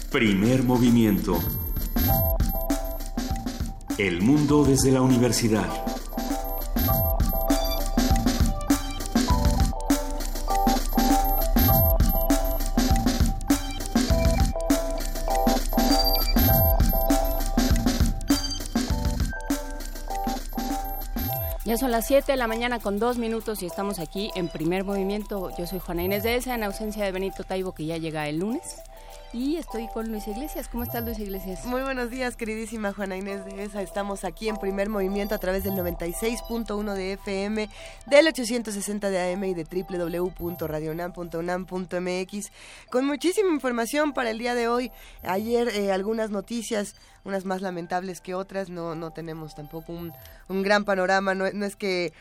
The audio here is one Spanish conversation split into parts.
Primer movimiento. El mundo desde la universidad. Ya son las 7 de la mañana con 2 minutos y estamos aquí en Primer Movimiento. Yo soy Juana Inés de Esa, en ausencia de Benito Taibo, que ya llega el lunes. Y estoy con Luisa Iglesias. ¿Cómo estás, Luisa Iglesias? Muy buenos días, queridísima Juana Inés de Esa. Estamos aquí en Primer Movimiento a través del 96.1 de FM, del 860 de AM y de www.radionam.unam.mx, con muchísima información para el día de hoy. Ayer algunas noticias, unas más lamentables que otras. No tenemos tampoco un gran panorama. No es que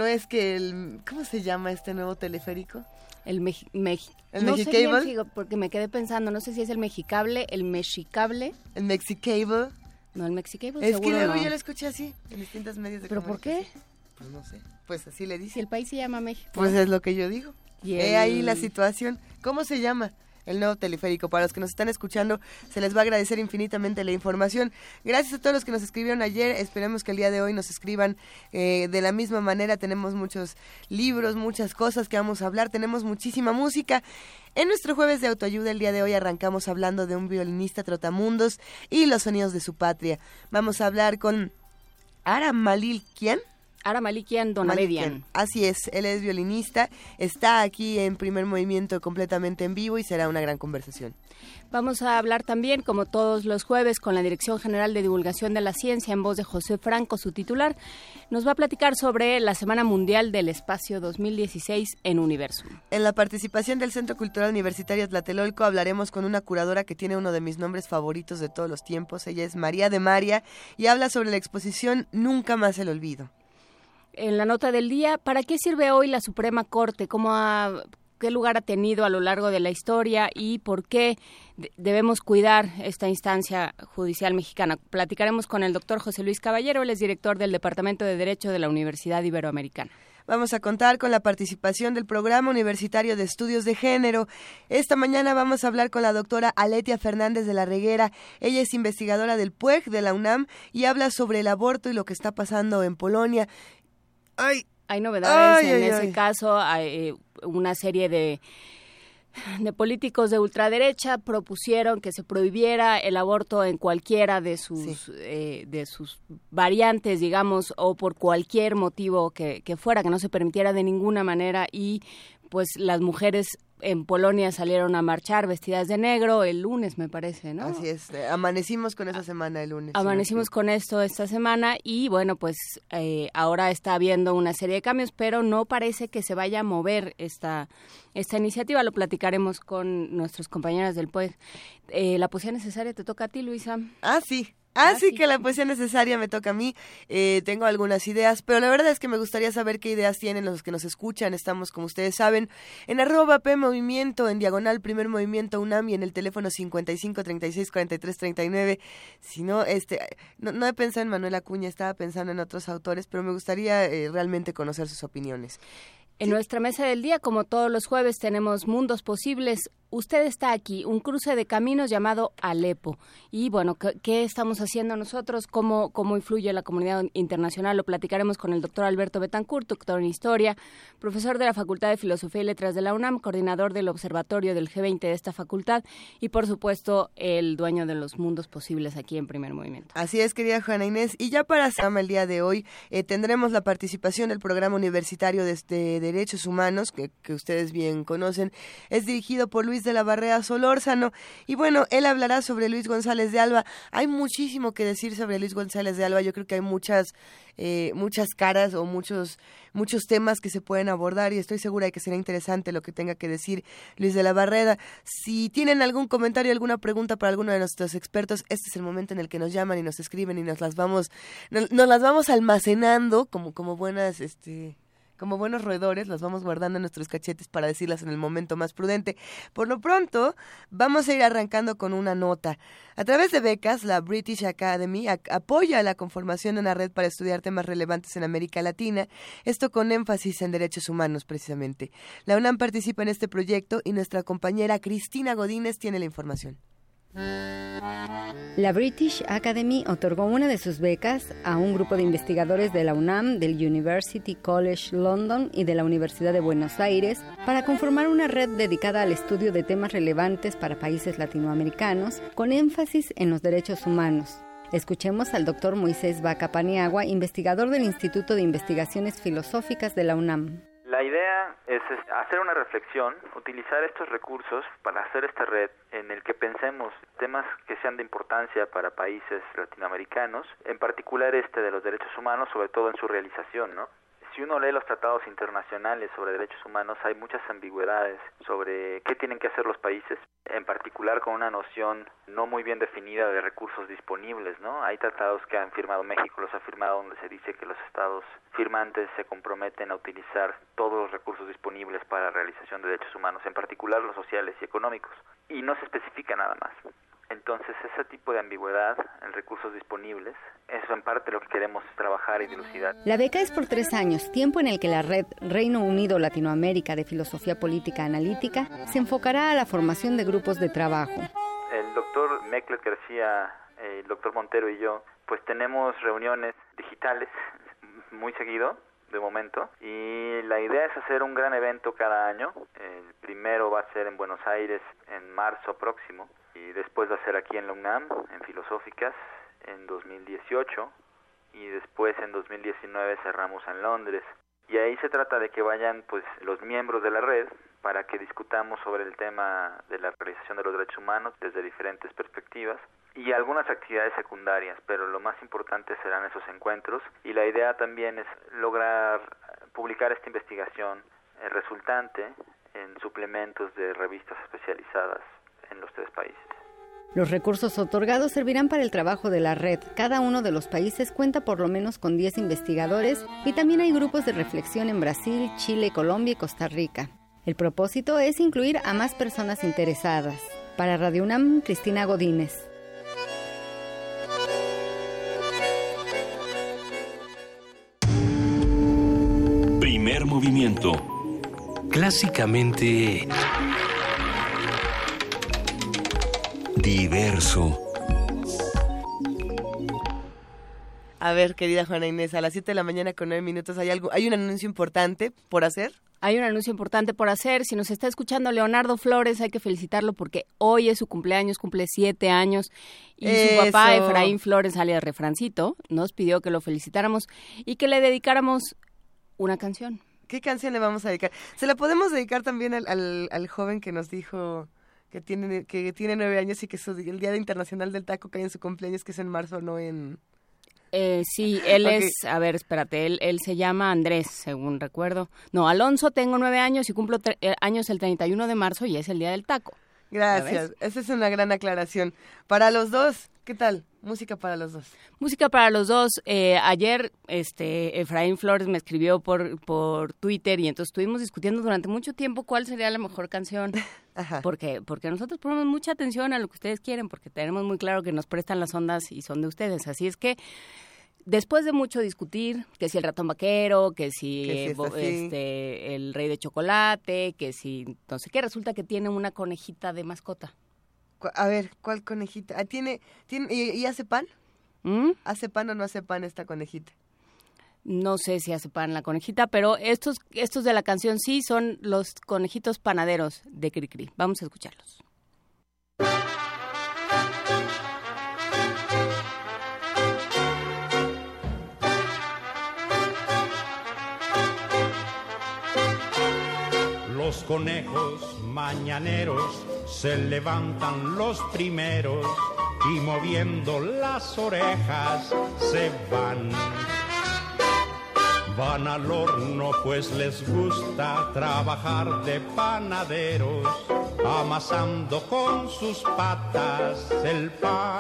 el, ¿cómo se llama este nuevo teleférico? El no sé bien, porque me quedé pensando, no sé si es el Mexicable, el Mexicable. El Mexicable. No, el Mexicable es que luego no. yo lo escuché así, en distintos medios de comunicación. ¿Pero por qué? Pues no sé, pues así le dice. Si el país se llama México. Pues es lo que yo digo. Ahí la situación. ¿Cómo se llama? El nuevo teleférico. Para los que nos están escuchando, se les va a agradecer infinitamente la información. Gracias a todos los que nos escribieron ayer. Esperemos que el día de hoy nos escriban de la misma manera. Tenemos muchos libros, muchas cosas que vamos a hablar. Tenemos muchísima música. En nuestro jueves de autoayuda, el día de hoy, arrancamos hablando de un violinista trotamundos y los sonidos de su patria. Vamos a hablar con Ara Malikian. Ara Malikian Donabedian. Así es, él es violinista, está aquí en Primer Movimiento completamente en vivo y será una gran conversación. Vamos a hablar también, como todos los jueves, con la Dirección General de Divulgación de la Ciencia, en voz de José Franco, su titular. Nos va a platicar sobre la Semana Mundial del Espacio 2016 en Universum. En la participación del Centro Cultural Universitario Tlatelolco hablaremos con una curadora que tiene uno de mis nombres favoritos de todos los tiempos. Ella es María de María y habla sobre la exposición Nunca más el olvido. En la nota del día, ¿para qué sirve hoy la Suprema Corte? ¿Qué lugar ha tenido a lo largo de la historia y por qué debemos cuidar esta instancia judicial mexicana? Platicaremos con el doctor José Luis Caballero, él es director del Departamento de Derecho de la Universidad Iberoamericana. Vamos a contar con la participación del Programa Universitario de Estudios de Género. Esta mañana vamos a hablar con la doctora Aletia Fernández de la Reguera. Ella es investigadora del PUEG de la UNAM y habla sobre el aborto y lo que está pasando en Polonia. Hay novedades en ese caso. Hay una serie de políticos de ultraderecha propusieron que se prohibiera el aborto en cualquiera de sus variantes, digamos, o por cualquier motivo que fuera, que no se permitiera de ninguna manera, y pues las mujeres en Polonia salieron a marchar vestidas de negro el lunes, me parece, ¿no? Así es, amanecimos con esa semana el lunes. Amanecimos con esto esta semana y bueno, pues ahora está habiendo una serie de cambios, pero no parece que se vaya a mover esta iniciativa. Lo platicaremos con nuestros compañeros del PUEG. La poesía necesaria te toca a ti, Luisa. Sí, que la poesía necesaria me toca a mí. Tengo algunas ideas, pero la verdad es que me gustaría saber qué ideas tienen los que nos escuchan. Estamos, como ustedes saben, en @PMovimiento, en diagonal Primer Movimiento UNAM y en el teléfono 55 36 43 39. Si no, no he pensado en Manuel Acuña, estaba pensando en otros autores, pero me gustaría realmente conocer sus opiniones. En nuestra mesa del día, como todos los jueves, tenemos Mundos Posibles. Usted está aquí, un cruce de caminos llamado Alepo. Y bueno, ¿qué estamos haciendo nosotros? ¿Cómo influye la comunidad internacional? Lo platicaremos con el doctor Alberto Betancourt, doctor en Historia, profesor de la Facultad de Filosofía y Letras de la UNAM, coordinador del Observatorio del G20 de esta facultad y, por supuesto, el dueño de los Mundos Posibles aquí en Primer Movimiento. Así es, querida Juana Inés. Y ya para el día de hoy tendremos la participación del Programa Universitario de Derechos Humanos, que ustedes bien conocen. Es dirigido por Luis de la Barrera Solórzano y bueno, él hablará sobre Luis González de Alba. Hay muchísimo que decir sobre Luis González de Alba. Yo creo que hay muchas caras o muchos temas que se pueden abordar y estoy segura de que será interesante lo que tenga que decir Luis de la Barrera. Si tienen algún comentario, alguna pregunta para alguno de nuestros expertos, este es el momento en el que nos llaman y nos escriben y nos las vamos almacenando como buenas como buenos roedores, las vamos guardando en nuestros cachetes para decirlas en el momento más prudente. Por lo pronto, vamos a ir arrancando con una nota. A través de becas, la British Academy apoya la conformación de una red para estudiar temas relevantes en América Latina, esto con énfasis en derechos humanos, precisamente. La UNAM participa en este proyecto y nuestra compañera Cristina Godínez tiene la información. La British Academy otorgó una de sus becas a un grupo de investigadores de la UNAM, del University College London y de la Universidad de Buenos Aires para conformar una red dedicada al estudio de temas relevantes para países latinoamericanos, con énfasis en los derechos humanos. Escuchemos al doctor Moisés Vaca Paniagua, investigador del Instituto de Investigaciones Filosóficas de la UNAM. La idea es hacer una reflexión, utilizar estos recursos para hacer esta red en el que pensemos temas que sean de importancia para países latinoamericanos, en particular de los derechos humanos, sobre todo en su realización, ¿no? Si uno lee los tratados internacionales sobre derechos humanos, hay muchas ambigüedades sobre qué tienen que hacer los países, en particular con una noción no muy bien definida de recursos disponibles, ¿no? Hay tratados que han firmado México, los ha firmado, donde se dice que los estados firmantes se comprometen a utilizar todos los recursos disponibles para la realización de derechos humanos, en particular los sociales y económicos, y no se especifica nada más. Entonces, ese tipo de ambigüedad en recursos disponibles, eso en parte lo que queremos trabajar y dilucidar. La beca es por 3 años, tiempo en el que la red Reino Unido Latinoamérica de Filosofía Política Analítica se enfocará a la formación de grupos de trabajo. El doctor Meckler García, el doctor Montero y yo, pues tenemos reuniones digitales muy seguido, de momento, y la idea es hacer un gran evento cada año. El primero va a ser en Buenos Aires en marzo próximo, y después va a ser aquí en la UNAM, en Filosóficas, en 2018, y después en 2019 cerramos en Londres. Y ahí se trata de que vayan pues los miembros de la red para que discutamos sobre el tema de la realización de los derechos humanos desde diferentes perspectivas y algunas actividades secundarias, pero lo más importante serán esos encuentros, y la idea también es lograr publicar esta investigación resultante en suplementos de revistas especializadas en los 3 países. Los recursos otorgados servirán para el trabajo de la red. Cada uno de los países cuenta por lo menos con 10 investigadores y también hay grupos de reflexión en Brasil, Chile, Colombia y Costa Rica. El propósito es incluir a más personas interesadas. Para Radio UNAM, Cristina Godínez. Primer movimiento. Clásicamente diverso. A ver, querida Juana Inés, a las 7 de la mañana con 9 minutos hay un anuncio importante por hacer. Hay un anuncio importante por hacer. Si nos está escuchando Leonardo Flores, hay que felicitarlo porque hoy es su cumpleaños, cumple 7 años. Y su papá, Efraín Flores, alias Refrancito, nos pidió que lo felicitáramos y que le dedicáramos una canción. ¿Qué canción le vamos a dedicar? Se la podemos dedicar también al joven que nos dijo que tiene 9 años y que el Día Internacional del Taco cae en su cumpleaños, que es en marzo, no en... Sí, él okay. A ver, espérate, él se llama Andrés, según recuerdo. No, Alonso, tengo 9 años y cumplo años el 31 de marzo y es el Día del Taco. Gracias, esa es una gran aclaración. Para los dos, ¿qué tal? Música para los dos. Música para los dos. Ayer Efraín Flores me escribió por Twitter y entonces estuvimos discutiendo durante mucho tiempo cuál sería la mejor canción. Ajá. Porque nosotros ponemos mucha atención a lo que ustedes quieren, porque tenemos muy claro que nos prestan las ondas y son de ustedes. Así es que después de mucho discutir, que si el ratón vaquero, que si el rey de chocolate, que si no sé qué, resulta que tiene una conejita de mascota. A ver, ¿cuál conejita? ¿Tiene y hace pan? ¿Hace pan o no hace pan esta conejita? No sé si hace pan la conejita, pero estos de la canción sí son los conejitos panaderos de Cricri. Vamos a escucharlos. Los conejos mañaneros se levantan los primeros y moviendo las orejas se van. Van al horno pues les gusta trabajar de panaderos, amasando con sus patas el pan.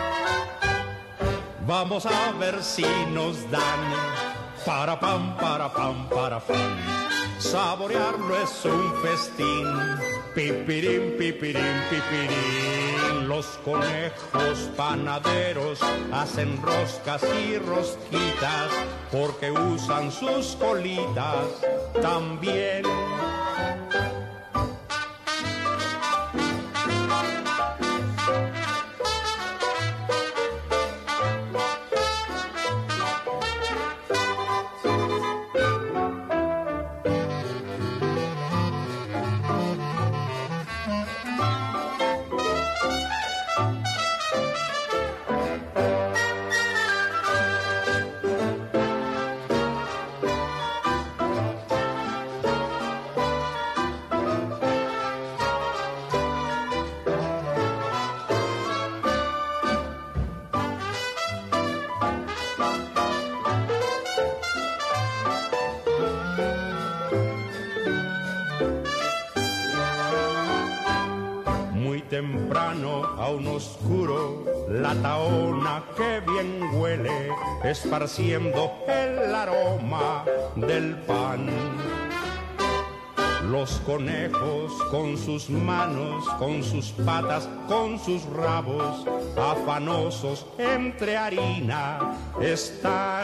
Vamos a ver si nos dan para pan, para pan, para pan. Saborearlo es un festín, pipirín, pipirín, pipirín. Los conejos panaderos hacen roscas y rosquitas porque usan sus colitas también. cercano a un oscuro, la tahona que bien huele, esparciendo el aroma del pan. Los conejos con sus manos, con sus patas, con sus rabos, afanosos entre harina están.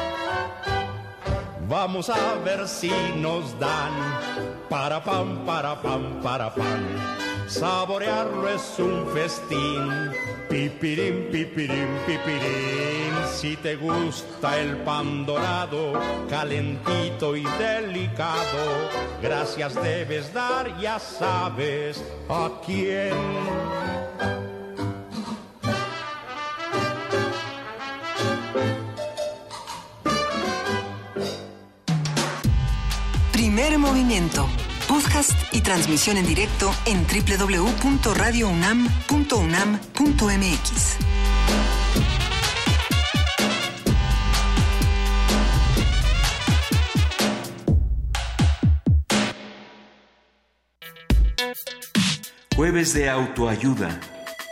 Vamos a ver si nos dan para pan, para pan, para pan. Saborearlo es un festín. Pipirín, pipirín, pipirín. Si te gusta el pan dorado, calentito y delicado, gracias debes dar, ya sabes a quién. Primer movimiento. Podcast y transmisión en directo en www.radiounam.unam.mx. Jueves de autoayuda.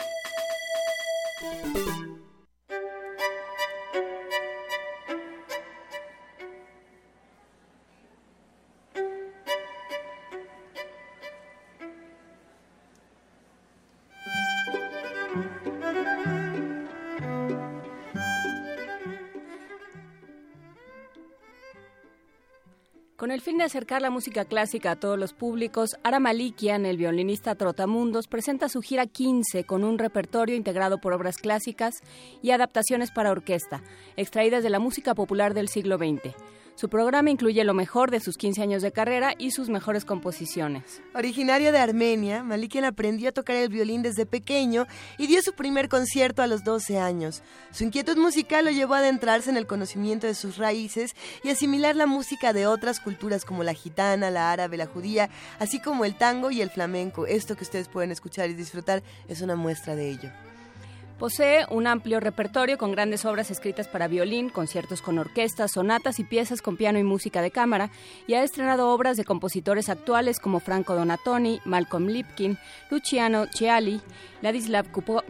Con el fin de acercar la música clásica a todos los públicos, Ara Malikian, el violinista trotamundos, presenta su gira 15 con un repertorio integrado por obras clásicas y adaptaciones para orquesta, extraídas de la música popular del siglo XX. Su programa incluye lo mejor de sus 15 años de carrera y sus mejores composiciones. Originario de Armenia, Malikian aprendió a tocar el violín desde pequeño y dio su primer concierto a los 12 años. Su inquietud musical lo llevó a adentrarse en el conocimiento de sus raíces y asimilar la música de otras culturas como la gitana, la árabe, la judía, así como el tango y el flamenco. Esto que ustedes pueden escuchar y disfrutar es una muestra de ello. Posee un amplio repertorio con grandes obras escritas para violín, conciertos con orquestas, sonatas y piezas con piano y música de cámara, y ha estrenado obras de compositores actuales como Franco Donatoni, Malcolm Lipkin, Luciano Ciali, Ladislav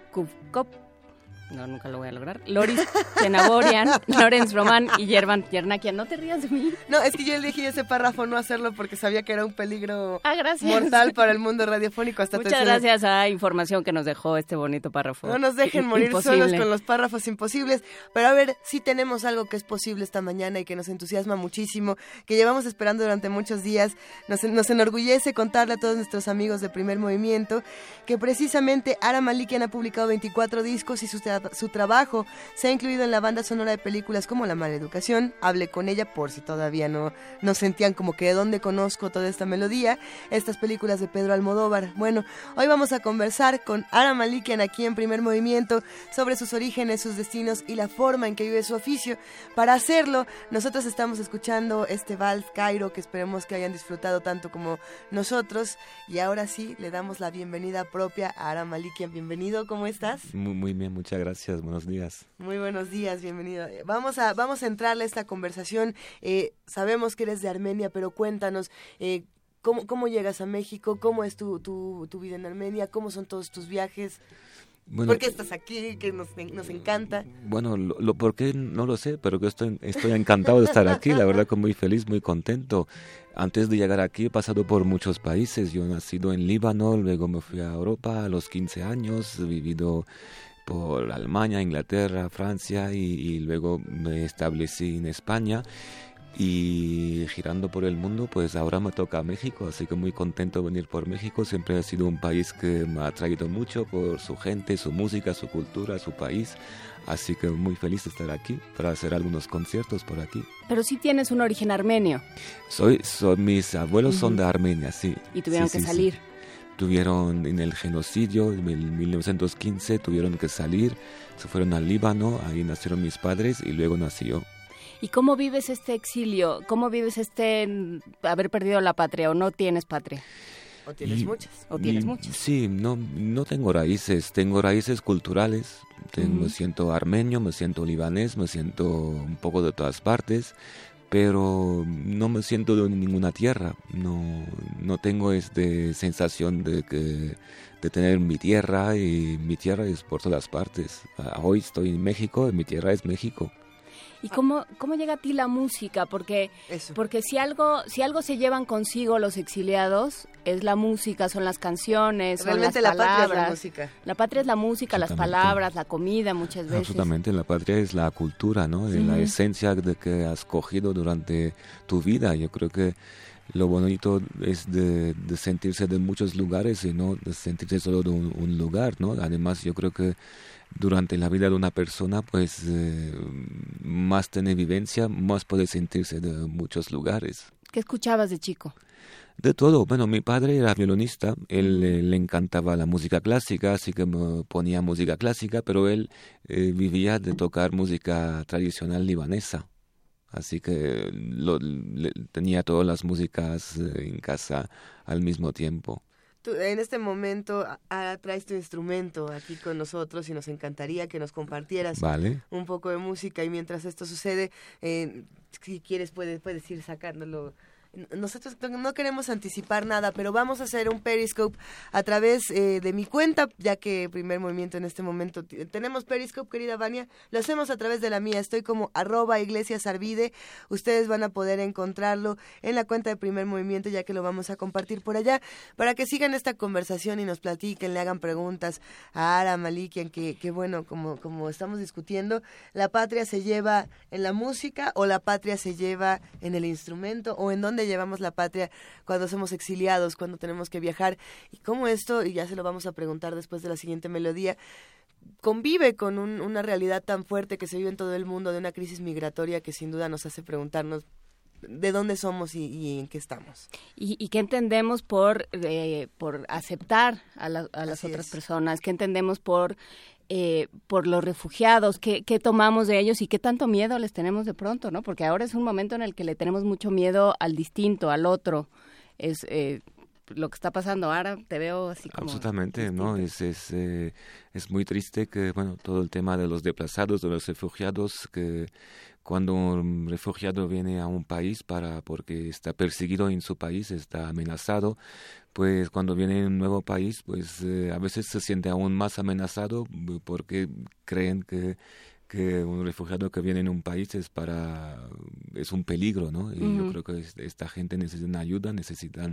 nunca lo voy a lograr. Loris Chenaborian, Lorenz Roman y Yervan Yernakian. No te rías de mí. No, es que yo elegí ese párrafo no hacerlo porque sabía que era un peligro gracias. mortal para el mundo radiofónico. Muchas gracias a información que nos dejó este bonito párrafo. No nos dejen morir solos con los párrafos imposibles. Pero a ver, sí tenemos algo que es posible esta mañana y que nos entusiasma muchísimo, que llevamos esperando durante muchos días. Nos enorgullece contarle a todos nuestros amigos de Primer Movimiento que precisamente Ara Malikian ha publicado 24 discos y su trabajo se ha incluido en la banda sonora de películas como La Mala Educación, Hable con ella, por si todavía no sentían como que de dónde conozco toda esta melodía, estas películas de Pedro Almodóvar. Bueno, hoy vamos a conversar con Ara Malikian aquí en Primer Movimiento sobre sus orígenes, sus destinos y la forma en que vive su oficio. Para hacerlo, nosotros estamos escuchando este Vals Cairo que esperemos que hayan disfrutado tanto como nosotros, y ahora sí le damos la bienvenida propia a Ara Malikian. Bienvenido, ¿cómo estás? Muy bien, muchas gracias. Buenos días. Muy buenos días, bienvenido. Vamos a entrarle a esta conversación. Sabemos que eres de Armenia, pero cuéntanos, ¿cómo llegas a México? ¿Cómo es tu vida en Armenia? ¿Cómo son todos tus viajes? Bueno, ¿por qué estás aquí? Que nos encanta. Bueno, lo por qué no lo sé, pero que estoy encantado de estar aquí, la verdad que muy feliz, muy contento. Antes de llegar aquí he pasado por muchos países. Yo he nacido en Líbano, luego me fui a Europa a los 15 años, he vivido por Alemania, Inglaterra, Francia y luego me establecí en España y girando por el mundo, pues ahora me toca México, así que muy contento de venir por México. Siempre ha sido un país que me ha atraído mucho por su gente, su música, su cultura, su país, así que muy feliz de estar aquí para hacer algunos conciertos por aquí. Pero sí tienes un origen armenio. Mis abuelos son de Armenia, sí. Y tuvieron que salir. Sí. Tuvieron en el genocidio en 1915, tuvieron que salir, se fueron al Líbano, ahí nacieron mis padres y luego nací yo. ¿Y cómo vives este exilio? ¿Cómo vives haber perdido la patria o no tienes patria? ¿O tienes muchas? ¿O tienes muchas? Sí, no tengo raíces culturales, me siento armenio, me siento libanés, me siento un poco de todas partes, pero no me siento en ninguna tierra, no tengo sensación de tener mi tierra, y mi tierra es por todas partes. Hoy estoy en México y mi tierra es México. ¿Y cómo llega a ti la música? Porque si algo se llevan consigo los exiliados, es la música, son las canciones, realmente son las palabras. Patria es la música. La patria es la música, las palabras, la comida muchas veces. Absolutamente, la patria es la cultura, ¿no? Sí. La esencia de que has cogido durante tu vida. Yo creo que lo bonito es de sentirse de muchos lugares y no de sentirse solo de un lugar, ¿no? Además, yo creo que durante la vida de una persona, pues más tiene vivencia, más puede sentirse de muchos lugares. ¿Qué escuchabas de chico? De todo. Bueno, mi padre era violonista, él le encantaba la música clásica, así que me ponía música clásica, pero él vivía de tocar música tradicional libanesa. Así que tenía todas las músicas en casa al mismo tiempo. Tú, en este momento traes tu instrumento aquí con nosotros y nos encantaría que nos compartieras un poco de música, y mientras esto sucede, si quieres puedes ir sacándolo. Nosotros no queremos anticipar nada, pero vamos a hacer un Periscope a través de mi cuenta, ya que Primer Movimiento en este momento tenemos Periscope, querida Vania. Lo hacemos a través de la mía, estoy como @iglesiasarvide. Ustedes van a poder encontrarlo en la cuenta de Primer Movimiento, ya que lo vamos a compartir por allá, para que sigan esta conversación y nos platiquen, le hagan preguntas a Ara, Malikian, que bueno, como estamos discutiendo, ¿la patria se lleva en la música o la patria se lleva en el instrumento, o en dónde llevamos la patria cuando somos exiliados, cuando tenemos que viajar? Y cómo esto, y ya se lo vamos a preguntar después de la siguiente melodía, convive con una realidad tan fuerte que se vive en todo el mundo, de una crisis migratoria que sin duda nos hace preguntarnos de dónde somos y en qué estamos. Y qué entendemos por aceptar a las otras personas, qué entendemos por los refugiados, qué tomamos de ellos y qué tanto miedo les tenemos de pronto, ¿no? Porque ahora es un momento en el que le tenemos mucho miedo al distinto, al otro. Es lo que está pasando ahora, te veo así como... Absolutamente, distinto. ¿no? Es muy triste que, bueno, todo el tema de los desplazados, de los refugiados, que cuando un refugiado viene a un país porque está perseguido en su país, está amenazado, pues cuando viene a un nuevo país, pues a veces se siente aún más amenazado porque creen que un refugiado que viene en un país es un peligro, ¿no? Y yo creo que esta gente necesita ayuda, necesitan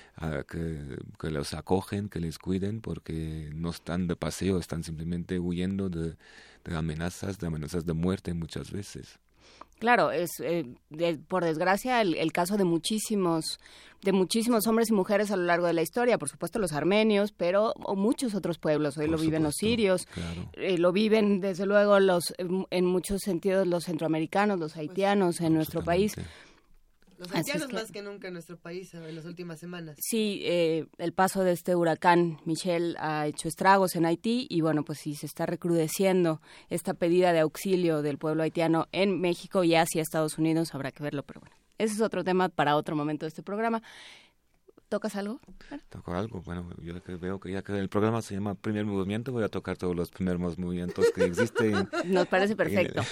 que los acogen, que les cuiden, porque no están de paseo, están simplemente huyendo de amenazas de muerte muchas veces. Claro, es por desgracia el caso de muchísimos hombres y mujeres a lo largo de la historia, por supuesto los armenios, pero muchos otros pueblos. Hoy lo viven los sirios, claro. Lo viven desde luego en muchos sentidos los centroamericanos, los haitianos en nuestro país. Los haitianos más que nunca en nuestro país en las últimas semanas. Sí, el paso de este huracán Michelle ha hecho estragos en Haití y bueno, pues sí se está recrudeciendo esta pedida de auxilio del pueblo haitiano en México y hacia Estados Unidos, habrá que verlo, pero bueno, ese es otro tema para otro momento de este programa. ¿Tocas algo? Toco algo, bueno, yo veo que ya que el programa se llama Primer Movimiento, voy a tocar todos los primeros movimientos que existen. Nos parece perfecto.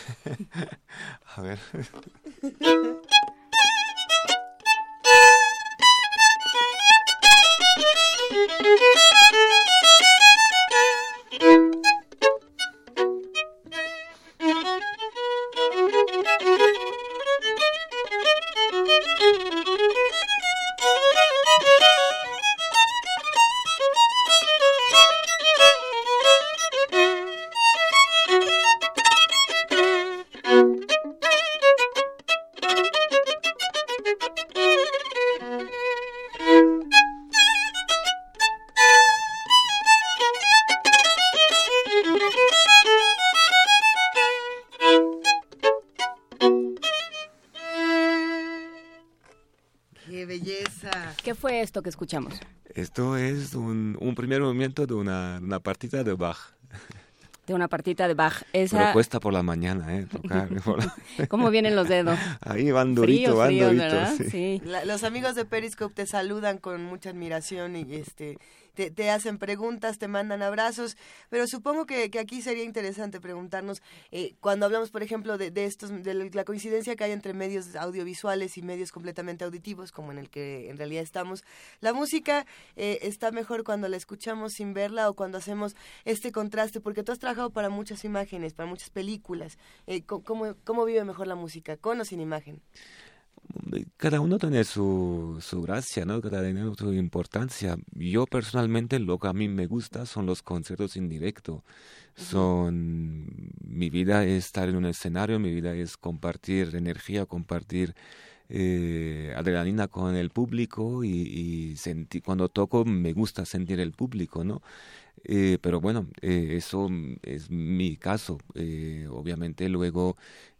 A ver... ¿Qué fue esto que escuchamos? Esto es un primer movimiento de una partita de Bach. De una partita de Bach. Pero cuesta por la mañana, tocar. ¿Cómo vienen los dedos? Ahí van durito, fríos, durito. Sí. Los amigos de Periscope te saludan con mucha admiración y te hacen preguntas, te mandan abrazos, pero supongo que aquí sería interesante preguntarnos, cuando hablamos, por ejemplo, de la coincidencia que hay entre medios audiovisuales y medios completamente auditivos, como en el que en realidad estamos, ¿la música está mejor cuando la escuchamos sin verla o cuando hacemos este contraste? Porque tú has trabajado para muchas imágenes, para muchas películas. ¿Cómo vive mejor la música, con o sin imagen? Cada uno tiene su gracia, ¿no? Cada uno tiene su importancia. Yo personalmente lo que a mí me gusta son los conciertos en directo. Mi vida es estar en un escenario, mi vida es compartir energía, compartir adrenalina con el público y cuando toco me gusta sentir el público, ¿no? Pero bueno, eso es mi caso. Obviamente luego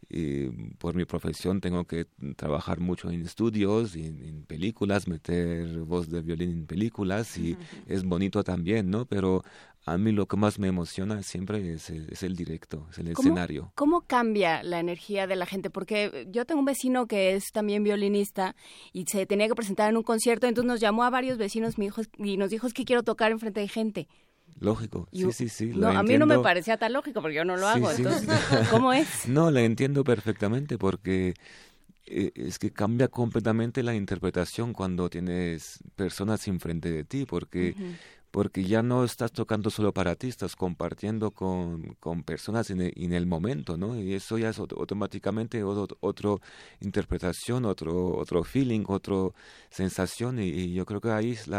por mi profesión tengo que trabajar mucho en estudios, en películas, meter voz de violín en películas y es bonito también, ¿no? Pero a mí lo que más me emociona siempre es el directo, es el escenario. ¿Cómo cambia la energía de la gente? Porque yo tengo un vecino que es también violinista y se tenía que presentar en un concierto, entonces nos llamó a varios vecinos y nos dijo, es que quiero tocar enfrente de gente. Lógico, sí. No, a mí no me parecía tan lógico porque yo no lo hago, entonces, ¿cómo es? No, lo entiendo perfectamente porque es que cambia completamente la interpretación cuando tienes personas enfrente de ti, porque ya no estás tocando solo para ti, estás compartiendo con personas en el momento, ¿no? Y eso ya es automáticamente otra interpretación, otro feeling, otra sensación, y yo creo que ahí es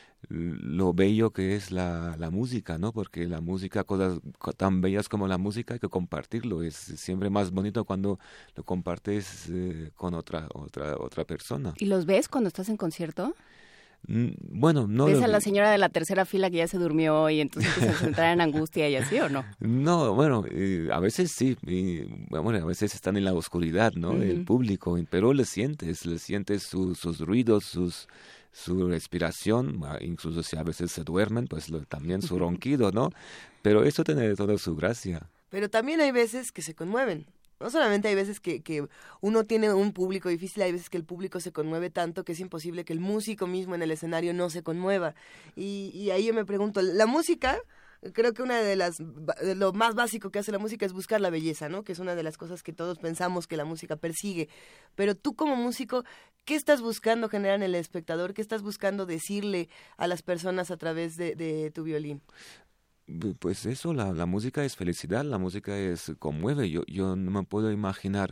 lo bello que es la música, ¿no? Porque la música, cosas tan bellas como la música, hay que compartirlo. Es siempre más bonito cuando lo compartes con otra persona. ¿Y los ves cuando estás en concierto? Bueno, no. ¿Ves a la señora de la tercera fila que ya se durmió y entonces empieza a entrar en angustia y así o no? No, bueno, a veces sí. A veces están en la oscuridad, ¿no? El público, pero le sientes sus ruidos, su respiración, incluso si a veces se duermen, pues también su ronquido, ¿no? Pero eso tiene toda su gracia. Pero también hay veces que se conmueven. No solamente hay veces que uno tiene un público difícil, hay veces que el público se conmueve tanto que es imposible que el músico mismo en el escenario no se conmueva. Y ahí yo me pregunto, la música... Creo que lo más básico que hace la música es buscar la belleza, ¿no? Que es una de las cosas que todos pensamos que la música persigue. Pero tú como músico, ¿qué estás buscando generar en el espectador? ¿Qué estás buscando decirle a las personas a través de tu violín? Pues eso, la música es felicidad, la música conmueve. Yo no me puedo imaginar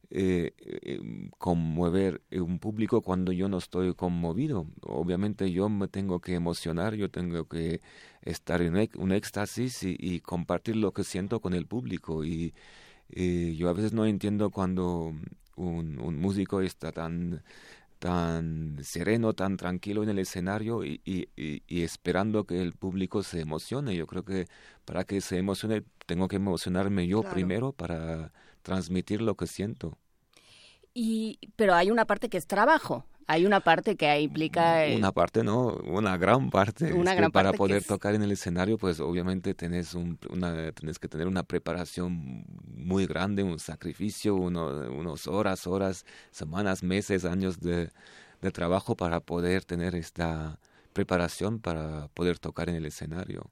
conmover un público cuando yo no estoy conmovido. Obviamente yo me tengo que emocionar, yo tengo que estar en un éxtasis y compartir lo que siento con el público. Y yo a veces no entiendo cuando un músico está tan sereno, tan tranquilo en el escenario y esperando que el público se emocione. Yo creo que para que se emocione tengo que emocionarme yo primero para transmitir lo que siento. Pero hay una parte que es trabajo, hay una parte que implica... Una parte no, una gran parte. Para poder tocar en el escenario, pues obviamente tenés que tener una preparación muy grande, un sacrificio, unas horas, semanas, meses, años de trabajo para poder tener esta preparación para poder tocar en el escenario.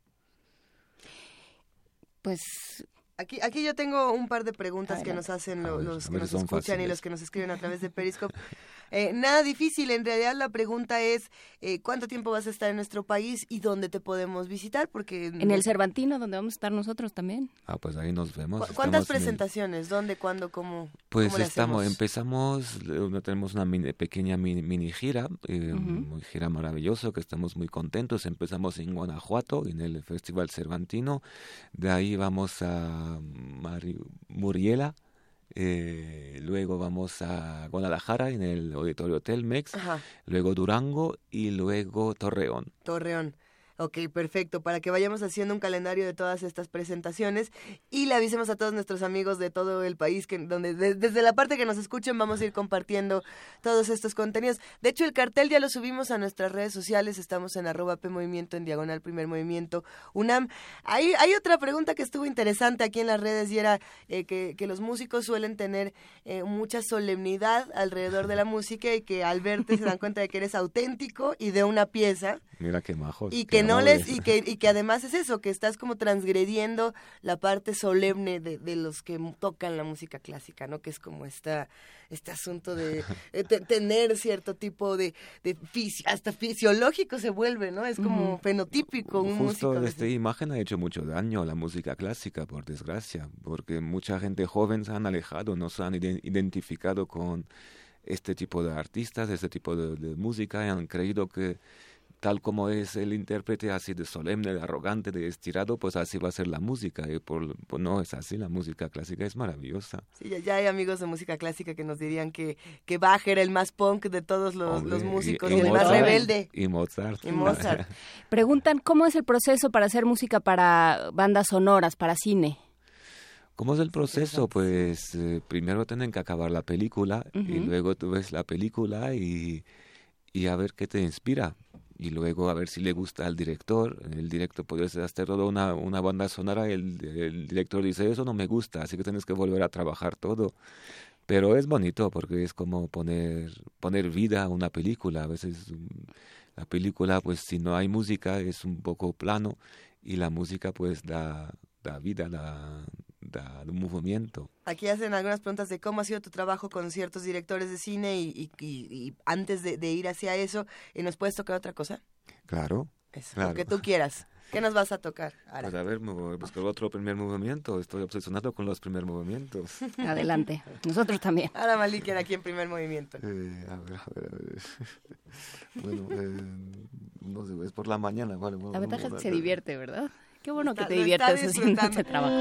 Pues... Aquí yo tengo un par de preguntas que nos hacen los que nos escuchan fáciles. Y los que nos escriben a través de Periscope. Nada difícil, en realidad la pregunta es ¿cuánto tiempo vas a estar en nuestro país y dónde te podemos visitar? Porque en el Cervantino, donde vamos a estar nosotros también. Pues ahí nos vemos. ¿Cuántas presentaciones? ¿Dónde, cuándo, cómo? Pues ¿cómo tenemos una pequeña mini gira, una gira maravillosa que estamos muy contentos. Empezamos en Guanajuato, en el Festival Cervantino. De ahí vamos a Muriela, luego vamos a Guadalajara en el Auditorio Telmex, luego Durango y luego Torreón. Ok, perfecto, para que vayamos haciendo un calendario de todas estas presentaciones y le avisemos a todos nuestros amigos de todo el país que donde desde la parte que nos escuchen vamos a ir compartiendo todos estos contenidos. De hecho, el cartel ya lo subimos a nuestras redes sociales, estamos en @PMovimiento, en diagonal Primer Movimiento UNAM. Hay otra pregunta que estuvo interesante aquí en las redes y era que los músicos suelen tener mucha solemnidad alrededor de la música y que al verte se dan cuenta de que eres auténtico y de una pieza. Mira qué majos. Y que no les y que además es eso, que estás como transgrediendo la parte solemne de los que tocan la música clásica, ¿no? Que es como este asunto de tener cierto tipo de hasta fisiológico se vuelve, ¿no? Es como fenotípico un Justo músico. esta imagen ha hecho mucho daño a la música clásica, por desgracia, porque mucha gente joven se han alejado, no se han identificado con este tipo de artistas, este tipo de música, y han creído que tal como es el intérprete, así de solemne, de arrogante, de estirado, pues así va a ser la música. Y pues no es así, la música clásica es maravillosa. Sí, ya hay amigos de música clásica que nos dirían que Bach era el más punk de todos los músicos, y el más rebelde. Y Mozart. Preguntan, ¿cómo es el proceso para hacer música para bandas sonoras, para cine? ¿Cómo es el proceso? Pues primero tienen que acabar la película y luego tú ves la película y a ver qué te inspira. Y luego a ver si le gusta al director. El director puede hacer toda una banda sonora, el director dice, eso no me gusta, así que tienes que volver a trabajar todo. Pero es bonito porque es como poner vida a una película. A veces la película, pues si no hay música, es un poco plano, y la música pues da vida, da un movimiento. Aquí hacen algunas preguntas de cómo ha sido tu trabajo con ciertos directores de cine y antes de ir hacia eso, ¿nos puedes tocar otra cosa? Claro. Eso, claro. Lo que tú quieras. ¿Qué nos vas a tocar, Ara? Pues a ver, me voy a buscar otro primer movimiento. Estoy obsesionado con los primeros movimientos. Adelante. Nosotros también. Ara Malikian aquí en Primer Movimiento. A ver. Bueno, no sé, es por la mañana. Vale, la ventaja es que se divierte, ¿verdad? Qué bueno que te diviertes haciendo este trabajo.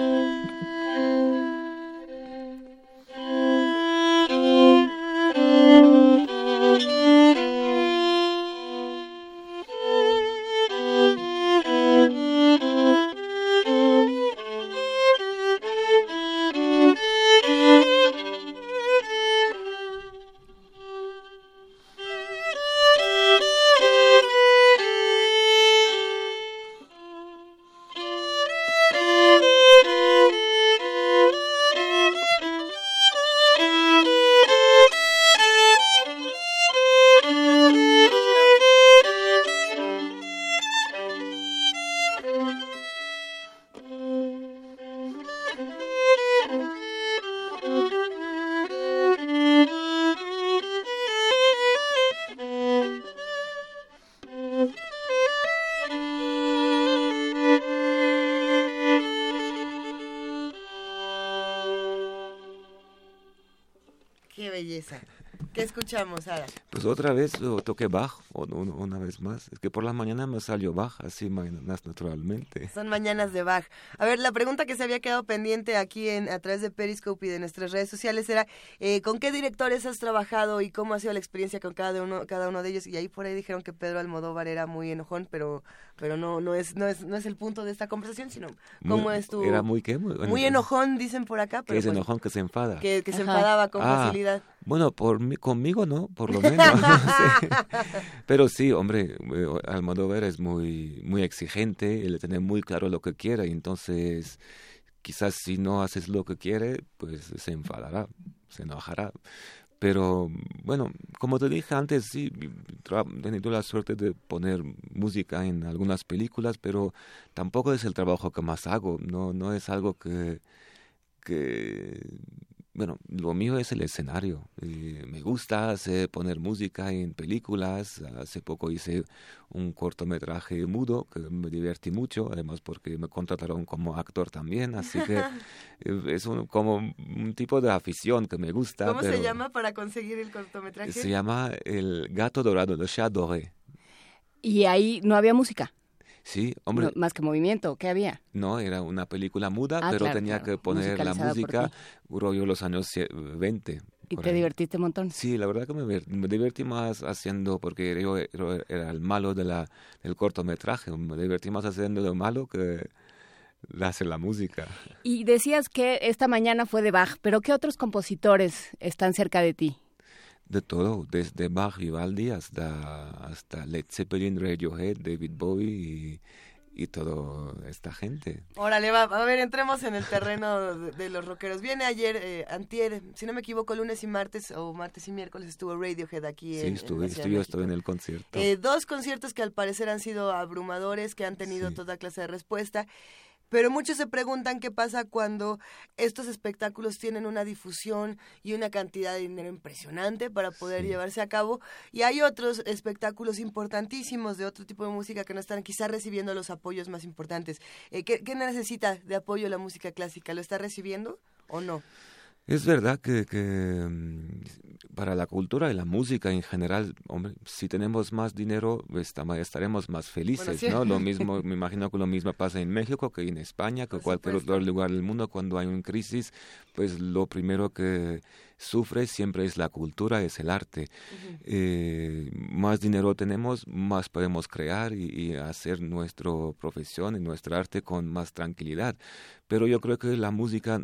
¿Qué escuchamos, Ara? Pues otra vez toqué Bach, una vez más. Es que por la mañana me salió Bach, así más naturalmente. Son mañanas de Bach. A ver, la pregunta que se había quedado pendiente aquí a través de Periscope y de nuestras redes sociales era ¿con qué directores has trabajado y cómo ha sido la experiencia con cada uno de ellos? Y ahí por ahí dijeron que Pedro Almodóvar era muy enojón, pero no es el punto de esta conversación, sino cómo es tu... ¿Era muy qué? Muy enojón, dicen por acá. Pero que es enojón, que se enfada. Que se enfadaba con facilidad. Bueno, conmigo no, por lo menos. Sí. Pero sí, hombre, Almodóvar es muy exigente, él tiene muy claro lo que quiere, y entonces quizás si no haces lo que quiere, pues se enfadará, se enojará. Pero bueno, como te dije antes, sí, he tenido la suerte de poner música en algunas películas, pero tampoco es el trabajo que más hago, no es algo que bueno, lo mío es el escenario. Me gusta poner música en películas. Hace poco hice un cortometraje mudo que me divertí mucho, además porque me contrataron como actor también, así que es como un tipo de afición que me gusta. ¿Cómo se llama para conseguir el cortometraje? Se llama El Gato Dorado, Le Chat Doré. ¿Y ahí no había música? Sí, hombre. No, más que movimiento, ¿qué había? No, era una película muda, pero tenía que poner la música, rollo los años 20. ¿Y te divertiste un montón? Sí, la verdad que me divertí más haciendo, porque yo era el malo del cortometraje, me divertí más haciendo de malo que hacer la música. Y decías que esta mañana fue de Bach, pero ¿qué otros compositores están cerca de ti? De todo, desde Bach, Vivaldi hasta Led Zeppelin, Radiohead, David Bowie y toda esta gente. Órale, va, a ver, entremos en el terreno de los rockeros. Viene ayer, antier, si no me equivoco, lunes y martes, o martes y miércoles estuvo Radiohead aquí en la Ciudad de México. Estuve en el concierto. 2 conciertos que al parecer han sido abrumadores, que han tenido toda clase de respuesta. Pero muchos se preguntan qué pasa cuando estos espectáculos tienen una difusión y una cantidad de dinero impresionante para poder llevarse a cabo, y hay otros espectáculos importantísimos de otro tipo de música que no están quizás recibiendo los apoyos más importantes. ¿Qué necesita de apoyo la música clásica? ¿Lo está recibiendo o no? Es verdad que para la cultura y la música en general, hombre, si tenemos más dinero, estaremos más felices, bueno, sí. ¿no? Lo mismo, me imagino que lo mismo pasa en México que en España, que cualquier otro lugar del mundo. Cuando hay una crisis, pues lo primero que sufre siempre es la cultura, es el arte. Más dinero tenemos, más podemos crear y hacer nuestra profesión y nuestro arte con más tranquilidad. Pero yo creo que la música,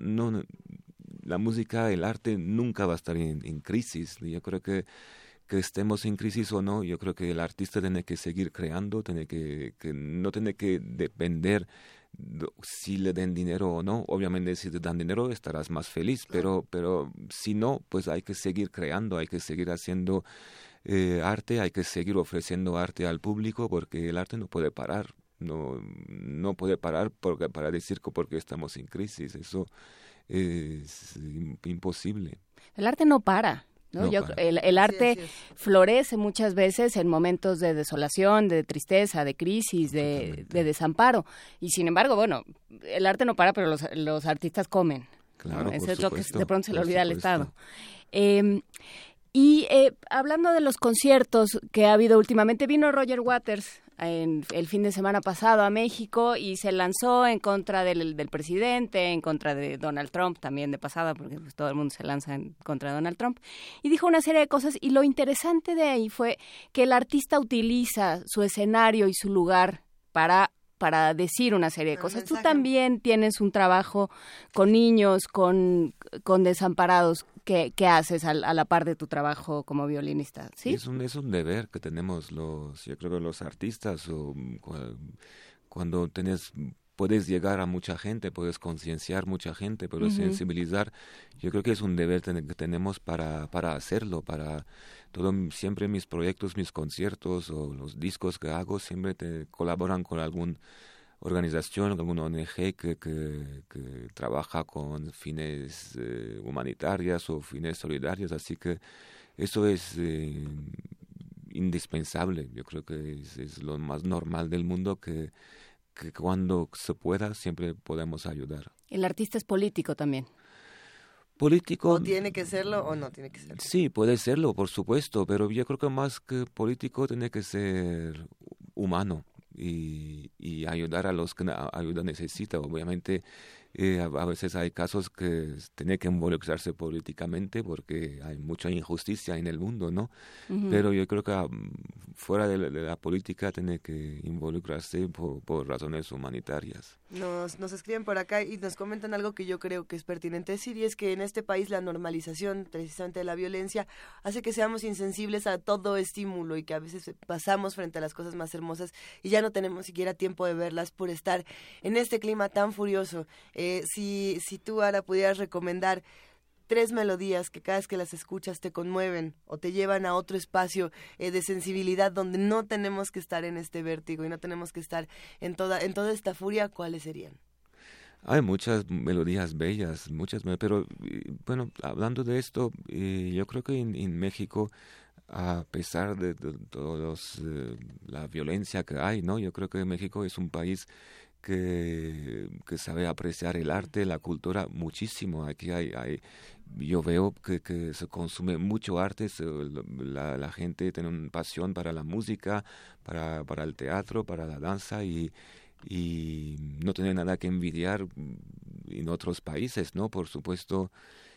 el arte nunca va a estar en crisis. Yo creo que estemos en crisis o no, yo creo que el artista tiene que seguir creando, no tiene que depender si le den dinero o no. Obviamente si te dan dinero estarás más feliz, pero si no, pues hay que seguir creando, hay que seguir haciendo arte, hay que seguir ofreciendo arte al público, porque el arte no puede parar, no puede parar para decir que porque estamos en crisis, eso es imposible. El arte no para, ¿no? El arte florece muchas veces en momentos de desolación, de tristeza, de crisis, de desamparo. Y sin embargo, bueno, el arte no para, pero los artistas comen. Claro, ¿no? Eso es lo que de pronto se le olvida al Estado. Y hablando de los conciertos que ha habido últimamente, vino Roger Waters el fin de semana pasado a México y se lanzó en contra del presidente, en contra de Donald Trump, también de pasada, porque pues, todo el mundo se lanza en contra de Donald Trump, y dijo una serie de cosas, y lo interesante de ahí fue que el artista utiliza su escenario y su lugar para decir una serie de cosas. Tú también tienes un trabajo con niños, con desamparados. ¿Qué haces a la par de tu trabajo como violinista? ¿Sí? Es un deber que tenemos yo creo que los artistas, cuando puedes llegar a mucha gente, puedes concienciar mucha gente, puedes sensibilizar. Yo creo que es un deber que tenemos para hacerlo, siempre mis proyectos, mis conciertos o los discos que hago siempre colaboran con alguna organización, alguna ONG que trabaja con fines humanitarios o fines solidarios, así que eso es indispensable. Yo creo que es lo más normal del mundo que cuando se pueda siempre podemos ayudar. El artista es político también. Político. ¿O tiene que serlo o no tiene que serlo? Sí, puede serlo, por supuesto, pero yo creo que más que político tiene que ser humano y ayudar a los que ayuda necesita. Obviamente a veces hay casos que tiene que involucrarse políticamente porque hay mucha injusticia en el mundo, ¿no? Pero yo creo que fuera de la política tiene que involucrarse por razones humanitarias. Nos escriben por acá y nos comentan algo que yo creo que es pertinente decir, y es que en este país la normalización precisamente de la violencia hace que seamos insensibles a todo estímulo y que a veces pasamos frente a las cosas más hermosas y ya no tenemos siquiera tiempo de verlas por estar en este clima tan furioso. Si tú ahora pudieras recomendar 3 melodías que cada vez que las escuchas te conmueven o te llevan a otro espacio de sensibilidad donde no tenemos que estar en este vértigo y no tenemos que estar en toda esta furia, ¿cuáles serían? Hay muchas melodías bellas, pero bueno, hablando de esto, yo creo que en México, a pesar de todos la violencia que hay, ¿no? Yo creo que México es un país que sabe apreciar el arte, la cultura muchísimo. Aquí yo veo que se consume mucho arte, la gente tiene una pasión para la música, para el teatro, para la danza y no tiene nada que envidiar en otros países, ¿no? Por supuesto,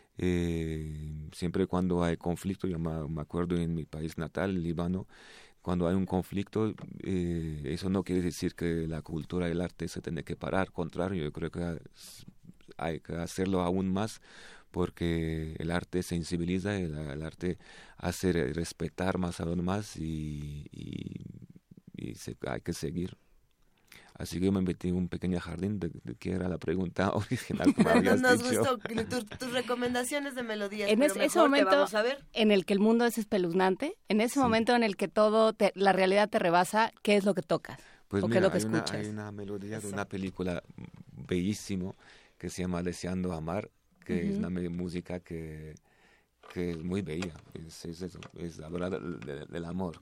siempre cuando hay conflicto, yo me acuerdo en mi país natal, Líbano, cuando hay un conflicto, eso no quiere decir que la cultura y el arte se tiene que parar. Al contrario, yo creo que hay que hacerlo aún más porque el arte sensibiliza, el arte hace respetar más a los demás y hay que seguir. Así que yo me metí en un pequeño jardín de que era la pregunta original que me habías Nos dicho. gustó tus recomendaciones de melodías, En pero ese mejor momento te vamos a ver. en el que el mundo es espeluznante, en ese momento en el que la realidad te rebasa, ¿qué es lo que tocas? Pues ¿O mira, qué es lo que hay escuchas? una melodía de una película bellísimo que se llama Deseando Amar, que es una música que es muy bella. Es eso, es hablar del amor.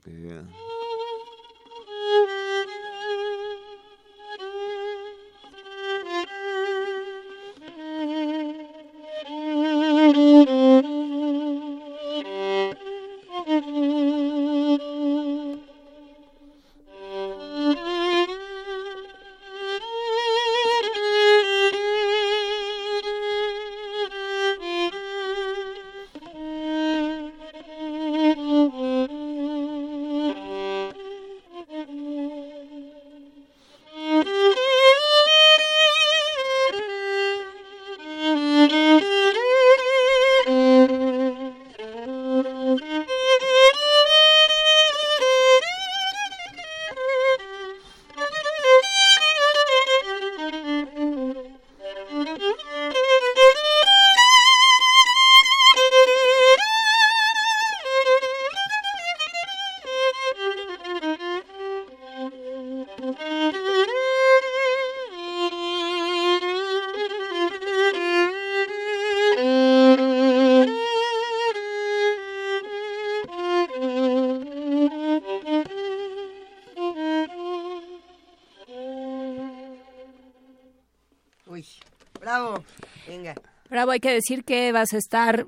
Uy, bravo, venga. Bravo, hay que decir que vas a estar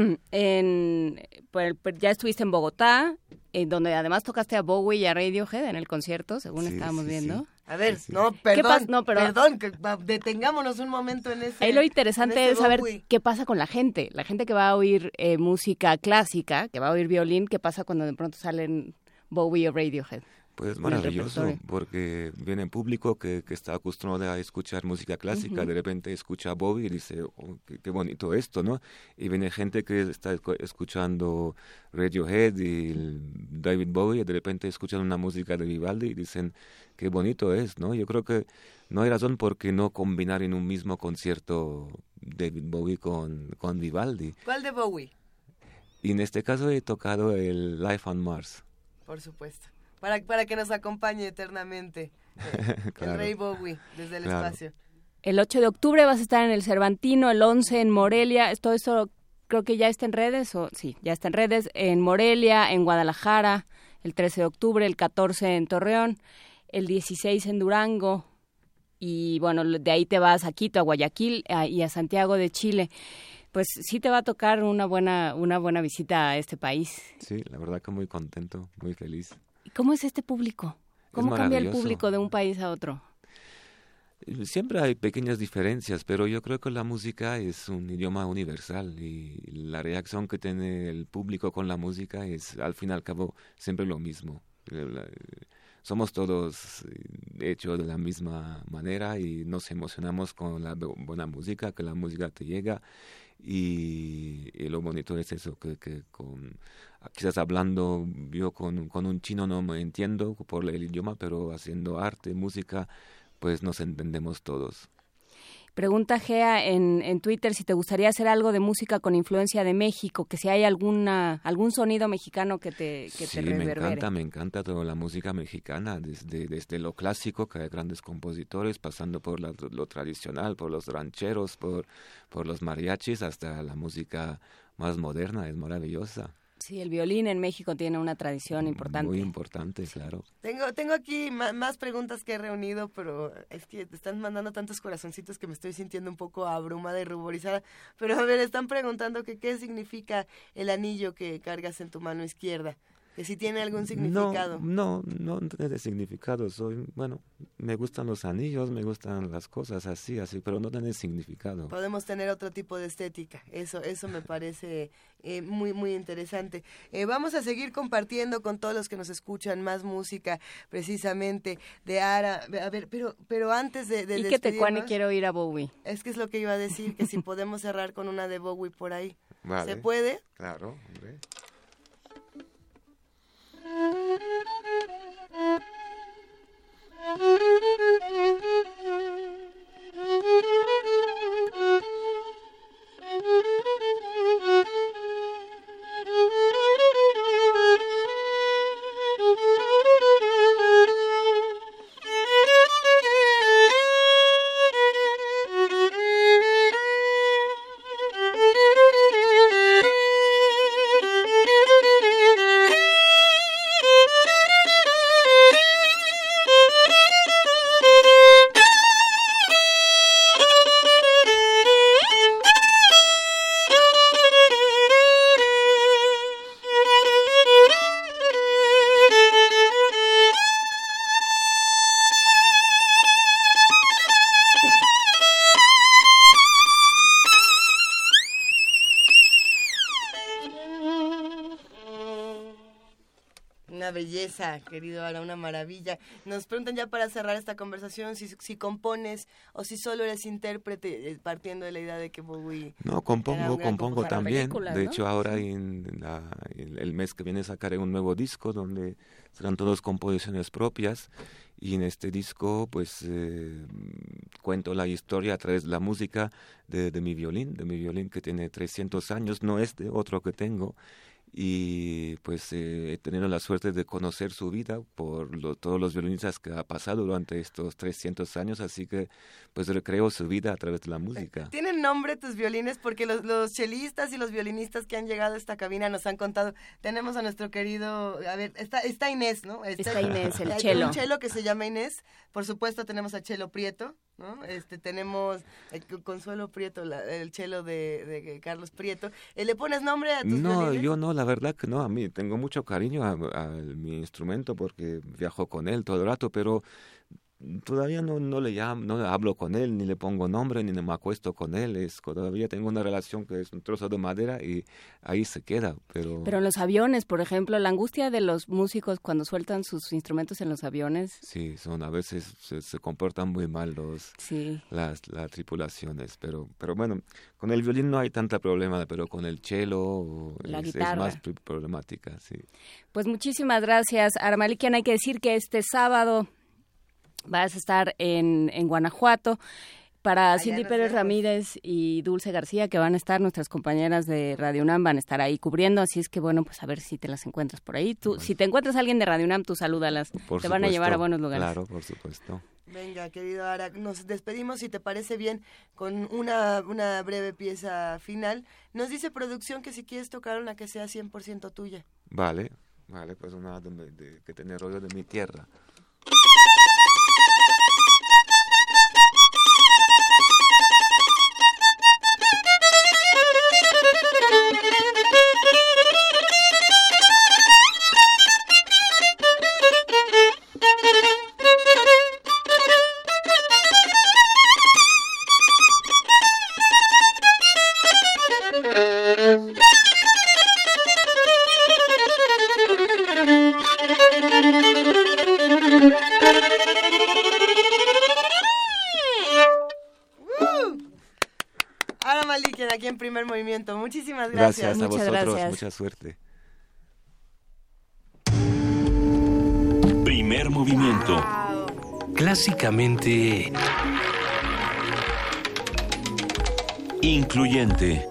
ya estuviste en Bogotá, donde además tocaste a Bowie y a Radiohead en el concierto, según estábamos viendo. Sí. A ver, Sí. no, perdón, que detengámonos un momento en ese. Ahí lo interesante en es saber Bowie. qué pasa con la gente que va a oír música clásica, que va a oír violín, qué pasa cuando de pronto salen Bowie o Radiohead. Pues el maravilloso, repertorio. porque viene público que está acostumbrado a escuchar música clásica, de repente escucha a Bowie y dice, oh, qué bonito esto, ¿no? Y viene gente que está escuchando Radiohead y David Bowie y de repente escuchan una música de Vivaldi y dicen, qué bonito es, ¿no? Yo creo que no hay razón por qué no combinar en un mismo concierto David Bowie con Vivaldi. ¿Cuál de Bowie? Y en este caso he tocado el Life on Mars. Por supuesto. Para que nos acompañe eternamente Claro. el Rey Bowie desde el Claro. espacio. El 8 de octubre vas a estar en el Cervantino, el 11 en Morelia. Todo esto creo que ya está en redes, sí, ya está en redes. En Morelia, en Guadalajara, el 13 de octubre, el 14 en Torreón, el 16 en Durango. Y bueno, de ahí te vas a Quito, a Guayaquil y a Santiago de Chile. Pues sí te va a tocar una buena visita a este país. Sí, la verdad que muy contento, muy feliz. ¿Cómo es este público? ¿Cómo cambia el maravilloso. público de un país a otro? Siempre hay pequeñas diferencias, pero yo creo que la música es un idioma universal y la reacción que tiene el público con la música es, al fin y al cabo, siempre lo mismo. Somos todos hechos de la misma manera y nos emocionamos con la buena música, que la música te llega y lo bonito es eso, que quizás hablando yo con un chino no me entiendo por el idioma, pero haciendo arte, música, pues nos entendemos todos. Pregunta Gea en Twitter si te gustaría hacer algo de música con influencia de México, que si hay algún sonido mexicano que te reverbere. Me encanta toda la música mexicana, desde lo clásico, que hay grandes compositores, pasando por lo tradicional, por los rancheros, por los mariachis, hasta la música más moderna, es maravillosa. Sí, el violín en México tiene una tradición importante. Muy importante, claro. Tengo aquí más preguntas que he reunido, pero es que te están mandando tantos corazoncitos que me estoy sintiendo un poco abrumada y ruborizada. Pero a ver, están preguntando que qué significa el anillo que cargas en tu mano izquierda. Que si tiene algún significado. No tiene significado. Me gustan los anillos, me gustan las cosas así, pero no tiene significado. Podemos tener otro tipo de estética. Eso me parece muy, muy interesante. Vamos a seguir compartiendo con todos los que nos escuchan más música, precisamente, de Ara. A ver, pero antes de y que Tecuani quiero ir a Bowie. Es que es lo que iba a decir, que si podemos cerrar con una de Bowie por ahí. Vale. ¿Se puede? Claro, hombre. Una belleza, querido Ara, una maravilla. Nos preguntan ya para cerrar esta conversación si compones o si solo eres intérprete, partiendo de la idea de que Bowie... No, compongo también. De ¿no? hecho, ahora el mes que viene sacaré un nuevo disco donde serán todas composiciones propias. Y en este disco, pues, cuento la historia a través de la música de mi violín que tiene 300 años, no es de otro que tengo. Y pues he tenido la suerte de conocer su vida por todos los violinistas que ha pasado durante estos 300 años, así que pues recreo su vida a través de la música. ¿Tienen nombre tus violines? Porque los chelistas y los violinistas que han llegado a esta cabina nos han contado. Tenemos a nuestro querido, a ver, está Inés, ¿no? Está Inés, el hay chelo. un chelo que se llama Inés, por supuesto tenemos a Chelo Prieto, ¿no? Tenemos Consuelo Prieto, el chelo de Carlos Prieto. ¿Le pones nombre a tus violines? Yo no, la verdad que no. A mí tengo mucho cariño a mi instrumento porque viajo con él todo el rato, pero todavía no le llamo, no hablo con él, ni le pongo nombre, ni me acuesto con él. Todavía tengo una relación que es un trozo de madera y ahí se queda. Pero en los aviones, por ejemplo, la angustia de los músicos cuando sueltan sus instrumentos en los aviones. Sí, a veces se comportan muy mal las tripulaciones. Pero bueno, con el violín no hay tanta problema, pero con el cello es más problemática. Sí. Pues muchísimas gracias, Ara Malikian. Hay que decir que este sábado vas a estar en Guanajuato. Para Cindy Pérez Ramírez y Dulce García, que van a estar, nuestras compañeras de Radio UNAM van a estar ahí cubriendo, así es que bueno, pues a ver si te las encuentras por ahí. Tú, si te encuentras a alguien de Radio UNAM, tú salúdalas, te van a llevar a buenos lugares. Claro, por supuesto. Venga, querido Ara, nos despedimos, si te parece bien, con una breve pieza final. Nos dice producción que si quieres tocar una que sea 100% tuya. Vale, pues una que tiene rollo de mi tierra. Ara Malikian, aquí en Primer Movimiento. Muchísimas gracias. Gracias a vosotros, gracias. Mucha suerte. Primer movimiento. Clásicamente incluyente.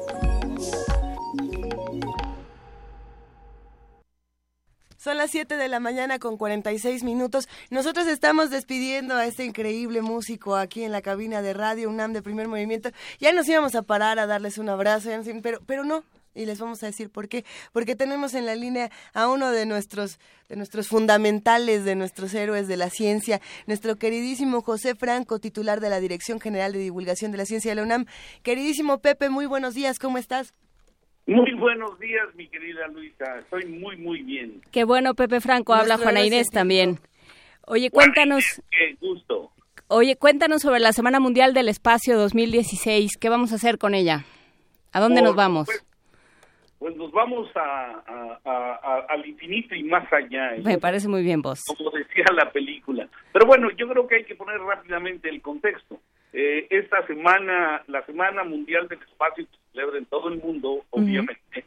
Son las 7 de la mañana con 46 minutos. Nosotros estamos despidiendo a este increíble músico aquí en la cabina de Radio UNAM de Primer Movimiento. Ya nos íbamos a parar a darles un abrazo, pero no. Y les vamos a decir por qué. Porque tenemos en la línea a uno de nuestros fundamentales, de nuestros héroes de la ciencia, nuestro queridísimo José Franco, titular de la Dirección General de Divulgación de la Ciencia de la UNAM. Queridísimo Pepe, muy buenos días, ¿cómo estás? Muy buenos días, mi querida Luisa. Estoy muy, muy bien. Qué bueno, Pepe Franco. Habla Juana Inés también. Oye, cuéntanos. Qué gusto. Oye, cuéntanos sobre la Semana Mundial del Espacio 2016. ¿Qué vamos a hacer con ella? ¿A dónde nos vamos? Pues nos vamos al infinito y más allá. Me parece muy bien, vos. Como decía la película. Pero bueno, yo creo que hay que poner rápidamente el contexto. Esta semana, la Semana Mundial del Espacio, que se celebra en todo el mundo, obviamente,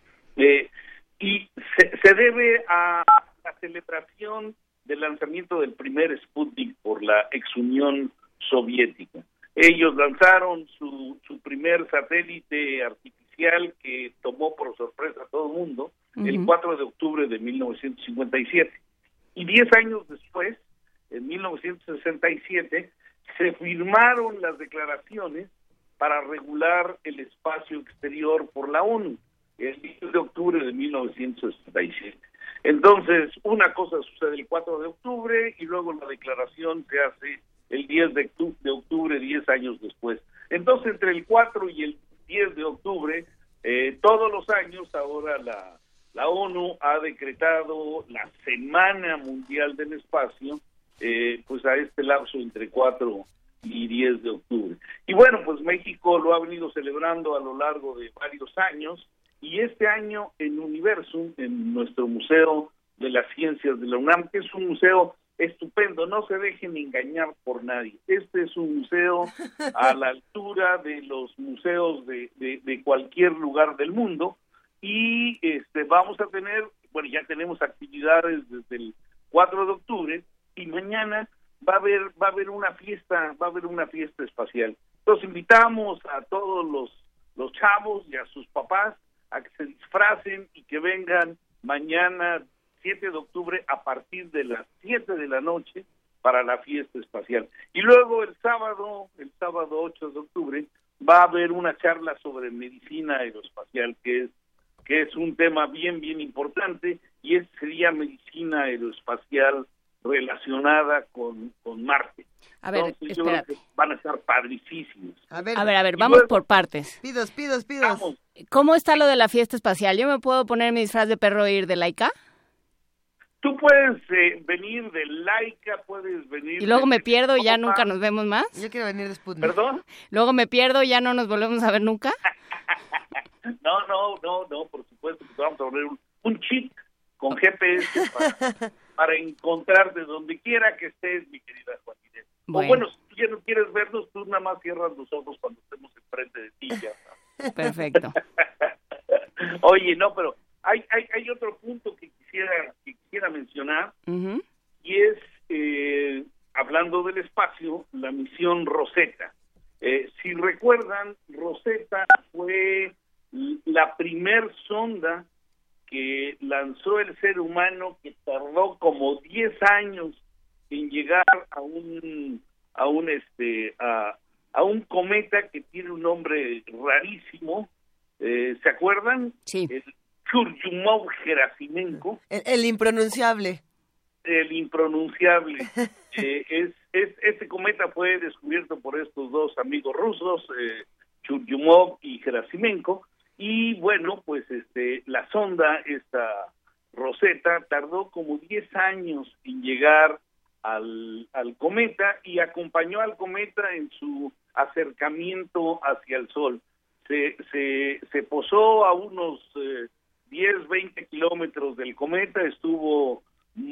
y se debe a la celebración del lanzamiento del primer Sputnik por la ex Unión Soviética. Ellos lanzaron su primer satélite artificial que tomó por sorpresa a todo el mundo el 4 de octubre de 1957. Y 10 años después, en 1967, se firmaron las declaraciones para regular el espacio exterior por la ONU, el 10 de octubre de 1967. Entonces, una cosa sucede el 4 de octubre y luego la declaración se hace el 10 de octubre, 10 años después. Entonces, entre el 4 y el 10 de octubre, todos los años, ahora la ONU ha decretado la Semana Mundial del Espacio, pues a este lapso entre 4 y 10 de octubre. Y bueno, pues México lo ha venido celebrando a lo largo de varios años, y este año en Universum, en nuestro Museo de las Ciencias de la UNAM, que es un museo estupendo. No se dejen engañar por nadie. Este es un museo a la altura de los museos de cualquier lugar del mundo, y vamos a tener, bueno, ya tenemos actividades desde el 4 de octubre, y mañana va a haber una fiesta espacial. Entonces invitamos a todos los chavos y a sus papás a que se disfracen y que vengan mañana 7 de octubre a partir de las 7 de la noche para la fiesta espacial. Y luego el sábado 8 de octubre, va a haber una charla sobre medicina aeroespacial, que es un tema bien importante, y sería medicina aeroespacial relacionada con Marte. A ver, entonces, yo creo que van a estar padricísimos. A ver, vamos por partes. Pidos. Vamos. ¿Cómo está lo de la fiesta espacial? ¿Yo me puedo poner mi disfraz de perro e ir de Laika? Tú puedes venir de Laika, puedes venir... Y luego me pierdo y ya Europa. nunca nos vemos más. Yo quiero venir de Sputnik. ¿Perdón? Luego me pierdo y ya no nos volvemos a ver nunca. No, por supuesto que te vamos a poner un chip con GPS para encontrarte donde quiera que estés, mi querida Juan Inés. Bueno. O bueno, si tú ya no quieres vernos, tú nada más cierras los ojos cuando estemos enfrente de ti. Ya. Perfecto. Oye, no, pero hay otro punto que quisiera mencionar, Uh-huh. y es, hablando del espacio, la misión Rosetta. Si recuerdan, Rosetta fue la primer sonda que lanzó el ser humano, que tardó como 10 años en llegar a un cometa que tiene un nombre rarísimo. ¿Se acuerdan? Sí. El Churyumov-Gerasimenko. El impronunciable. El impronunciable. Este cometa fue descubierto por estos dos amigos rusos, Churyumov y Gerasimenko, y bueno, pues la sonda, esta Rosetta, tardó como 10 años en llegar al cometa, y acompañó al cometa en su acercamiento hacia el Sol. Se posó a unos 10-20 kilómetros del cometa, estuvo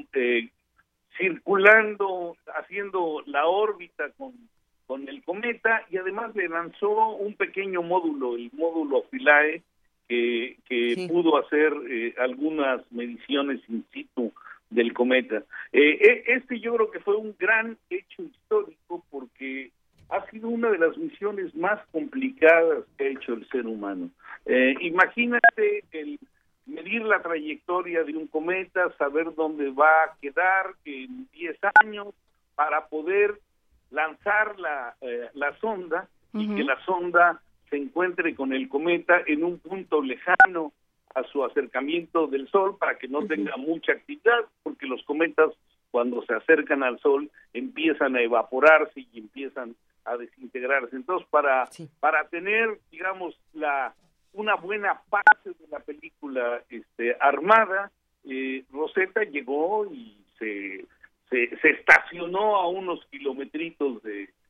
circulando, haciendo la órbita con el cometa, y además le lanzó un pequeño módulo, el módulo Philae, que sí pudo hacer algunas mediciones in situ del cometa. Yo creo que fue un gran hecho histórico, porque ha sido una de las misiones más complicadas que ha hecho el ser humano. Imagínate el medir la trayectoria de un cometa, saber dónde va a quedar en 10 años, para poder lanzar la sonda, uh-huh, y que la sonda se encuentre con el cometa en un punto lejano a su acercamiento del Sol, para que no, uh-huh, tenga mucha actividad, porque los cometas, cuando se acercan al Sol, empiezan a evaporarse y empiezan a desintegrarse. Entonces, para tener, digamos, una buena parte de la película armada, Rosetta llegó y se estacionó a unos kilometritos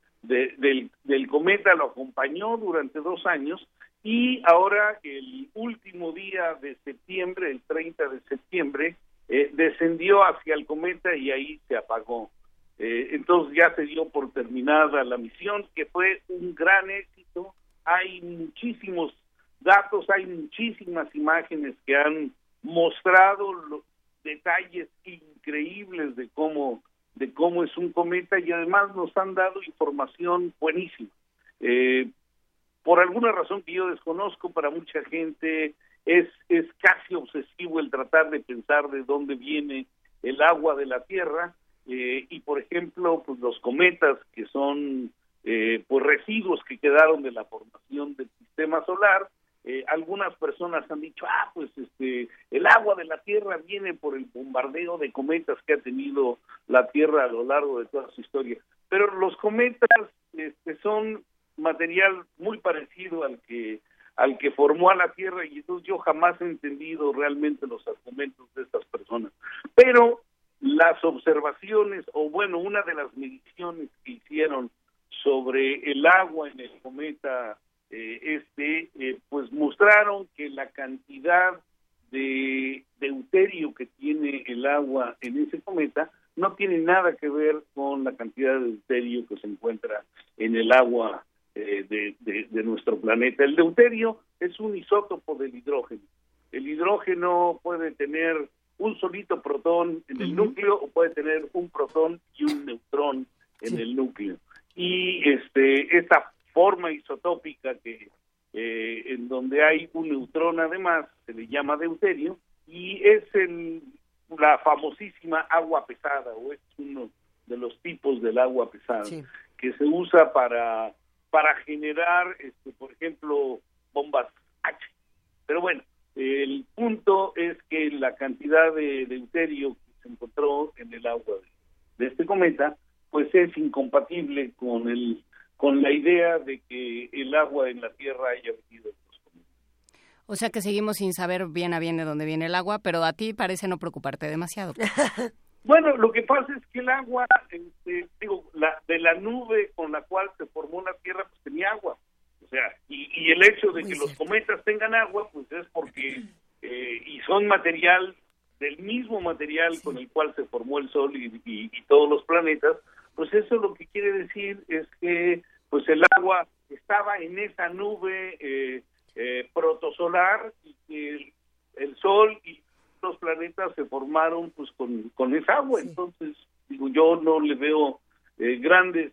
del cometa, lo acompañó durante 2 años, y ahora el último día de septiembre, el 30 de septiembre, descendió hacia el cometa y ahí se apagó. Entonces ya se dio por terminada la misión, que fue un gran éxito. Hay muchísimos datos, hay muchísimas imágenes que han mostrado los detalles increíbles de cómo es un cometa, y además nos han dado información buenísima. Por alguna razón que yo desconozco, para mucha gente es casi obsesivo el tratar de pensar de dónde viene el agua de la Tierra, y por ejemplo, pues los cometas, que son pues residuos que quedaron de la formación del sistema solar. Algunas personas han dicho, pues el agua de la Tierra viene por el bombardeo de cometas que ha tenido la Tierra a lo largo de toda su historia. Pero los cometas son material muy parecido al que formó a la Tierra, y entonces yo jamás he entendido realmente los argumentos de estas personas. Pero las observaciones, o bueno, una de las mediciones que hicieron sobre el agua en el cometa pues mostraron que la cantidad de deuterio que tiene el agua en ese cometa no tiene nada que ver con la cantidad de deuterio que se encuentra en el agua de nuestro planeta. El deuterio es un isótopo del hidrógeno. El hidrógeno puede tener un solito protón en el núcleo o puede tener un protón y un neutrón en el núcleo. Y esta forma isotópica que en donde hay un neutrón además se le llama deuterio y es la famosísima agua pesada, o es uno de los tipos del agua pesada que se usa para generar, por ejemplo, bombas H. Pero bueno, el punto es que la cantidad de deuterio que se encontró en el agua de este cometa, pues es incompatible con la idea de que el agua en la Tierra haya venido de los cometas. O sea que seguimos sin saber bien a bien de dónde viene el agua, pero a ti parece no preocuparte demasiado. Bueno, lo que pasa es que el agua, de la nube con la cual se formó la Tierra, pues tenía agua. O sea, y el hecho de que los cometas tengan agua, pues es porque, y son material, del mismo material con el cual se formó el Sol y todos los planetas, pues eso lo que quiere decir es que pues el agua estaba en esa nube protosolar y que el Sol y los planetas se formaron pues con esa agua. Entonces, yo no le veo grandes,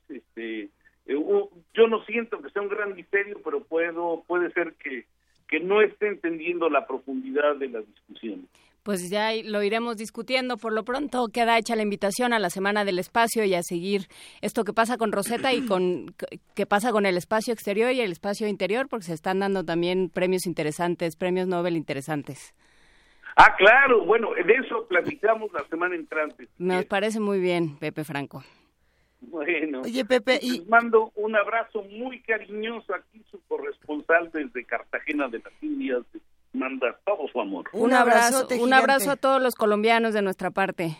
yo no siento que sea un gran misterio, pero puede ser que no esté entendiendo la profundidad de la discusión. Pues ya lo iremos discutiendo. Por lo pronto queda hecha la invitación a la Semana del Espacio y a seguir esto que pasa con Rosetta y qué pasa con el espacio exterior y el espacio interior, porque se están dando también premios interesantes, premios Nobel interesantes. Ah, claro, bueno, de eso platicamos la semana entrante. Nos parece muy bien, Pepe Franco. Bueno, oye, Pepe, les mando un abrazo muy cariñoso aquí, su corresponsal desde Cartagena de las Indias, manda todo su amor. Un abrazo a todos los colombianos de nuestra parte.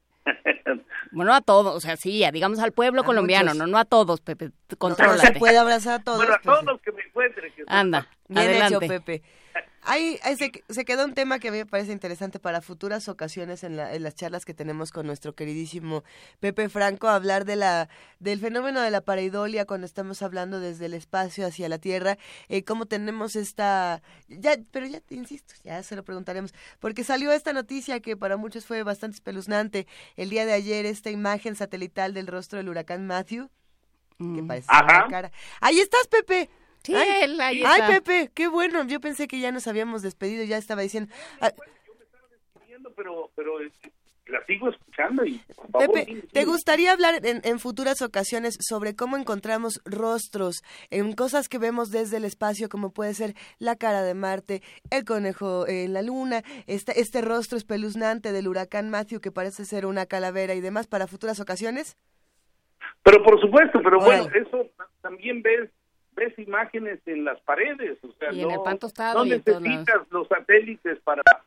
Bueno, a todos, o sea, sí, digamos al pueblo colombiano, no a todos, Pepe, contrólate. No se puede abrazar a todos. Bueno, a todos los que me encuentren. Anda, bien adelante. hecho, Pepe. Ahí se quedó un tema que a mí me parece interesante para futuras ocasiones en las charlas que tenemos con nuestro queridísimo Pepe Franco, hablar del fenómeno de la pareidolia cuando estamos hablando desde el espacio hacia la Tierra, cómo tenemos pero ya te insisto, ya se lo preguntaremos, porque salió esta noticia que para muchos fue bastante espeluznante el día de ayer, esta imagen satelital del rostro del huracán Matthew, que parece una cara. Ahí estás, Pepe. Sí, ahí está. Ay, Pepe, qué bueno. Yo pensé que ya nos habíamos despedido, ya estaba diciendo. Yo me estaba despidiendo, pero la sigo escuchando y por favor, Pepe, ¿te gustaría hablar en futuras ocasiones sobre cómo encontramos rostros en cosas que vemos desde el espacio, como puede ser la cara de Marte, el conejo en la luna, este rostro espeluznante del huracán Matthew que parece ser una calavera y demás, para futuras ocasiones? Pero por supuesto, pero bueno, eso también ves imágenes en las paredes, o sea, y en el pan tostado, no necesitas los satélites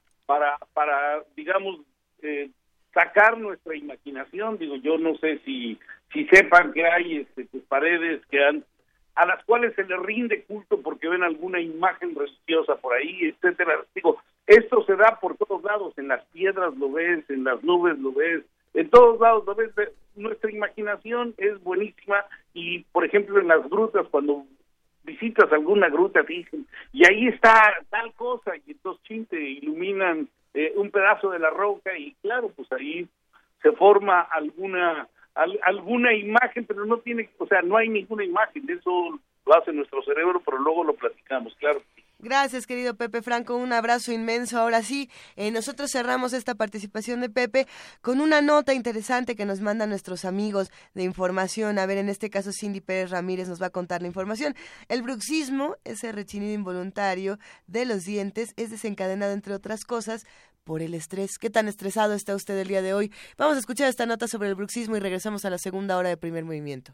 para digamos, sacar nuestra imaginación. Digo, yo no sé si sepan que hay paredes a las cuales se les rinde culto porque ven alguna imagen religiosa por ahí, etcétera. Digo, esto se da por todos lados, en las piedras lo ves, en las nubes lo ves, en todos lados lo ves. Nuestra imaginación es buenísima y, por ejemplo, en las grutas, cuando visitas alguna gruta, te dicen, y ahí está tal cosa, y entonces te iluminan un pedazo de la roca, y claro, pues ahí se forma alguna imagen, pero no hay ninguna imagen, eso lo hace nuestro cerebro, pero luego lo platicamos, claro. Gracias, querido Pepe Franco, un abrazo inmenso. Ahora sí, nosotros cerramos esta participación de Pepe con una nota interesante que nos mandan nuestros amigos de información. A ver, en este caso Cindy Pérez Ramírez nos va a contar la información. El bruxismo, ese rechinido involuntario de los dientes, es desencadenado, entre otras cosas, por el estrés. ¿Qué tan estresado está usted el día de hoy? Vamos a escuchar esta nota sobre el bruxismo y regresamos a la segunda hora de Primer Movimiento.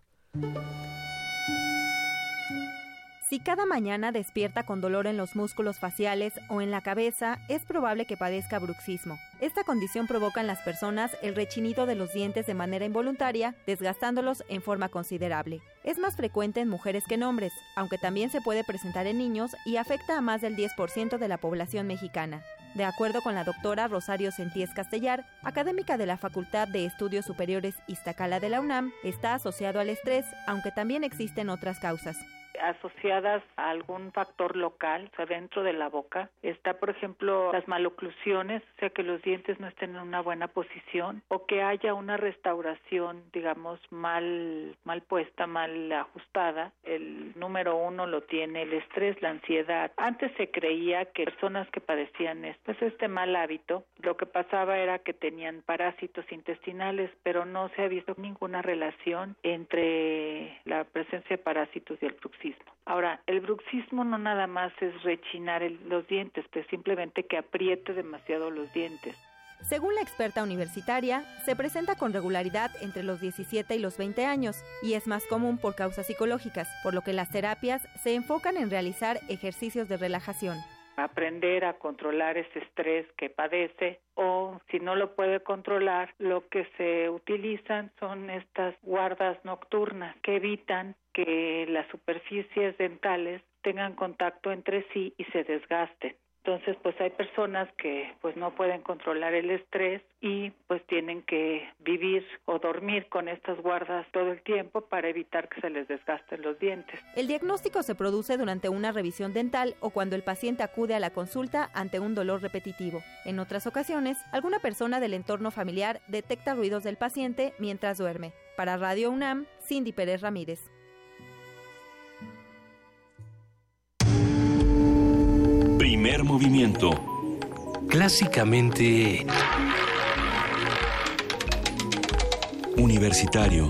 Si cada mañana despierta con dolor en los músculos faciales o en la cabeza, es probable que padezca bruxismo. Esta condición provoca en las personas el rechinido de los dientes de manera involuntaria, desgastándolos en forma considerable. Es más frecuente en mujeres que en hombres, aunque también se puede presentar en niños y afecta a más del 10% de la población mexicana. De acuerdo con la doctora Rosario Sentíes Castellar, académica de la Facultad de Estudios Superiores Iztacala de la UNAM, está asociado al estrés, aunque también existen otras causas. Asociadas a algún factor local, o sea, dentro de la boca. Está, por ejemplo, las maloclusiones, o sea, que los dientes no estén en una buena posición, o que haya una restauración, digamos, mal puesta, mal ajustada. El número 1 lo tiene el estrés, la ansiedad. Antes se creía que personas que padecían este mal hábito, lo que pasaba era que tenían parásitos intestinales, pero no se ha visto ninguna relación entre la presencia de parásitos y el bruxismo. Ahora, el bruxismo no nada más es rechinar los dientes, es simplemente que apriete demasiado los dientes. Según la experta universitaria, se presenta con regularidad entre los 17 y los 20 años y es más común por causas psicológicas, por lo que las terapias se enfocan en realizar ejercicios de relajación. Aprender a controlar ese estrés que padece, o si no lo puede controlar, lo que se utilizan son estas guardas nocturnas que evitan que las superficies dentales tengan contacto entre sí y se desgasten. Entonces, pues hay personas que pues no pueden controlar el estrés y pues tienen que vivir o dormir con estas guardas todo el tiempo para evitar que se les desgasten los dientes. El diagnóstico se produce durante una revisión dental o cuando el paciente acude a la consulta ante un dolor repetitivo. En otras ocasiones, alguna persona del entorno familiar detecta ruidos del paciente mientras duerme. Para Radio UNAM, Cindy Pérez Ramírez. Primer movimiento. Clásicamente universitario.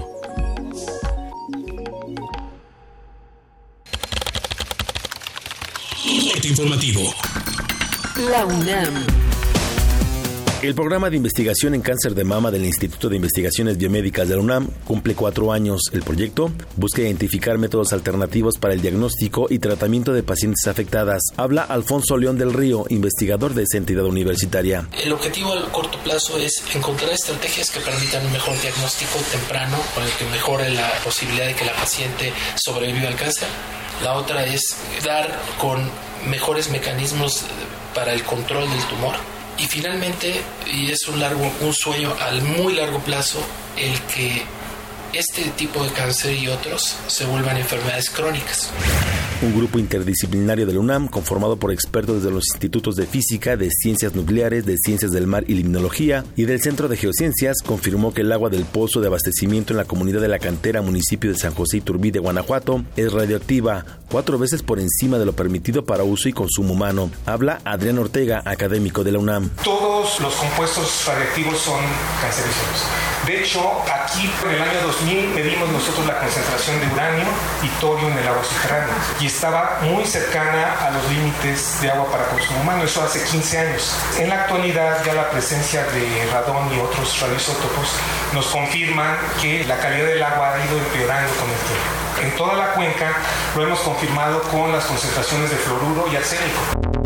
Corte informativo. La UNAM. El programa de investigación en cáncer de mama del Instituto de Investigaciones Biomédicas de la UNAM cumple 4 años. El proyecto busca identificar métodos alternativos para el diagnóstico y tratamiento de pacientes afectadas. Habla Alfonso León del Río, investigador de esa entidad universitaria. El objetivo a corto plazo es encontrar estrategias que permitan un mejor diagnóstico temprano, con el que mejore la posibilidad de que la paciente sobreviva al cáncer. La otra es dar con mejores mecanismos para el control del tumor. Y finalmente, y es un sueño al muy largo plazo, el que este tipo de cáncer y otros se vuelvan enfermedades crónicas. Un grupo interdisciplinario de la UNAM, conformado por expertos de los institutos de física, de ciencias nucleares, de ciencias del mar y limnología, y del Centro de Geociencias, confirmó que el agua del pozo de abastecimiento en la comunidad de La Cantera, municipio de San José Iturbide, Guanajuato, es radioactiva, 4 veces por encima de lo permitido para uso y consumo humano. Habla Adrián Ortega, académico de la UNAM. Todos los compuestos radiactivos son cancerígenos. De hecho, aquí en el año 2000 medimos nosotros la concentración de uranio y torio en el agua subterránea y estaba muy cercana a los límites de agua para consumo humano, eso hace 15 años. En la actualidad ya la presencia de radón y otros radioisótopos nos confirman que la calidad del agua ha ido empeorando con el tiempo. En toda la cuenca lo hemos confirmado con las concentraciones de fluoruro y arsénico.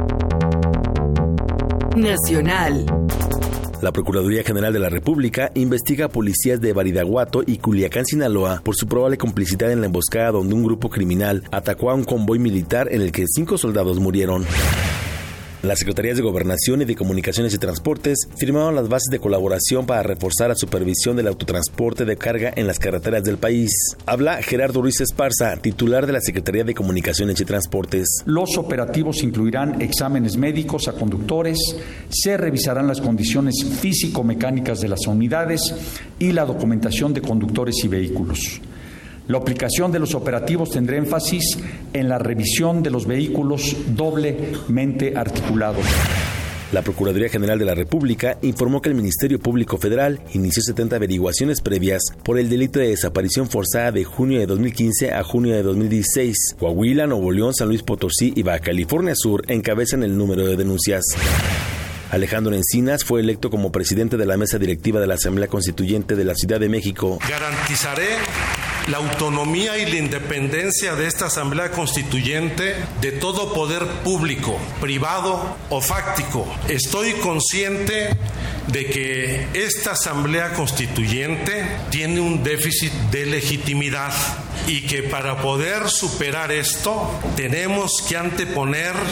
Nacional. La Procuraduría General de la República investiga a policías de Badiraguato y Culiacán, Sinaloa, por su probable complicidad en la emboscada donde un grupo criminal atacó a un convoy militar en el que 5 soldados murieron. Las Secretarías de Gobernación y de Comunicaciones y Transportes firmaron las bases de colaboración para reforzar la supervisión del autotransporte de carga en las carreteras del país. Habla Gerardo Ruiz Esparza, titular de la Secretaría de Comunicaciones y Transportes. Los operativos incluirán exámenes médicos a conductores, se revisarán las condiciones físico-mecánicas de las unidades y la documentación de conductores y vehículos. La aplicación de los operativos tendrá énfasis en la revisión de los vehículos doblemente articulados. La Procuraduría General de la República informó que el Ministerio Público Federal inició 70 averiguaciones previas por el delito de desaparición forzada de junio de 2015 a junio de 2016. Coahuila, Nuevo León, San Luis Potosí y Baja California Sur encabezan el número de denuncias. Alejandro Encinas fue electo como presidente de la mesa directiva de la Asamblea Constituyente de la Ciudad de México. Garantizaré la autonomía y la independencia de esta Asamblea Constituyente de todo poder público, privado o fáctico. Estoy consciente de que esta Asamblea Constituyente tiene un déficit de legitimidad y que para poder superar esto tenemos que anteponer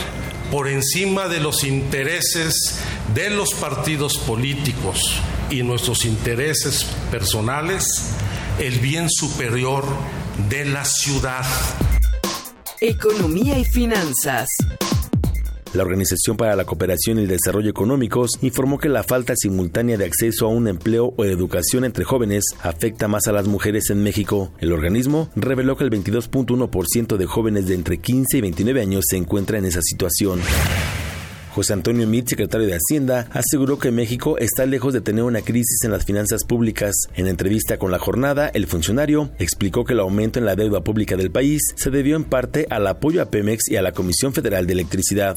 por encima de los intereses de los partidos políticos y nuestros intereses personales, el bien superior de la ciudad. Economía y finanzas. La Organización para la Cooperación y el Desarrollo Económicos informó que la falta simultánea de acceso a un empleo o educación entre jóvenes afecta más a las mujeres en México. El organismo reveló que el 22.1% de jóvenes de entre 15 y 29 años se encuentra en esa situación. José Antonio Meade, secretario de Hacienda, aseguró que México está lejos de tener una crisis en las finanzas públicas. En entrevista con La Jornada, el funcionario explicó que el aumento en la deuda pública del país se debió en parte al apoyo a Pemex y a la Comisión Federal de Electricidad.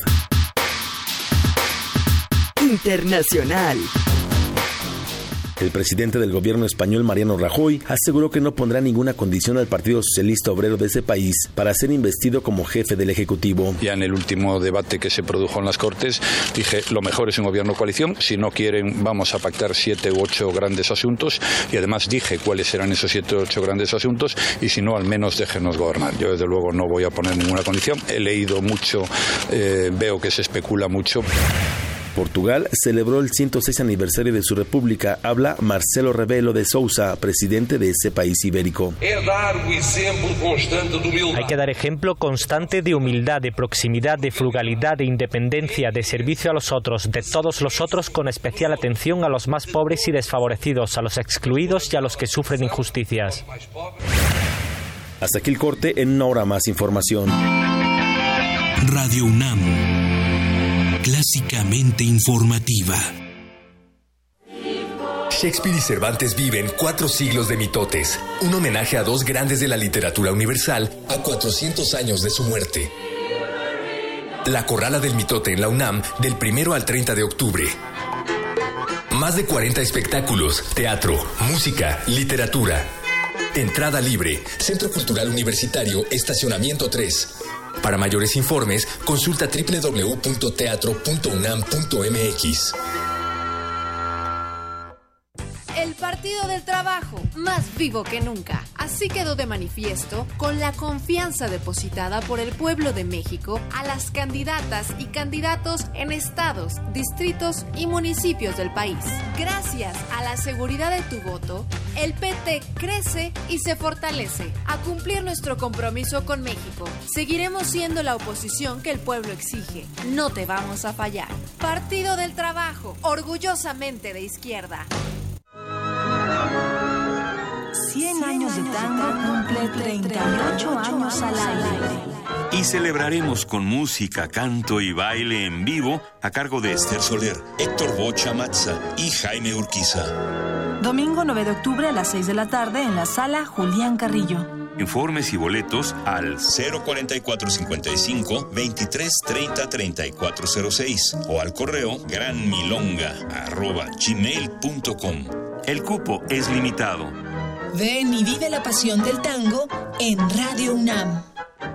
Internacional. El presidente del gobierno español, Mariano Rajoy, aseguró que no pondrá ninguna condición al Partido Socialista Obrero de ese país para ser investido como jefe del Ejecutivo. Ya en el último debate que se produjo en las Cortes, dije, lo mejor es un gobierno coalición. Si no quieren, vamos a pactar 7 u 8 grandes asuntos. Y además dije cuáles serán esos 7 u 8 grandes asuntos. Y si no, al menos déjenos gobernar. Yo, desde luego, no voy a poner ninguna condición. He leído mucho, veo que se especula mucho. Portugal celebró el 106 aniversario de su república. Habla Marcelo Rebelo de Sousa, presidente de ese país ibérico. Hay que dar ejemplo constante de humildad, de proximidad, de frugalidad, de independencia, de servicio a los otros, de todos los otros, con especial atención a los más pobres y desfavorecidos, a los excluidos y a los que sufren injusticias. Hasta aquí el corte, en una hora más información. Radio UNAM. Clásicamente informativa. Shakespeare y Cervantes viven 4 siglos de mitotes, un homenaje a 2 grandes de la literatura universal a 400 años de su muerte. La Corrala del Mitote en la UNAM del 1 al 30 de octubre. Más de 40 espectáculos, teatro, música, literatura. Entrada libre, Centro Cultural Universitario, Estacionamiento 3. Para mayores informes, consulta www.teatro.unam.mx. El Partido del Trabajo, más vivo que nunca. Así quedó de manifiesto con la confianza depositada por el pueblo de México a las candidatas y candidatos en estados, distritos y municipios del país. Gracias a la seguridad de tu voto, el PT crece y se fortalece. A cumplir nuestro compromiso con México, seguiremos siendo la oposición que el pueblo exige. No te vamos a fallar. Partido del Trabajo, orgullosamente de izquierda. 100 años de tango cumple 38 años al aire. Y celebraremos con música, canto y baile en vivo a cargo de Esther Soler, Héctor Bocha Matza y Jaime Urquiza. Domingo 9 de octubre a las 6 de la tarde en la sala Julián Carrillo. Informes y boletos al 044-55-2330-3406 o al correo granmilonga@gmail.com. El cupo es limitado. Ven y vive la pasión del tango en Radio UNAM.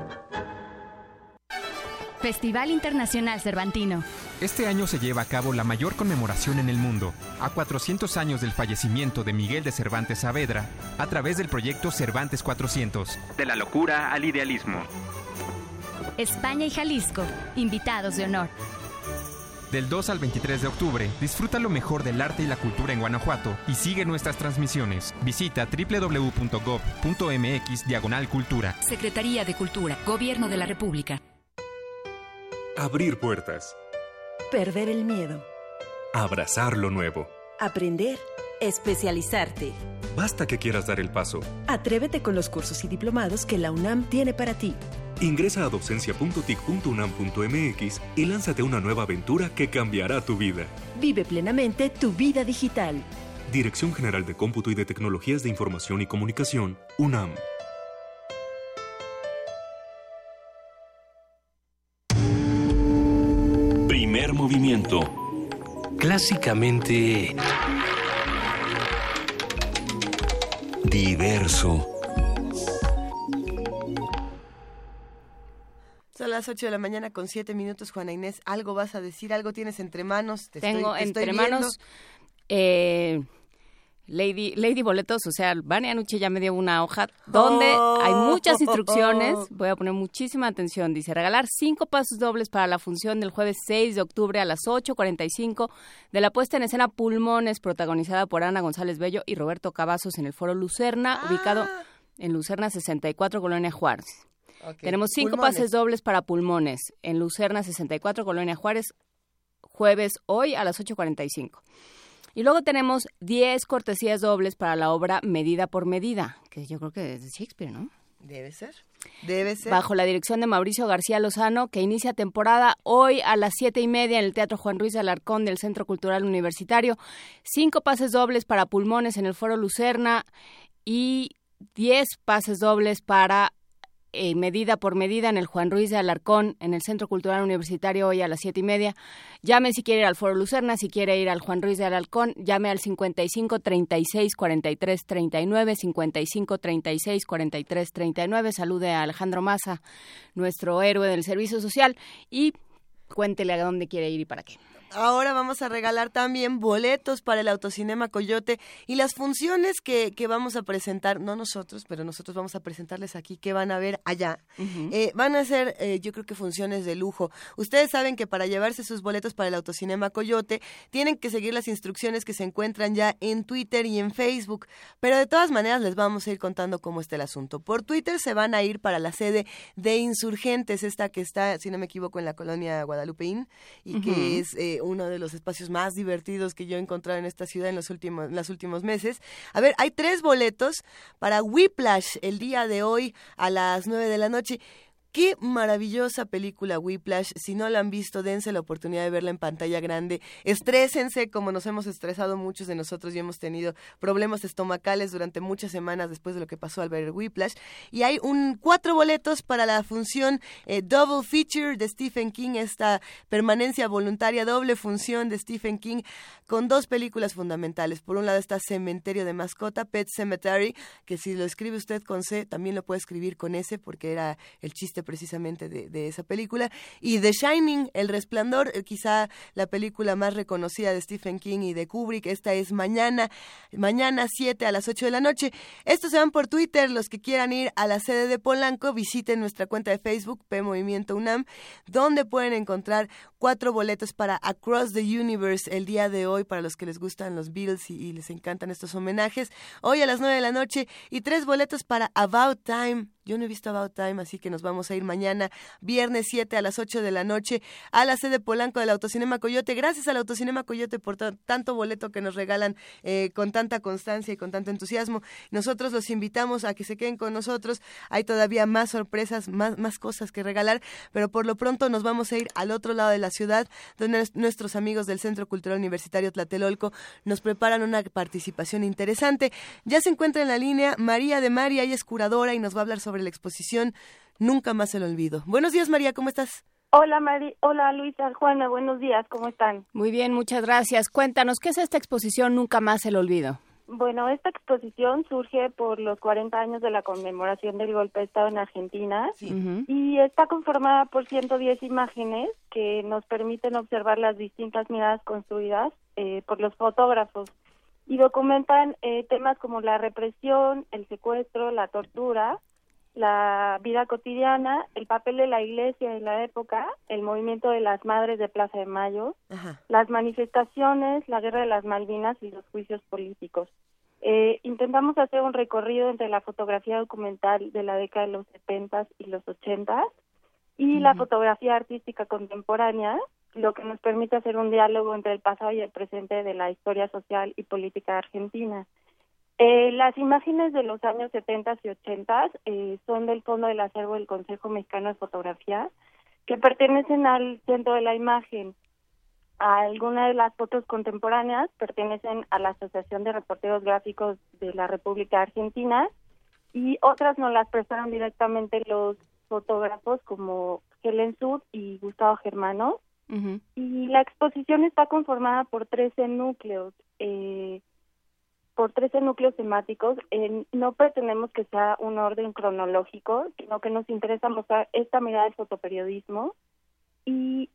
Festival Internacional Cervantino. Este año se lleva a cabo la mayor conmemoración en el mundo, a 400 años del fallecimiento de Miguel de Cervantes Saavedra, a través del proyecto Cervantes 400. De la locura al idealismo. España y Jalisco, invitados de honor. Del 2 al 23 de octubre, disfruta lo mejor del arte y la cultura en Guanajuato y sigue nuestras transmisiones. Visita www.gov.mx/cultura. Secretaría de Cultura, Gobierno de la República. Abrir puertas. Perder el miedo. Abrazar lo nuevo. Aprender. Especializarte. Basta que quieras dar el paso. Atrévete con los cursos y diplomados que la UNAM tiene para ti. Ingresa a docencia.tic.unam.mx y lánzate a una nueva aventura que cambiará tu vida. Vive plenamente tu vida digital. Dirección General de Cómputo y de Tecnologías de Información y Comunicación, UNAM. Primer movimiento. Clásicamente diverso. Son las 8 de la mañana con 7 minutos, Juana Inés. ¿Algo vas a decir? ¿Algo tienes entre manos? Tengo entre manos Lady Boletos, o sea, Vania Nuche ya me dio una hoja donde hay muchas instrucciones. Voy a poner muchísima atención. Dice, regalar 5 pasos dobles para la función del jueves 6 de octubre a las 8:45 de la puesta en escena Pulmones, protagonizada por Ana González Bello y Roberto Cavazos en el Foro Lucerna, ubicado en Lucerna 64, Colonia Juárez. Okay. Tenemos 5 pases dobles para Pulmones en Lucerna 64, Colonia Juárez, jueves hoy a las 8:45. Y luego tenemos 10 cortesías dobles para la obra Medida por Medida, que yo creo que es de Shakespeare, ¿no? Debe ser. Bajo la dirección de Mauricio García Lozano, que inicia temporada hoy a las 7:30 en el Teatro Juan Ruiz de Alarcón del Centro Cultural Universitario. 5 pases dobles para Pulmones en el Foro Lucerna y 10 pases dobles para Medida por Medida en el Juan Ruiz de Alarcón, en el Centro Cultural Universitario, hoy a las 7:30. Llame si quiere ir al Foro Lucerna, si quiere ir al Juan Ruiz de Alarcón, llame al 55 36 43 39, 55 36 43 39. Salude a Alejandro Maza, nuestro héroe del servicio social, y cuéntele a dónde quiere ir y para qué. Ahora vamos a regalar también boletos para el Autocinema Coyote y las funciones que vamos a presentar, no nosotros, pero nosotros vamos a presentarles aquí que van a ver allá. Van a ser, yo creo que funciones de lujo. Ustedes saben que para llevarse sus boletos para el Autocinema Coyote tienen que seguir las instrucciones que se encuentran ya en Twitter y en Facebook, pero de todas maneras les vamos a ir contando cómo está el asunto. Por Twitter se van a ir para la sede de Insurgentes, esta que está, si no me equivoco, en la colonia Guadalupeín, y que es uno de los espacios más divertidos que yo he encontrado en esta ciudad en los últimos meses. A ver, hay 3 boletos para Whiplash el día de hoy a las 9 de la noche. Qué maravillosa película Whiplash. Si no la han visto, dense la oportunidad de verla en pantalla grande. Estrésense como nos hemos estresado muchos de nosotros y hemos tenido problemas estomacales durante muchas semanas después de lo que pasó al ver Whiplash. Y hay 4 boletos para la función Double Feature de Stephen King, esta permanencia voluntaria, doble función de Stephen King con 2 películas fundamentales. Por un lado está Cementerio de Mascota, Pet Sematary, que si lo escribe usted con C, también lo puede escribir con S, porque era el chiste precisamente de esa película, y The Shining, El Resplandor, quizá la película más reconocida de Stephen King y de Kubrick. Esta es mañana 7 a las 8 de la noche. Estos se van por Twitter. Los que quieran ir a la sede de Polanco, visiten nuestra cuenta de Facebook, P Movimiento UNAM, donde pueden encontrar 4 boletos para Across the Universe el día de hoy, para los que les gustan los Beatles y les encantan estos homenajes, hoy a las 9 de la noche, y 3 boletos para About Time. Yo no he visto About Time, así que nos vamos a ir mañana, viernes 7 a las 8 de la noche, a la sede Polanco del Autocinema Coyote. Gracias al Autocinema Coyote por tanto boleto que nos regalan con tanta constancia y con tanto entusiasmo. Nosotros los invitamos a que se queden con nosotros. Hay todavía más sorpresas, más cosas que regalar, pero por lo pronto nos vamos a ir al otro lado de la ciudad, donde nuestros amigos del Centro Cultural Universitario Tlatelolco nos preparan una participación interesante. Ya se encuentra en la línea María de María, ella es curadora y nos va a hablar sobre la exposición Nunca más el olvido. Buenos días, María, ¿cómo estás? Hola, hola, Luisa, Juana, buenos días, ¿cómo están? Muy bien, muchas gracias. Cuéntanos, ¿qué es esta exposición Nunca más el olvido? Bueno, esta exposición surge por los 40 años de la conmemoración del golpe de Estado en Argentina, y está conformada por 110 imágenes que nos permiten observar las distintas miradas construidas por los fotógrafos, y documentan temas como la represión, el secuestro, la tortura, la vida cotidiana, el papel de la Iglesia en la época, el movimiento de las Madres de Plaza de Mayo, las manifestaciones, la Guerra de las Malvinas y los juicios políticos. Intentamos hacer un recorrido entre la fotografía documental de la década de los 70 y los 80 y la fotografía artística contemporánea, lo que nos permite hacer un diálogo entre el pasado y el presente de la historia social y política argentina. Las imágenes de los años 70 y 80 son del fondo del acervo del Consejo Mexicano de Fotografía, que pertenecen al centro de la imagen. Algunas de las fotos contemporáneas pertenecen a la Asociación de Reporteros Gráficos de la República Argentina, y otras nos las prestaron directamente los fotógrafos como Helen Sud y Gustavo Germano. Y la exposición está conformada por 13 núcleos. Por 13 núcleos temáticos. No pretendemos que sea un orden cronológico, sino que nos interesa mostrar esta mirada del fotoperiodismo, y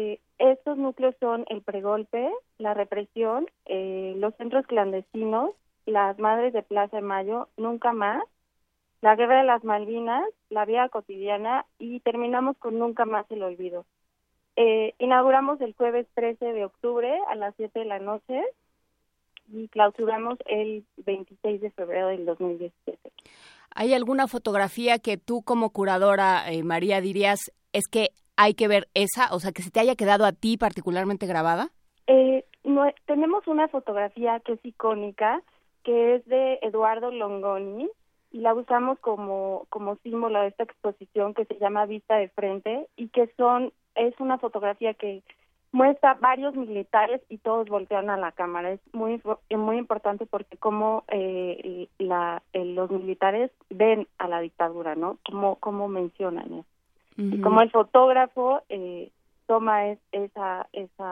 estos núcleos son el pregolpe, la represión, los centros clandestinos, Las Madres de Plaza de Mayo, Nunca Más, La Guerra de las Malvinas, La Vida Cotidiana y terminamos con Nunca Más el Olvido. Inauguramos el jueves 13 de octubre a las 7 de la noche y clausuramos el 26 de febrero del 2017. ¿Hay alguna fotografía que tú como curadora, María, dirías es que hay que ver esa, o sea, que se te haya quedado a ti particularmente grabada? No, tenemos una fotografía que es icónica, que es de Eduardo Longoni, y la usamos como símbolo de esta exposición que se llama Vista de Frente, y que es una fotografía que muestra varios militares y todos voltean a la cámara. Es muy importante porque como los militares ven a la dictadura, ¿no? Como mencionan eso. Uh-huh. Y como el fotógrafo toma esa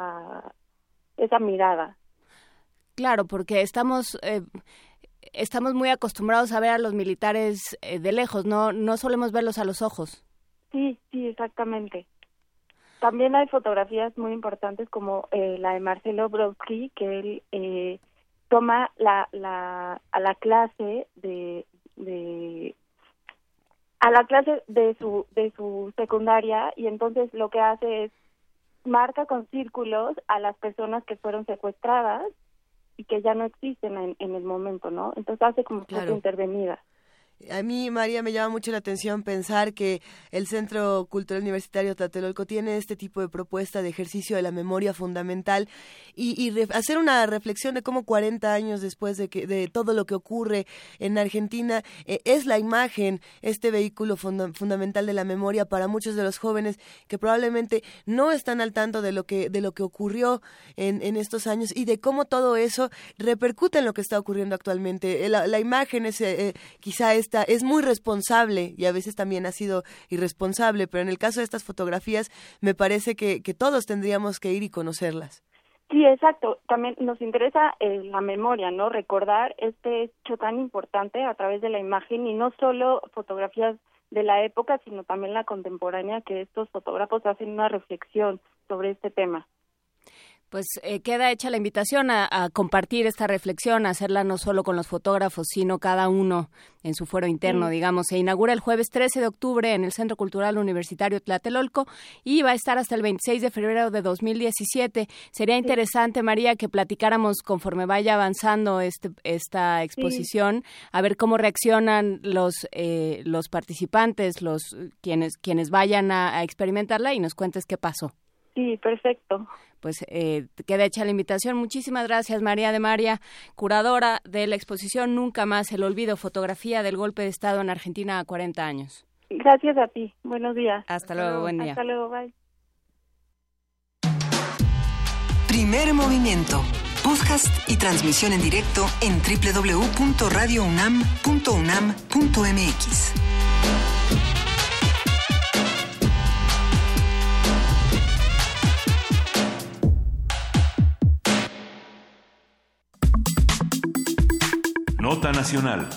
mirada. Claro, porque estamos muy acostumbrados a ver a los militares de lejos, no solemos verlos a los ojos. Sí, exactamente. También hay fotografías muy importantes como la de Marcelo Brodsky, que él toma a la clase de su secundaria, y entonces lo que hace es marca con círculos a las personas que fueron secuestradas y que ya no existen en el momento, ¿no? Entonces hace como foto intervenida. A mí, María, me llama mucho la atención pensar que el Centro Cultural Universitario Tlatelolco tiene este tipo de propuesta de ejercicio de la memoria fundamental y hacer una reflexión de cómo 40 años después de todo lo que ocurre en Argentina, es la imagen, este vehículo fundamental de la memoria para muchos de los jóvenes que probablemente no están al tanto de lo que ocurrió en estos años y de cómo todo eso repercute en lo que está ocurriendo actualmente. La imagen es quizá es muy responsable y a veces también ha sido irresponsable, pero en el caso de estas fotografías me parece que todos tendríamos que ir y conocerlas. Sí, exacto. También nos interesa la memoria, ¿no? Recordar este hecho tan importante a través de la imagen y no solo fotografías de la época, sino también la contemporánea, que estos fotógrafos hacen una reflexión sobre este tema. Pues queda hecha la invitación a compartir esta reflexión, a hacerla no solo con los fotógrafos, sino cada uno en su fuero interno, digamos. Se inaugura el jueves 13 de octubre en el Centro Cultural Universitario Tlatelolco y va a estar hasta el 26 de febrero de 2017. Sería interesante, María, que platicáramos conforme vaya avanzando esta exposición, a ver cómo reaccionan los participantes, quienes vayan a experimentarla y nos cuentes qué pasó. Sí, perfecto. Pues queda hecha la invitación. Muchísimas gracias, María de María, curadora de la exposición Nunca Más el Olvido, fotografía del golpe de Estado en Argentina a 40 años. Gracias a ti. Buenos días. Hasta luego, buen día. Hasta luego, bye. Primer Movimiento. Podcast y transmisión en directo en www.radiounam.unam.mx. Nota Nacional.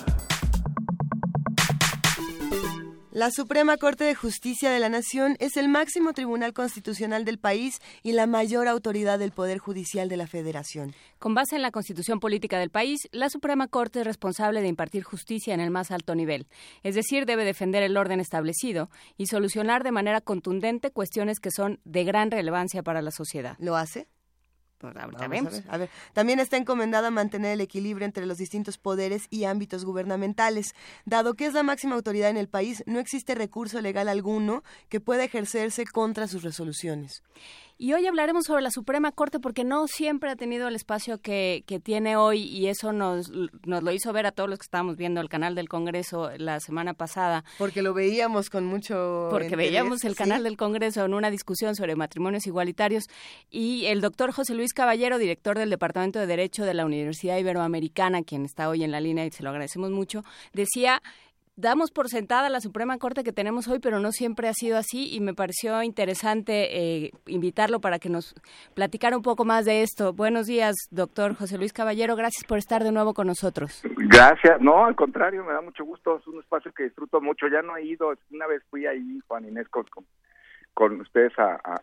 La Suprema Corte de Justicia de la Nación es el máximo tribunal constitucional del país y la mayor autoridad del Poder Judicial de la Federación. Con base en la Constitución Política del país, la Suprema Corte es responsable de impartir justicia en el más alto nivel, es decir, debe defender el orden establecido y solucionar de manera contundente cuestiones que son de gran relevancia para la sociedad. ¿Lo hace? Pues a ver. También está encomendada mantener el equilibrio entre los distintos poderes y ámbitos gubernamentales. Dado que es la máxima autoridad en el país, no existe recurso legal alguno que pueda ejercerse contra sus resoluciones. Y hoy hablaremos sobre la Suprema Corte porque no siempre ha tenido el espacio que tiene hoy y eso nos lo hizo ver a todos los que estábamos viendo el canal del Congreso la semana pasada. Porque lo veíamos con mucho Porque veíamos el canal del Congreso en una discusión sobre matrimonios igualitarios y el doctor José Luis Caballero, director del Departamento de Derecho de la Universidad Iberoamericana, quien está hoy en la línea y se lo agradecemos mucho, decía... Damos por sentada la Suprema Corte que tenemos hoy, pero no siempre ha sido así y me pareció interesante invitarlo para que nos platicara un poco más de esto. Buenos días, doctor José Luis Caballero, gracias por estar de nuevo con nosotros. Gracias, no, al contrario, me da mucho gusto, es un espacio que disfruto mucho, ya no he ido, una vez fui ahí, Juan Inés, con ustedes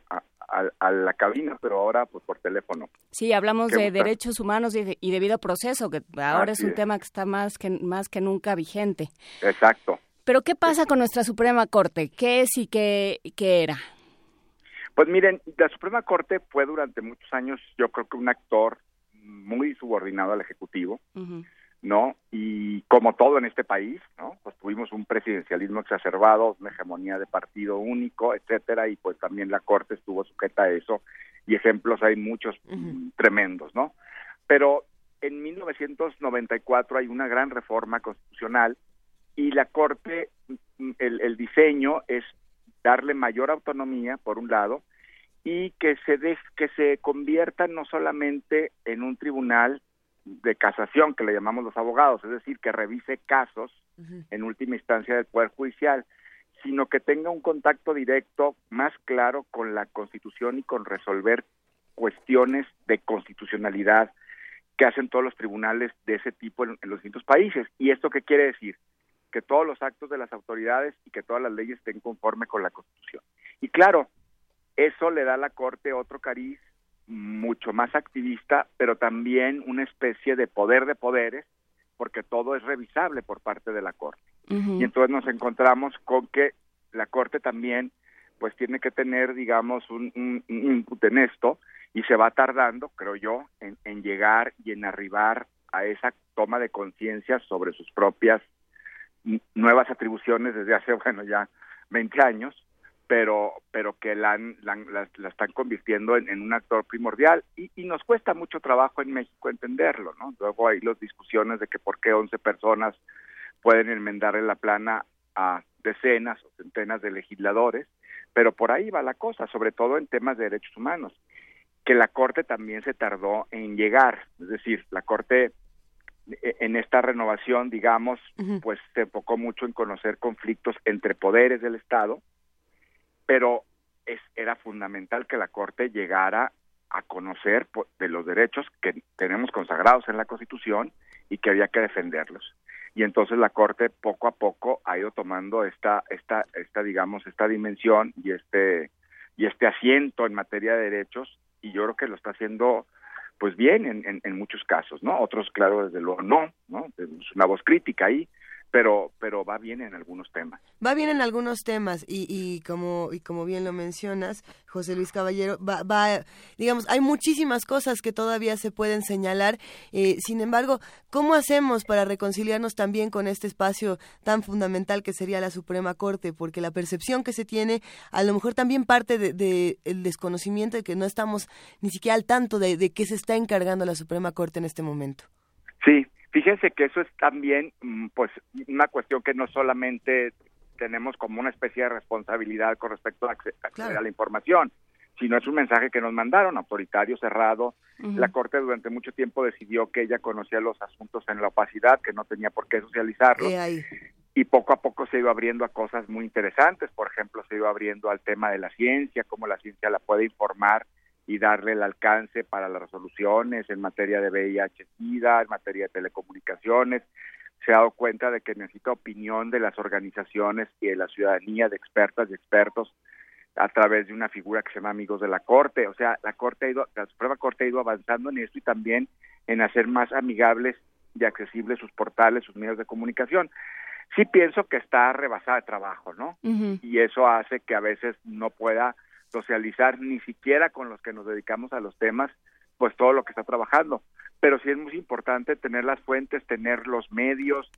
a la cabina, pero ahora pues por teléfono. Sí, hablamos de derechos humanos y debido proceso, que ahora es un tema que está más que nunca vigente. Exacto. Pero ¿qué pasa con nuestra Suprema Corte? ¿Qué es y qué era? Pues miren, la Suprema Corte fue durante muchos años, yo creo que un actor muy subordinado al Ejecutivo, ¿no? Y como todo en este país, ¿no? Pues tuvimos un presidencialismo exacerbado, una hegemonía de partido único, etcétera, y pues también la Corte estuvo sujeta a eso, y ejemplos hay muchos tremendos, ¿no? Pero en 1994 hay una gran reforma constitucional, y la Corte, el diseño es darle mayor autonomía, por un lado, y que se convierta no solamente en un tribunal de casación, que le llamamos los abogados, es decir, que revise casos en última instancia del Poder Judicial, sino que tenga un contacto directo más claro con la Constitución y con resolver cuestiones de constitucionalidad que hacen todos los tribunales de ese tipo en los distintos países. ¿Y esto qué quiere decir? Que todos los actos de las autoridades y que todas las leyes estén conforme con la Constitución. Y claro, eso le da a la Corte otro cariz mucho más activista, pero también una especie de poder de poderes, porque todo es revisable por parte de la Corte. Y entonces nos encontramos con que la Corte también pues tiene que tener, digamos, un input en esto, y se va tardando, creo yo, en llegar y en arribar a esa toma de conciencia sobre sus propias nuevas atribuciones desde hace, ya 20 años, pero que la están convirtiendo en un actor primordial, y nos cuesta mucho trabajo en México entenderlo, ¿no? Luego hay las discusiones de que por qué 11 personas pueden enmendarle la plana a decenas o centenas de legisladores, pero por ahí va la cosa, sobre todo en temas de derechos humanos, que la Corte también se tardó en llegar, es decir, la Corte en esta renovación, digamos, pues se enfocó mucho en conocer conflictos entre poderes del Estado, pero era fundamental que la Corte llegara a conocer de los derechos que tenemos consagrados en la Constitución y que había que defenderlos. Y entonces la Corte poco a poco ha ido tomando esta dimensión y este asiento en materia de derechos, y yo creo que lo está haciendo pues bien en muchos casos, ¿no? Otros, claro, desde luego no, es una voz crítica ahí, pero va bien en algunos temas. Va bien en algunos temas, y como bien lo mencionas, José Luis Caballero, digamos, hay muchísimas cosas que todavía se pueden señalar. Sin embargo, ¿cómo hacemos para reconciliarnos también con este espacio tan fundamental que sería la Suprema Corte? Porque la percepción que se tiene a lo mejor también parte de el desconocimiento de que no estamos ni siquiera al tanto de qué se está encargando la Suprema Corte en este momento. Sí. Fíjense que eso es también, pues, una cuestión que no solamente tenemos como una especie de responsabilidad con respecto a acceder a la información, sino es un mensaje que nos mandaron, autoritario, cerrado. La Corte durante mucho tiempo decidió que ella conocía los asuntos en la opacidad, que no tenía por qué socializarlos, y poco a poco se iba abriendo a cosas muy interesantes. Por ejemplo, se iba abriendo al tema de la ciencia, cómo la ciencia la puede informar y darle el alcance para las resoluciones en materia de VIH-Sida, en materia de telecomunicaciones. Se ha dado cuenta de que necesita opinión de las organizaciones y de la ciudadanía, de expertas y expertos, a través de una figura que se llama Amigos de la Corte. O sea, la Suprema Corte ha ido avanzando en esto, y también en hacer más amigables y accesibles sus portales, sus medios de comunicación. Sí pienso que está rebasada de trabajo, ¿no? Y eso hace que a veces no pueda socializar ni siquiera con los que nos dedicamos a los temas, pues todo lo que está trabajando. Pero sí es muy importante tener las fuentes, tener los medios,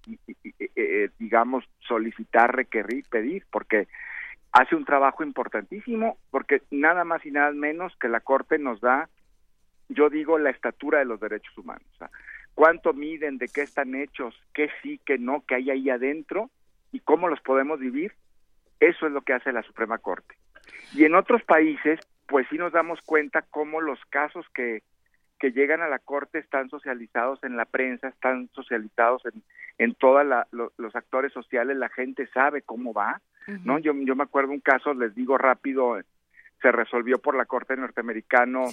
digamos, solicitar, requerir, pedir, porque hace un trabajo importantísimo, porque nada más y nada menos que la Corte nos da, yo digo, la estatura de los derechos humanos. O sea, cuánto miden, de qué están hechos, qué sí, qué no, qué hay ahí adentro y cómo los podemos vivir. Eso es lo que hace la Suprema Corte. Y en otros países, pues sí nos damos cuenta cómo los casos que llegan a la Corte están socializados en la prensa, están socializados en todos los actores sociales, la gente sabe cómo va, ¿no? Yo me acuerdo un caso, les digo rápido, se resolvió por la Corte norteamericana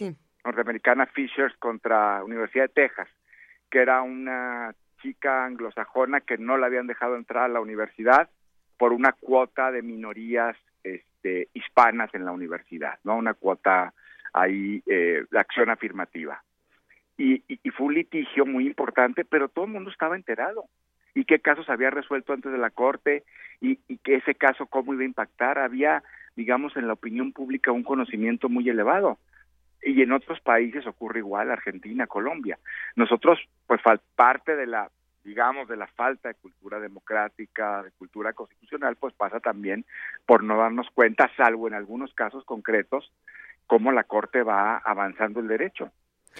Fishers contra Universidad de Texas, que era una chica anglosajona que no la habían dejado entrar a la universidad por una cuota de minorías hispanas en la universidad, ¿no? Una cuota ahí de acción afirmativa. Y fue un litigio muy importante, pero todo el mundo estaba enterado. Y qué casos había resuelto antes de la Corte, y que ese caso cómo iba a impactar. Había, digamos, en la opinión pública un conocimiento muy elevado. Y en otros países ocurre igual, Argentina, Colombia. Nosotros, pues, parte de la, digamos, de la falta de cultura democrática, de cultura constitucional, pues pasa también por no darnos cuenta, salvo en algunos casos concretos, cómo la Corte va avanzando el derecho.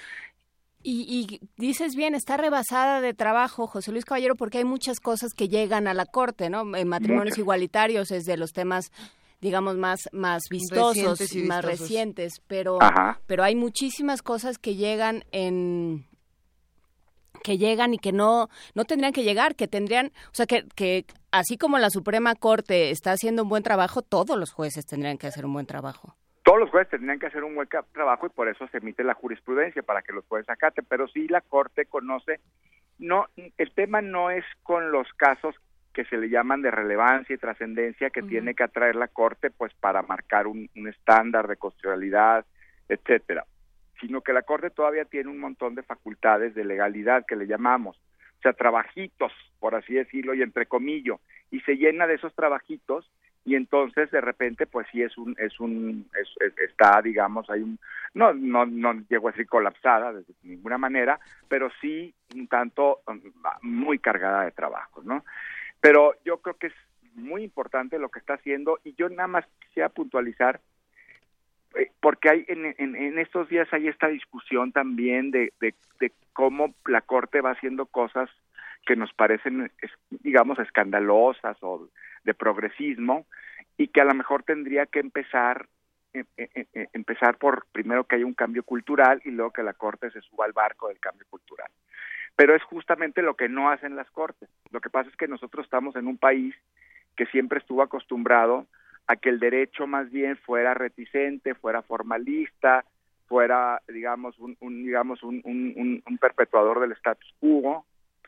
Y dices bien, está rebasada de trabajo, José Luis Caballero, porque hay muchas cosas que llegan a la Corte, ¿no? Matrimonios igualitarios es de los temas, digamos, más vistosos y más recientes, pero hay muchísimas cosas que llegan y que no tendrían que llegar, que tendrían, o sea, que así como la Suprema Corte está haciendo un buen trabajo, todos los jueces tendrían que hacer un buen trabajo. Todos los jueces tendrían que hacer un buen trabajo y por eso se emite la jurisprudencia para que los jueces acaten, pero sí la Corte conoce, el tema no es con los casos que se le llaman de relevancia y trascendencia que tiene que atraer la Corte pues para marcar un estándar de constitucionalidad, etcétera, sino que la Corte todavía tiene un montón de facultades de legalidad que le llamamos, o sea, trabajitos, por así decirlo, y entre comillas, y se llena de esos trabajitos. Y entonces de repente pues sí está, digamos, hay no llego a decir colapsada de ninguna manera, pero sí un tanto muy cargada de trabajo, ¿no? Pero yo creo que es muy importante lo que está haciendo, y yo nada más quisiera puntualizar porque hay en estos días hay esta discusión también de cómo la Corte va haciendo cosas que nos parecen, digamos, escandalosas o de progresismo, y que a lo mejor tendría que empezar por primero que haya un cambio cultural y luego que la Corte se suba al barco del cambio cultural. Pero es justamente lo que no hacen las Cortes. Lo que pasa es que nosotros estamos en un país que siempre estuvo acostumbrado a que el derecho más bien fuera reticente, fuera formalista, fuera, digamos, un perpetuador del status quo,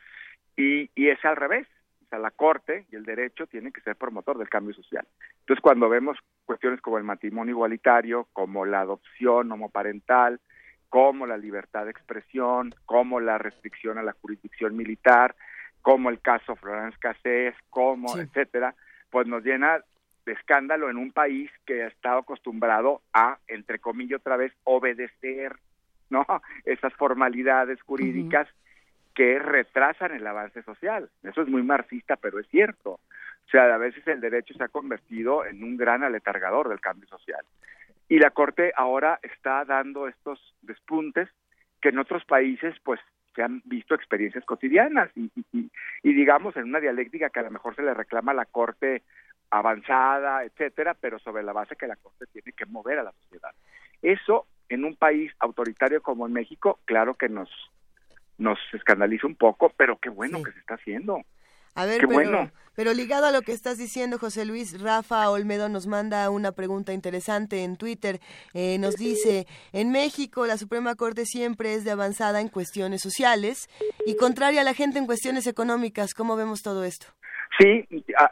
y es al revés. O sea, la Corte y el derecho tienen que ser promotor del cambio social. Entonces, cuando vemos cuestiones como el matrimonio igualitario, como la adopción homoparental, como la libertad de expresión, como la restricción a la jurisdicción militar, como el caso Florence Cassés, etcétera, pues nos llena de escándalo en un país que ha estado acostumbrado a, entre comillas otra vez, obedecer, ¿no?, esas formalidades jurídicas que retrasan el avance social. Eso es muy marxista, pero es cierto. O sea, a veces el derecho se ha convertido en un gran aletargador del cambio social. Y la Corte ahora está dando estos despuntes que en otros países, pues, se han visto experiencias cotidianas y digamos, en una dialéctica que a lo mejor se le reclama a la Corte avanzada, etcétera, pero sobre la base que la Corte tiene que mover a la sociedad. Eso, en un país autoritario como en México, claro que nos escandaliza un poco, pero qué bueno que se está haciendo. A ver, pero ligado a lo que estás diciendo, José Luis, Rafa Olmedo nos manda una pregunta interesante en Twitter. Nos dice, en México la Suprema Corte siempre es de avanzada en cuestiones sociales y contraria a la gente en cuestiones económicas. ¿Cómo vemos todo esto? Sí,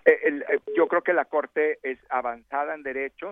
yo creo que la Corte es avanzada en derechos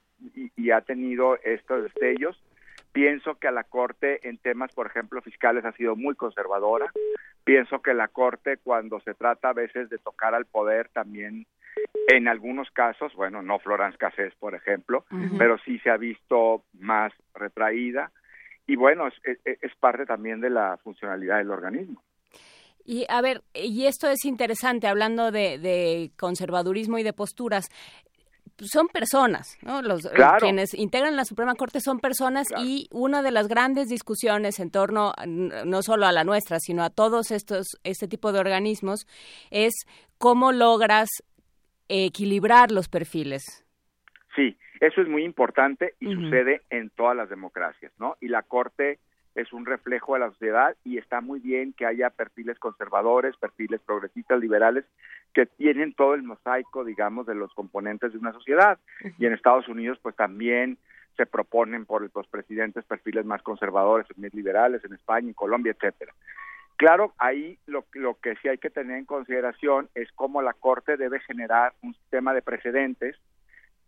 y ha tenido estos destellos. Pienso que a la Corte en temas, por ejemplo, fiscales ha sido muy conservadora. Pienso que la Corte, cuando se trata a veces de tocar al poder, también en algunos casos, bueno, no Florence Cassés, por ejemplo, pero sí se ha visto más retraída. Y bueno, es parte también de la funcionalidad del organismo. Y a ver, y esto es interesante, hablando de conservadurismo y de posturas. Son personas, ¿no? Quienes integran la Suprema Corte son personas, y una de las grandes discusiones en torno no solo a la nuestra, sino a todos este tipo de organismos, es cómo logras equilibrar los perfiles. Sí, eso es muy importante y sucede en todas las democracias, ¿no? Y la Corte es un reflejo de la sociedad y está muy bien que haya perfiles conservadores, perfiles progresistas, liberales, que tienen todo el mosaico, digamos, de los componentes de una sociedad. Y en Estados Unidos, pues también se proponen por los presidentes perfiles más conservadores, más liberales, en España, en Colombia, etcétera. Claro, ahí lo que sí hay que tener en consideración es cómo la Corte debe generar un sistema de precedentes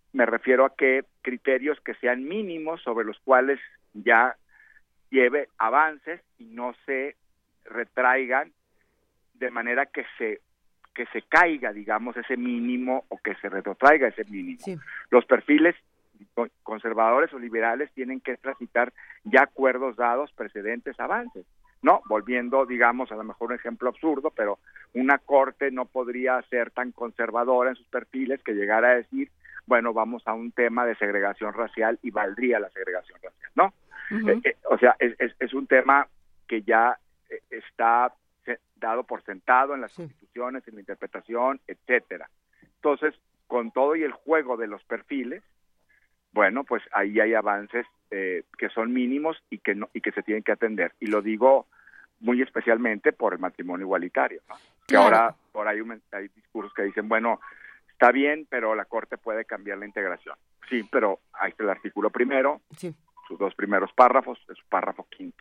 me refiero a que criterios que sean mínimos sobre los cuales ya lleve avances y no se retraigan de manera que se caiga, digamos, ese mínimo o que se retrotraiga ese mínimo. Sí. Los perfiles conservadores o liberales tienen que transitar ya acuerdos dados, precedentes, avances. No, volviendo, digamos, a lo mejor un ejemplo absurdo, pero una corte no podría ser tan conservadora en sus perfiles que llegara a decir, bueno, vamos a un tema de segregación racial y valdría la segregación racial, ¿no? Uh-huh. O sea, es un tema que ya está dado por sentado en las instituciones, en la interpretación, etcétera. Entonces, con todo y el juego de los perfiles, bueno, pues ahí hay avances que son mínimos y que se tienen que atender. Y lo digo muy especialmente por el matrimonio igualitario, ¿no? Que ahora por ahí hay discursos que dicen, bueno, está bien, pero la Corte puede cambiar la integración. Sí, pero ahí está el artículo primero, sus 2 primeros párrafos, es su párrafo quinto.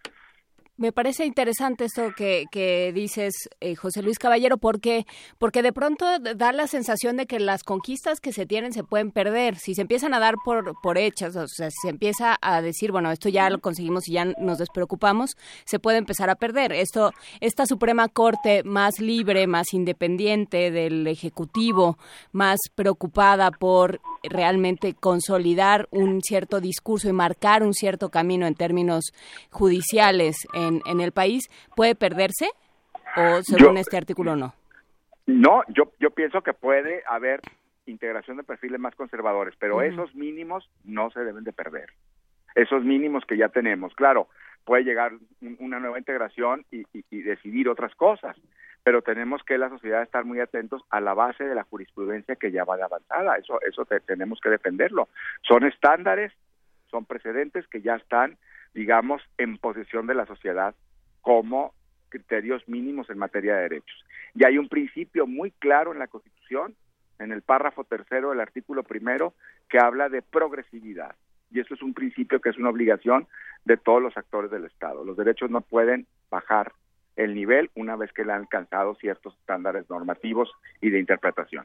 Me parece interesante esto que dices, José Luis Caballero, porque de pronto da la sensación de que las conquistas que se tienen se pueden perder. Si se empiezan a dar por hechas, o sea, si se empieza a decir, bueno, esto ya lo conseguimos y ya nos despreocupamos, se puede empezar a perder. Esta Suprema Corte más libre, más independiente del Ejecutivo, más preocupada por realmente consolidar un cierto discurso y marcar un cierto camino en términos judiciales en el país, ¿puede perderse? ¿O según este artículo no? No, yo pienso que puede haber integración de perfiles más conservadores, pero esos mínimos no se deben de perder. Esos mínimos que ya tenemos, claro, puede llegar una nueva integración y decidir otras cosas, pero tenemos que la sociedad estar muy atentos a la base de la jurisprudencia que ya va de avanzada. Eso tenemos que defenderlo. Son estándares, son precedentes que ya están, digamos, en posesión de la sociedad como criterios mínimos en materia de derechos. Y hay un principio muy claro en la Constitución, en el párrafo 3º del artículo 1, que habla de progresividad. Y eso es un principio que es una obligación de todos los actores del Estado. Los derechos no pueden bajar el nivel una vez que le han alcanzado ciertos estándares normativos y de interpretación.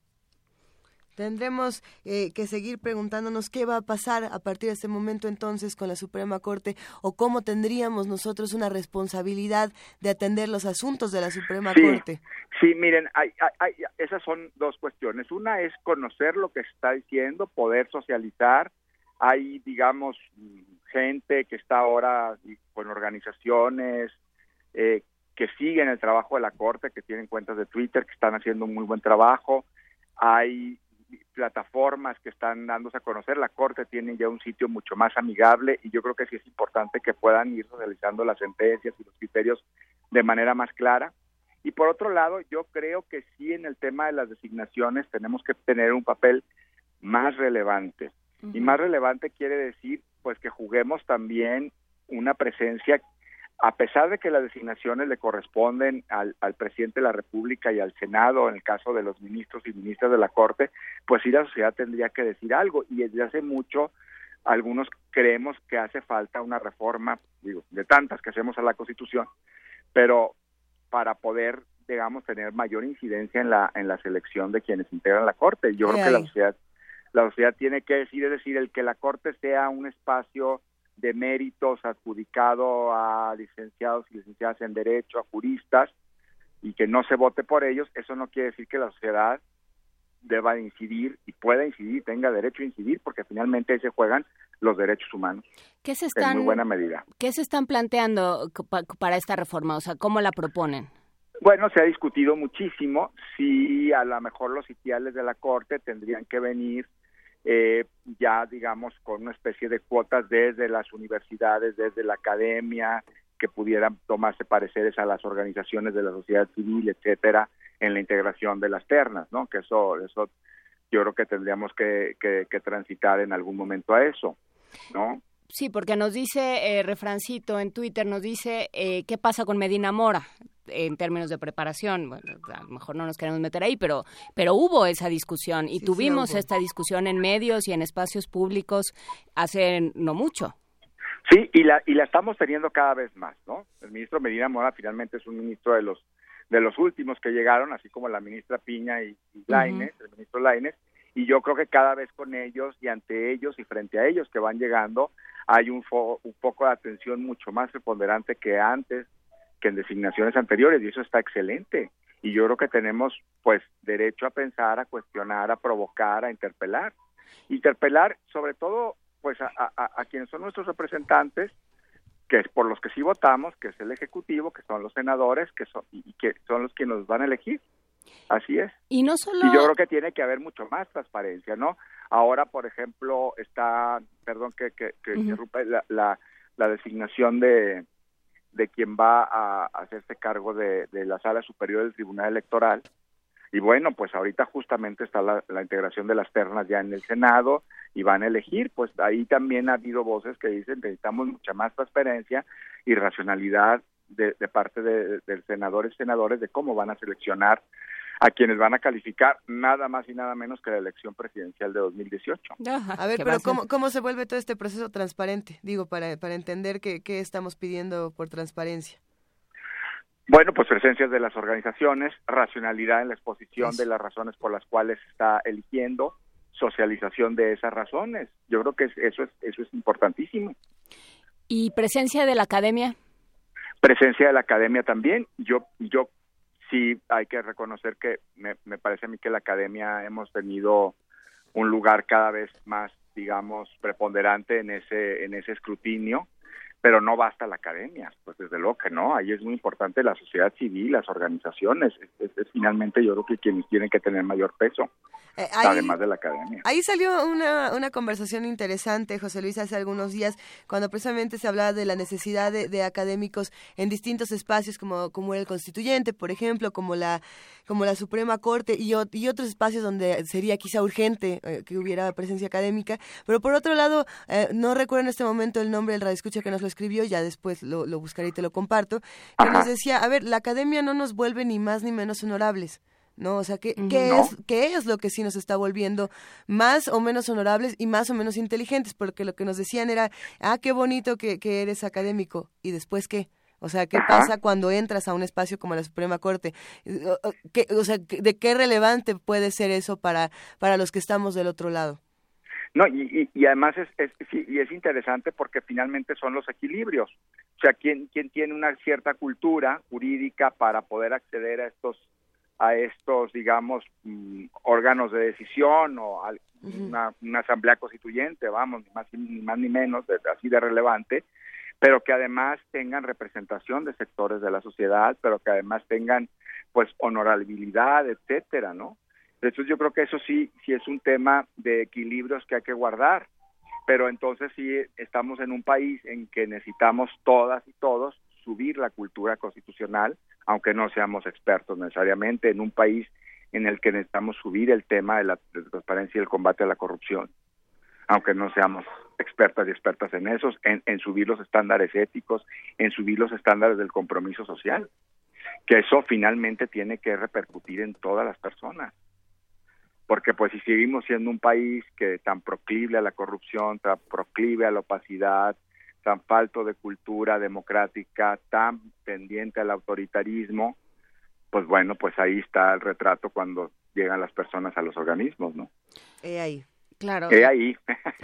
Tendremos que seguir preguntándonos qué va a pasar a partir de este momento entonces con la Suprema Corte, o cómo tendríamos nosotros una responsabilidad de atender los asuntos de la Suprema Corte. Sí, miren, esas son 2 cuestiones. Una es conocer lo que está diciendo, poder socializar. Hay, digamos, gente que está ahora con organizaciones que siguen el trabajo de la Corte, que tienen cuentas de Twitter, que están haciendo un muy buen trabajo. Hay plataformas que están dándose a conocer. La Corte tiene ya un sitio mucho más amigable y yo creo que sí es importante que puedan ir realizando las sentencias y los criterios de manera más clara. Y por otro lado, yo creo que sí, en el tema de las designaciones tenemos que tener un papel más relevante. Y más relevante quiere decir pues que juguemos también una presencia, a pesar de que las designaciones le corresponden al presidente de la República y al Senado, en el caso de los ministros y ministras de la Corte, pues sí, la sociedad tendría que decir algo. Y desde hace mucho, algunos creemos que hace falta una reforma, de tantas que hacemos a la Constitución, pero para poder, digamos, tener mayor incidencia en la selección de quienes integran la Corte. Yo creo que la sociedad tiene que decir, es decir, el que la Corte sea un espacio de méritos adjudicado a licenciados y licenciadas en Derecho, a juristas, y que no se vote por ellos, eso no quiere decir que la sociedad deba incidir y pueda incidir, tenga derecho a incidir, porque finalmente ahí se juegan los derechos humanos. En muy buena medida. ¿Qué se están planteando para esta reforma? O sea, ¿cómo la proponen? Bueno, se ha discutido muchísimo si a lo mejor los sitiales de la Corte tendrían que venir ya, digamos, con una especie de cuotas desde las universidades, desde la academia, que pudieran tomarse pareceres a las organizaciones de la sociedad civil, etcétera, en la integración de las ternas, ¿no? Que eso yo creo que tendríamos que transitar en algún momento a eso, ¿no? Sí, porque nos dice Refrancito en Twitter, nos dice qué pasa con Medina Mora en términos de preparación. Bueno, a lo mejor no nos queremos meter ahí, pero hubo esa discusión y tuvimos esta discusión en medios y en espacios públicos hace no mucho. Sí, y la estamos teniendo cada vez más, ¿no? El ministro Medina Mora finalmente es un ministro de los últimos que llegaron, así como la ministra Piña y Lainez, el ministro Lainez, y yo creo que cada vez con ellos y ante ellos y frente a ellos que van llegando hay un foco de atención mucho más preponderante que antes, que en designaciones anteriores, y eso está excelente. Y yo creo que tenemos pues derecho a pensar, a cuestionar, a provocar, a interpelar sobre todo pues a quienes son nuestros representantes, que es por los que sí votamos, que es el Ejecutivo, que son los senadores, que son los que nos van a elegir. Así es. Y no solo... Y yo creo que tiene que haber mucho más transparencia, ¿no? Ahora, por ejemplo, está, perdón que interrumpa, la designación de quien va a hacerse cargo de la Sala Superior del Tribunal Electoral. Y bueno, pues ahorita justamente está la integración de las ternas ya en el Senado y van a elegir, pues ahí también ha habido voces que dicen que necesitamos mucha más transparencia y racionalidad de parte de senadores de cómo van a seleccionar a quienes van a calificar nada más y nada menos que la elección presidencial de 2018. A ver, pero ¿cómo se vuelve todo este proceso transparente? Digo, para entender qué estamos pidiendo por transparencia. Bueno, pues presencias de las organizaciones, racionalidad en la exposición de las razones por las cuales se está eligiendo, socialización de esas razones. Yo creo que eso es importantísimo. ¿Y presencia de la academia? Presencia de la academia también. Yo sí hay que reconocer que me parece a mí que la academia hemos tenido un lugar cada vez más, digamos, preponderante en ese escrutinio, pero no basta la academia, pues desde luego que no, ahí es muy importante la sociedad civil, las organizaciones, es finalmente yo creo que quienes tienen que tener mayor peso, además de la academia. Ahí salió una conversación interesante, José Luis, hace algunos días, cuando precisamente se hablaba de la necesidad de académicos en distintos espacios, como el Constituyente, por ejemplo, como la Suprema Corte y otros espacios donde sería quizá urgente que hubiera presencia académica, pero por otro lado, no recuerdo en este momento el nombre del radioescucha que nos lo escribió, ya después lo buscaré y te lo comparto, que nos decía, a ver, la academia no nos vuelve ni más ni menos honorables, ¿no? O sea, ¿qué es lo que sí nos está volviendo más o menos honorables y más o menos inteligentes? Porque lo que nos decían era, qué bonito que eres académico, ¿y después qué? O sea, ¿qué pasa cuando entras a un espacio como la Suprema Corte? ¿De qué relevante puede ser eso para los que estamos del otro lado? No, y además es interesante porque finalmente son los equilibrios. O sea, ¿quién tiene una cierta cultura jurídica para poder acceder a estos digamos, órganos de decisión o a una asamblea constituyente, vamos, ni más ni menos, así de relevante, pero que además tengan representación de sectores de la sociedad, pero que además tengan, pues, honorabilidad, etcétera, ¿no? Entonces yo creo que eso sí es un tema de equilibrios que hay que guardar, pero entonces sí estamos en un país en que necesitamos todas y todos subir la cultura constitucional, aunque no seamos expertos necesariamente, en un país en el que necesitamos subir el tema de la transparencia y el combate a la corrupción, aunque no seamos expertas y expertas en eso, en subir los estándares éticos, en subir los estándares del compromiso social, que eso finalmente tiene que repercutir en todas las personas. Porque pues si seguimos siendo un país que tan proclive a la corrupción, tan proclive a la opacidad, tan falto de cultura democrática, tan pendiente al autoritarismo, pues bueno, pues ahí está el retrato cuando llegan las personas a los organismos, ¿no? Ahí. Claro. Ahí.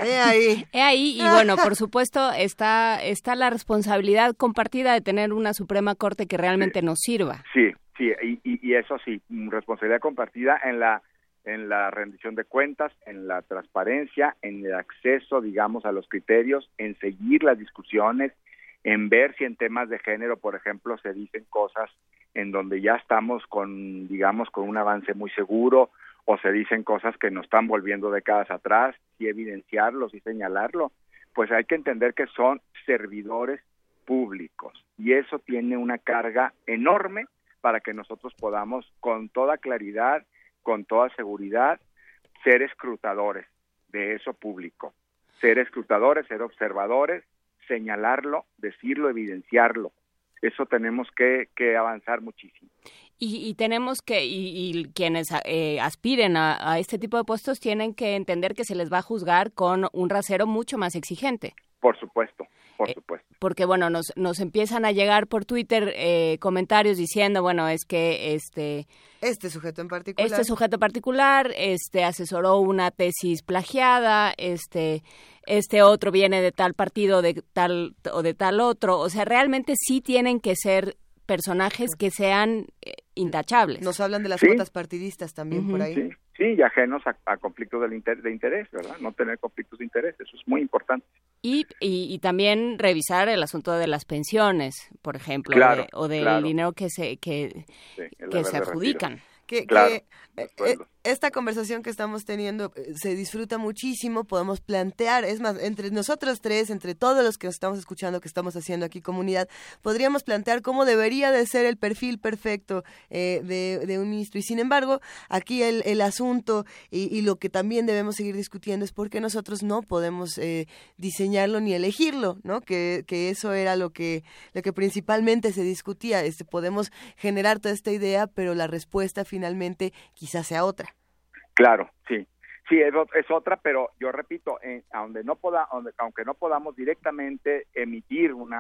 Y bueno, por supuesto está la responsabilidad compartida de tener una Suprema Corte que realmente nos sirva. Sí, y eso sí, responsabilidad compartida en la rendición de cuentas, en la transparencia, en el acceso, digamos, a los criterios, en seguir las discusiones, en ver si en temas de género, por ejemplo, se dicen cosas en donde ya estamos con un avance muy seguro, o se dicen cosas que nos están volviendo décadas atrás, y evidenciarlos y señalarlo. Pues hay que entender que son servidores públicos, y eso tiene una carga enorme para que nosotros podamos, con toda claridad, con toda seguridad, ser escrutadores de eso público, ser escrutadores, ser observadores, señalarlo, decirlo, evidenciarlo. Eso tenemos que avanzar muchísimo. Y tenemos que, y quienes aspiren a este tipo de puestos tienen que entender que se les va a juzgar con un rasero mucho más exigente. Por supuesto. Por supuesto. Porque, bueno, nos empiezan a llegar por Twitter comentarios diciendo, bueno, es que este sujeto en particular asesoró una tesis plagiada, este otro viene de tal partido, de tal o de tal otro. O sea, realmente sí tienen que ser personajes que sean intachables. Nos hablan de las cuotas partidistas también por ahí. Sí, y ajenos a conflictos de interés, ¿verdad? No tener conflictos de interés, eso es muy importante. Y también revisar el asunto de las pensiones, por ejemplo, o del dinero que se adjudican. Esta conversación que estamos teniendo se disfruta muchísimo, podemos plantear, es más, entre nosotros tres, entre todos los que nos estamos escuchando, que estamos haciendo aquí comunidad, podríamos plantear cómo debería de ser el perfil perfecto de un ministro. Y sin embargo, aquí el asunto y lo que también debemos seguir discutiendo es por qué nosotros no podemos diseñarlo ni elegirlo, ¿no? Que eso era lo que principalmente se discutía. Podemos generar toda esta idea, pero la respuesta finalmente quizás sea otra. Claro, sí, es otra, pero yo repito, aunque no podamos directamente emitir un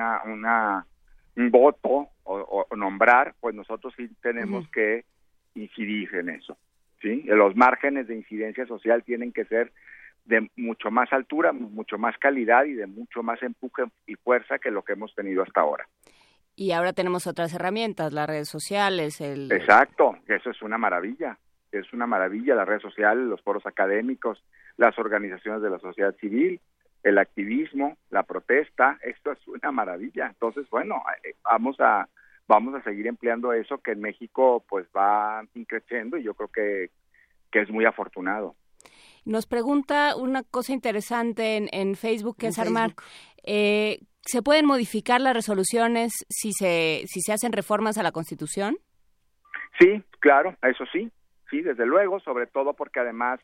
voto o nombrar, pues nosotros sí tenemos que incidir en eso, ¿sí? Los márgenes de incidencia social tienen que ser de mucho más altura, mucho más calidad y de mucho más empuje y fuerza que lo que hemos tenido hasta ahora. Y ahora tenemos otras herramientas, las redes sociales. Exacto, eso es una maravilla. Es una maravilla, las redes sociales, los foros académicos, las organizaciones de la sociedad civil, el activismo, la protesta, esto es una maravilla. Entonces, bueno, vamos a seguir empleando eso que en México pues va creciendo y yo creo que es muy afortunado. Nos pregunta una cosa interesante en Facebook, que es Armar. ¿Se pueden modificar las resoluciones si se hacen reformas a la Constitución? Sí, claro, eso sí. Sí, desde luego, sobre todo porque además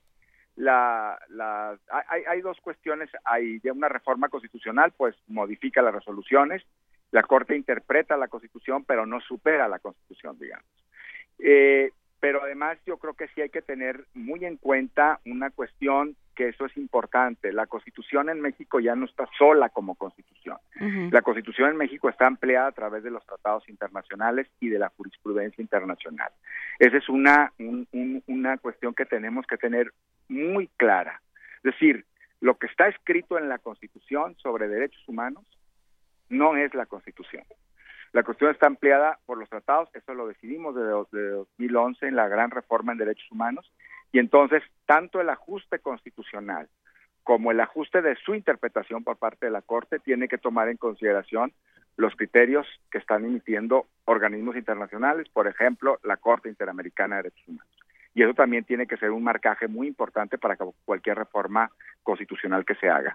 hay dos cuestiones. Hay de una reforma constitucional, pues modifica las resoluciones, la Corte interpreta la Constitución, pero no supera la Constitución, digamos. Pero además yo creo que sí hay que tener muy en cuenta una cuestión, que eso es importante. La Constitución en México ya no está sola como Constitución. La Constitución en México está ampliada a través de los tratados internacionales y de la jurisprudencia internacional. Esa es una cuestión que tenemos que tener muy clara. Es decir, lo que está escrito en la Constitución sobre derechos humanos no es la Constitución. La Constitución está ampliada por los tratados, eso lo decidimos de 2011 en la gran reforma en derechos humanos, y entonces tanto el ajuste constitucional como el ajuste de su interpretación por parte de la Corte tiene que tomar en consideración los criterios que están emitiendo organismos internacionales, por ejemplo, la Corte Interamericana de Derechos Humanos. Y eso también tiene que ser un marcaje muy importante para cualquier reforma constitucional que se haga.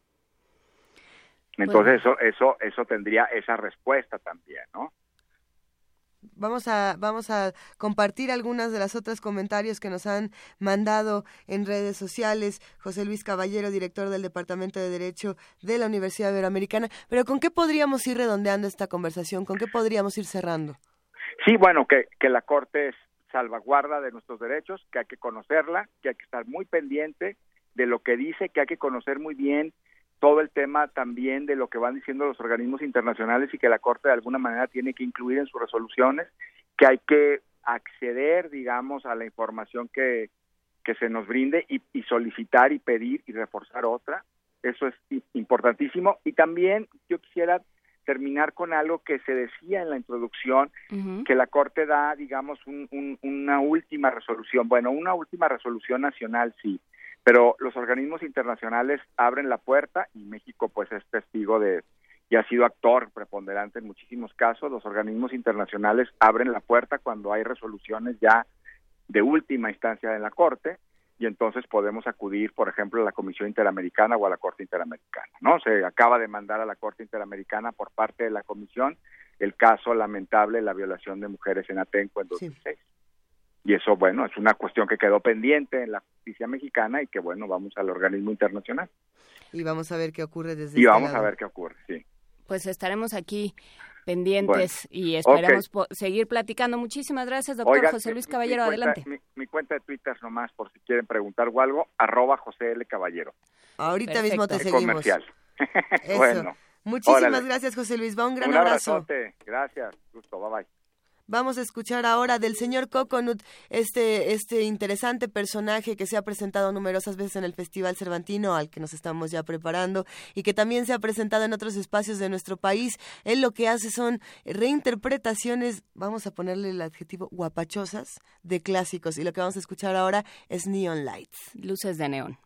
Entonces eso tendría esa respuesta también, ¿no? Vamos a compartir algunas de las otras comentarios que nos han mandado en redes sociales. José Luis Caballero, director del Departamento de Derecho de la Universidad Iberoamericana. Pero ¿con qué podríamos ir redondeando esta conversación? ¿Con qué podríamos ir cerrando? Sí, bueno, que la Corte es salvaguarda de nuestros derechos, que hay que conocerla, que hay que estar muy pendiente de lo que dice, que hay que conocer muy bien todo el tema también de lo que van diciendo los organismos internacionales y que la Corte de alguna manera tiene que incluir en sus resoluciones, que hay que acceder, digamos, a la información que se nos brinde y solicitar y pedir y reforzar otra. Eso es importantísimo. Y también yo quisiera terminar con algo que se decía en la introducción, que la Corte da, digamos, una última resolución. Bueno, una última resolución nacional, sí, pero los organismos internacionales abren la puerta y México pues es testigo y ha sido actor preponderante en muchísimos casos. Los organismos internacionales abren la puerta cuando hay resoluciones ya de última instancia en la Corte y entonces podemos acudir, por ejemplo, a la Comisión Interamericana o a la Corte Interamericana, ¿no? Se acaba de mandar a la Corte Interamericana por parte de la Comisión el caso lamentable de la violación de mujeres en Atenco en 2006. Sí. Y eso, bueno, es una cuestión que quedó pendiente en la justicia mexicana y que, bueno, vamos al organismo internacional. Y vamos a ver qué ocurre desde Y vamos a ver qué ocurre, sí. Pues estaremos aquí pendientes y esperamos seguir platicando. Muchísimas gracias, doctor José Luis Caballero. Adelante. Mi cuenta de Twitter nomás, por si quieren preguntar o algo, @José L. Caballero. Ahorita mismo te seguimos. Comercial. Eso. Bueno. Muchísimas gracias, José Luis. Va un gran abrazo. Un abrazote. Gracias. Gusto. Bye bye. Vamos a escuchar ahora del señor Coconut, este interesante personaje que se ha presentado numerosas veces en el Festival Cervantino, al que nos estamos ya preparando, y que también se ha presentado en otros espacios de nuestro país. Él lo que hace son reinterpretaciones, vamos a ponerle el adjetivo guapachosas, de clásicos. Y lo que vamos a escuchar ahora es Neon Lights. Luces de neón.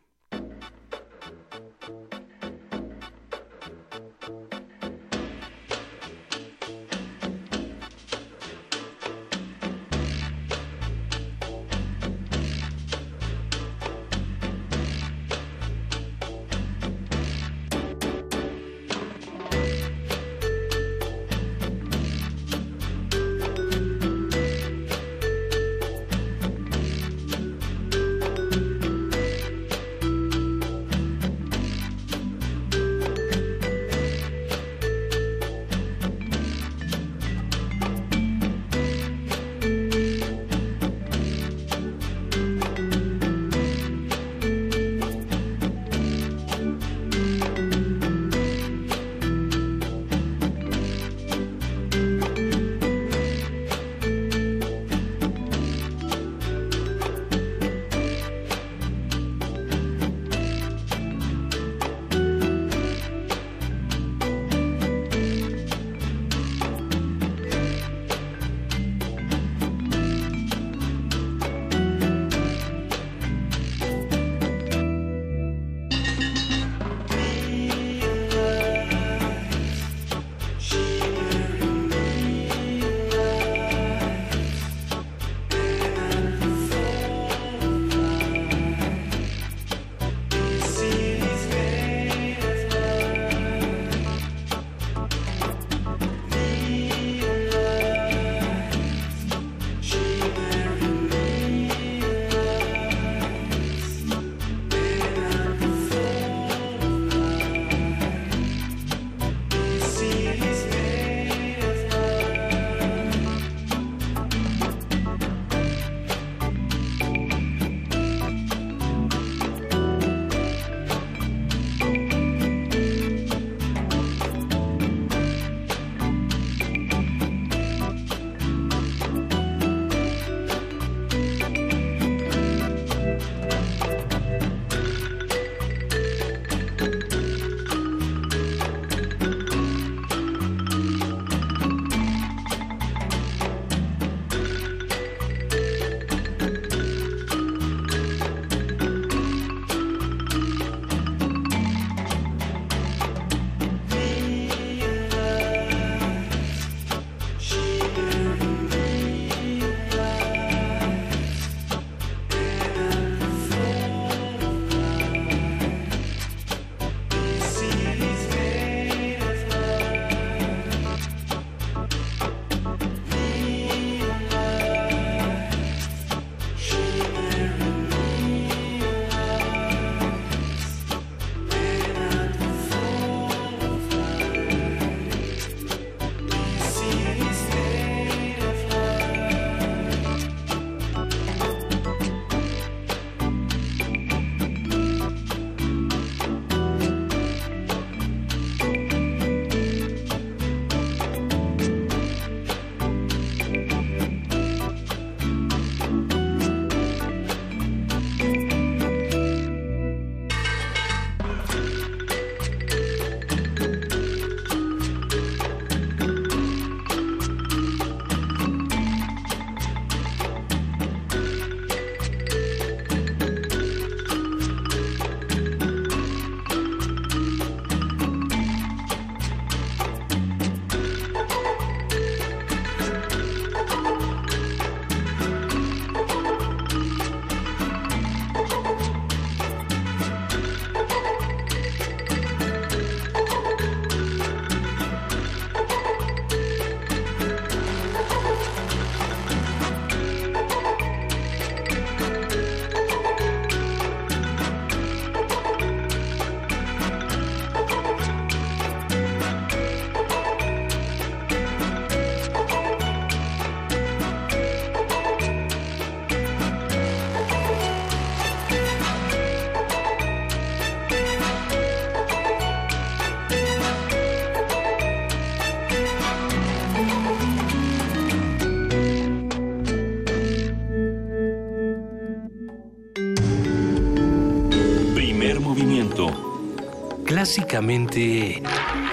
clásicamente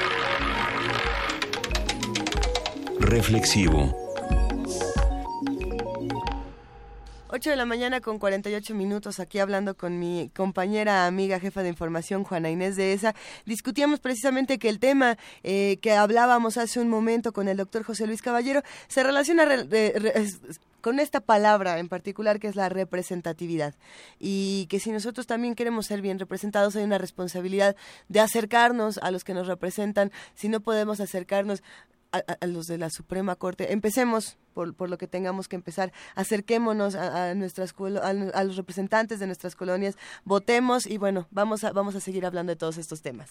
reflexivo. 8 de la mañana con 48 minutos, aquí hablando con mi compañera, amiga, jefa de información, Juana Inés de ESA. Discutíamos precisamente que el tema que hablábamos hace un momento con el doctor José Luis Caballero se relaciona con esta palabra en particular, que es la representatividad, y que si nosotros también queremos ser bien representados, hay una responsabilidad de acercarnos a los que nos representan. Si no podemos acercarnos a los de la Suprema Corte, empecemos por lo que tengamos que empezar, acerquémonos a los representantes de nuestras colonias, votemos y bueno, vamos a seguir hablando de todos estos temas.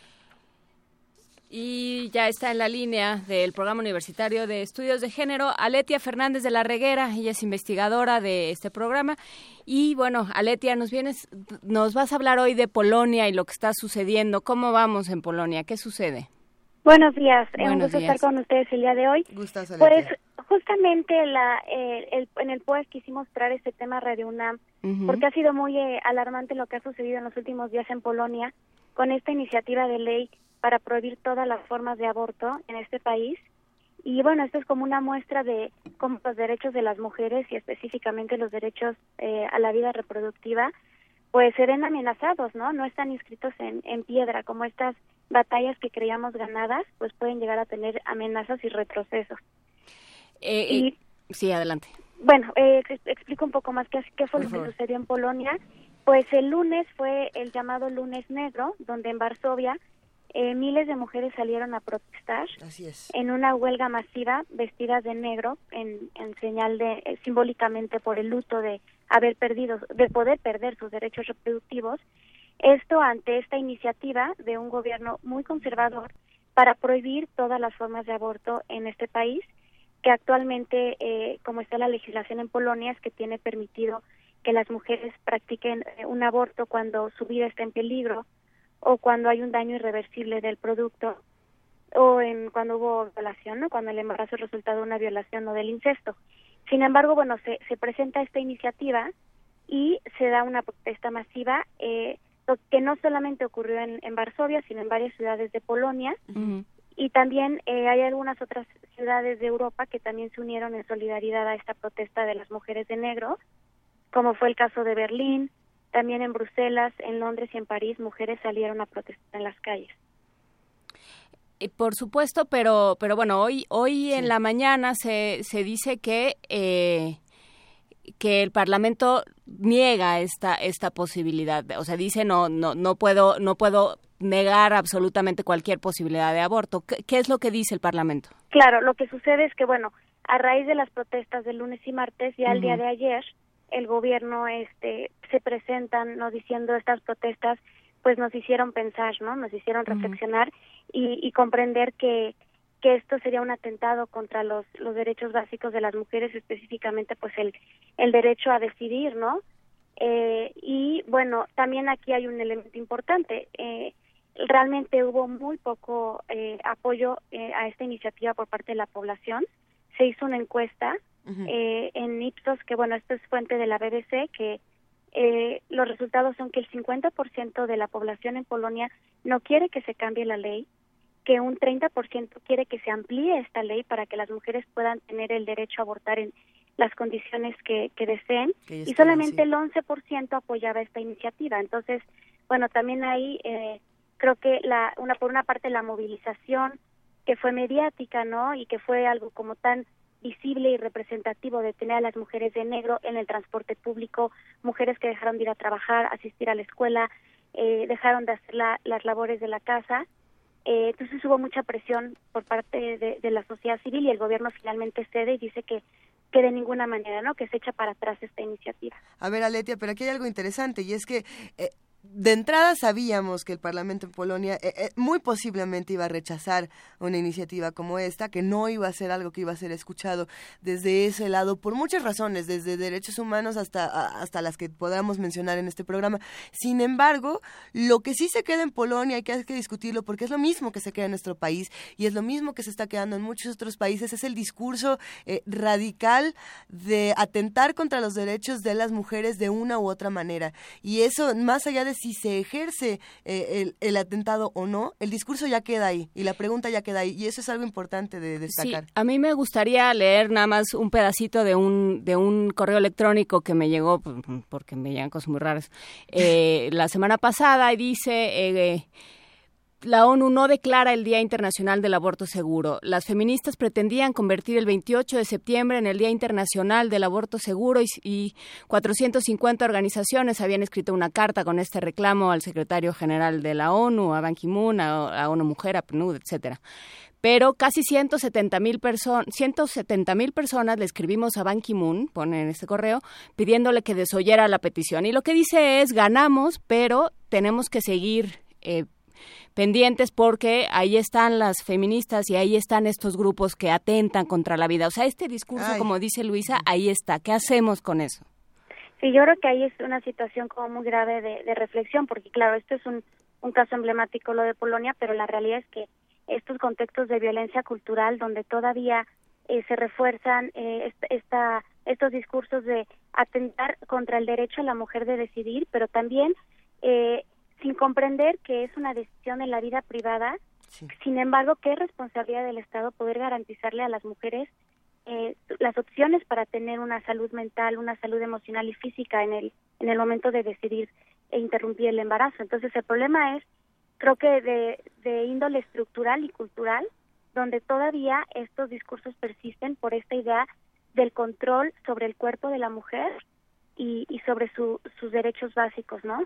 Y ya está en la línea del Programa Universitario de Estudios de Género, Aletia Fernández de la Reguera. Ella es investigadora de este programa. Y bueno, Aletia, nos vas a hablar hoy de Polonia y lo que está sucediendo. ¿Cómo vamos en Polonia? ¿Qué sucede? Buenos días, un gusto estar con ustedes el día de hoy. Gustazo, pues justamente en el POES quisimos traer este tema a Radio UNAM, porque ha sido muy alarmante lo que ha sucedido en los últimos días en Polonia con esta iniciativa de ley para prohibir todas las formas de aborto en este país. Y bueno, esto es como una muestra de cómo los derechos de las mujeres y específicamente los derechos a la vida reproductiva pues se ven amenazados, ¿no? No están inscritos en piedra, como estas batallas que creíamos ganadas, pues pueden llegar a tener amenazas y retrocesos. Sí, adelante. Bueno, explico un poco más qué fue lo que sucedió en Polonia. Pues el lunes fue el llamado Lunes Negro, donde en Varsovia miles de mujeres salieron a protestar. Así es. En una huelga masiva, vestidas de negro, en señal de simbólicamente por el luto de poder perder sus derechos reproductivos. Esto ante esta iniciativa de un gobierno muy conservador para prohibir todas las formas de aborto en este país, que actualmente, como está la legislación en Polonia, es que tiene permitido que las mujeres practiquen un aborto cuando su vida está en peligro o cuando hay un daño irreversible del producto o cuando hubo violación, ¿no? Cuando el embarazo es resultado de una violación o del incesto. Sin embargo, bueno, se presenta esta iniciativa y se da una protesta masiva que no solamente ocurrió en Varsovia, sino en varias ciudades de Polonia. Y también hay algunas otras ciudades de Europa que también se unieron en solidaridad a esta protesta de las mujeres de negro, como fue el caso de Berlín. También en Bruselas, en Londres y en París, mujeres salieron a protestar en las calles. Por supuesto, pero bueno, hoy sí. En la mañana se dice que el Parlamento niega esta posibilidad, o sea, dice no puedo negar absolutamente cualquier posibilidad de aborto. ¿Qué es lo que dice el Parlamento? Claro, lo que sucede es que bueno, a raíz de las protestas del lunes y martes, ya el día de ayer, el gobierno se presentan no diciendo estas protestas pues nos hicieron pensar, ¿no? Nos hicieron reflexionar y comprender que esto sería un atentado contra los derechos básicos de las mujeres, específicamente pues el derecho a decidir, ¿no? Y bueno, también aquí hay un elemento importante. Realmente hubo muy poco apoyo a esta iniciativa por parte de la población. Se hizo una encuesta en Ipsos, que bueno, esto es fuente de la BBC, que los resultados son que el 50% de la población en Polonia no quiere que se cambie la ley, que un 30% quiere que se amplíe esta ley para que las mujeres puedan tener el derecho a abortar en las condiciones que deseen, y solamente el 11% apoyaba esta iniciativa. Entonces, bueno, también ahí creo que por una parte la movilización que fue mediática, ¿no? Y que fue algo como tan visible y representativo de tener a las mujeres de negro en el transporte público, mujeres que dejaron de ir a trabajar, asistir a la escuela, dejaron de hacer las labores de la casa. Entonces hubo mucha presión por parte de la sociedad civil y el gobierno finalmente cede y dice que de ninguna manera, ¿no? Que se echa para atrás esta iniciativa. A ver, Aletia, pero aquí hay algo interesante y es que de entrada sabíamos que el Parlamento en Polonia muy posiblemente iba a rechazar una iniciativa como esta, que no iba a ser algo que iba a ser escuchado desde ese lado por muchas razones, desde derechos humanos hasta las que podamos mencionar en este programa. Sin embargo, lo que sí se queda en Polonia hay que discutirlo porque es lo mismo que se queda en nuestro país y es lo mismo que se está quedando en muchos otros países, es el discurso radical de atentar contra los derechos de las mujeres de una u otra manera. Y eso, más allá de si se ejerce el atentado o no, el discurso ya queda ahí y la pregunta ya queda ahí, y eso es algo importante de destacar. Sí, a mí me gustaría leer nada más un pedacito de un correo electrónico que me llegó, porque me llegan cosas muy raras, la semana pasada, y dice... La ONU no declara el Día Internacional del Aborto Seguro. Las feministas pretendían convertir el 28 de septiembre en el Día Internacional del Aborto Seguro y 450 organizaciones habían escrito una carta con este reclamo al secretario general de la ONU, a Ban Ki-moon, a ONU Mujer, a PNUD, etcétera. Pero casi 170,000 personas le escribimos a Ban Ki-moon, pone en este correo, pidiéndole que desoyera la petición. Y lo que dice es, ganamos, pero tenemos que seguir pendientes porque ahí están las feministas y ahí están estos grupos que atentan contra la vida. O sea, este discurso, como dice Luisa, ahí está. ¿Qué hacemos con eso? Sí, yo creo que ahí es una situación como muy grave de reflexión, porque claro, esto es un caso emblemático, lo de Polonia, pero la realidad es que estos contextos de violencia cultural donde todavía se refuerzan estos discursos de atentar contra el derecho a la mujer de decidir, pero también sin comprender que es una decisión en la vida privada. Sí. Sin embargo, que es responsabilidad del Estado poder garantizarle a las mujeres las opciones para tener una salud mental, una salud emocional y física en el momento de decidir e interrumpir el embarazo. Entonces, el problema es, creo que de índole estructural y cultural, donde todavía estos discursos persisten por esta idea del control sobre el cuerpo de la mujer y sobre sus derechos básicos, ¿no?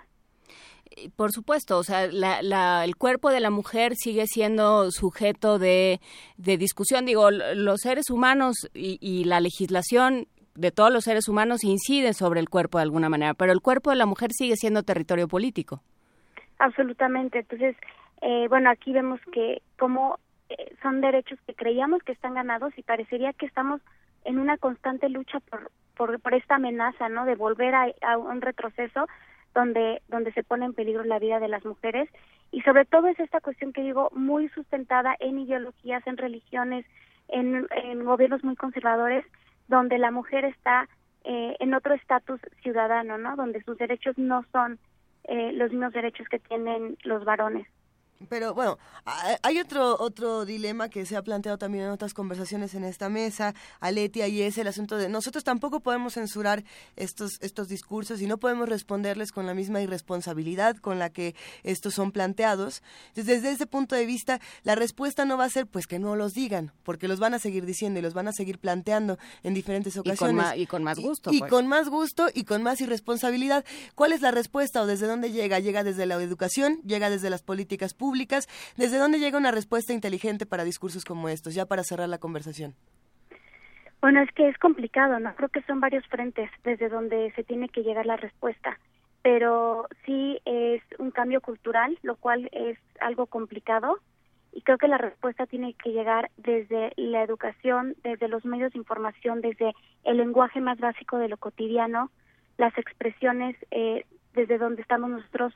Por supuesto, o sea, el cuerpo de la mujer sigue siendo sujeto de discusión. Digo, los seres humanos y la legislación de todos los seres humanos incide sobre el cuerpo de alguna manera, pero el cuerpo de la mujer sigue siendo territorio político. Absolutamente. Entonces, bueno, aquí vemos que como son derechos que creíamos que están ganados y parecería que estamos en una constante lucha por esta amenaza, ¿no? De volver a un retroceso donde se pone en peligro la vida de las mujeres, y sobre todo es esta cuestión que digo muy sustentada en ideologías, en religiones, en gobiernos muy conservadores, donde la mujer está en otro estatus ciudadano, ¿no? Donde sus derechos no son los mismos derechos que tienen los varones. Pero bueno, hay otro dilema que se ha planteado también en otras conversaciones en esta mesa, Aletia, y es el asunto de nosotros tampoco podemos censurar estos discursos y no podemos responderles con la misma irresponsabilidad con la que estos son planteados. Entonces, desde ese punto de vista, la respuesta no va a ser pues que no los digan, porque los van a seguir diciendo y los van a seguir planteando en diferentes ocasiones. Y con más gusto. Y con más gusto y con más irresponsabilidad. ¿Cuál es la respuesta o desde dónde llega? ¿Llega desde la educación? ¿Llega desde las políticas públicas? ¿Desde dónde llega una respuesta inteligente para discursos como estos? Ya para cerrar la conversación. Bueno, es que es complicado, ¿no? Creo que son varios frentes desde donde se tiene que llegar la respuesta, pero sí es un cambio cultural, lo cual es algo complicado, y creo que la respuesta tiene que llegar desde la educación, desde los medios de información, desde el lenguaje más básico de lo cotidiano, las expresiones desde donde estamos nosotros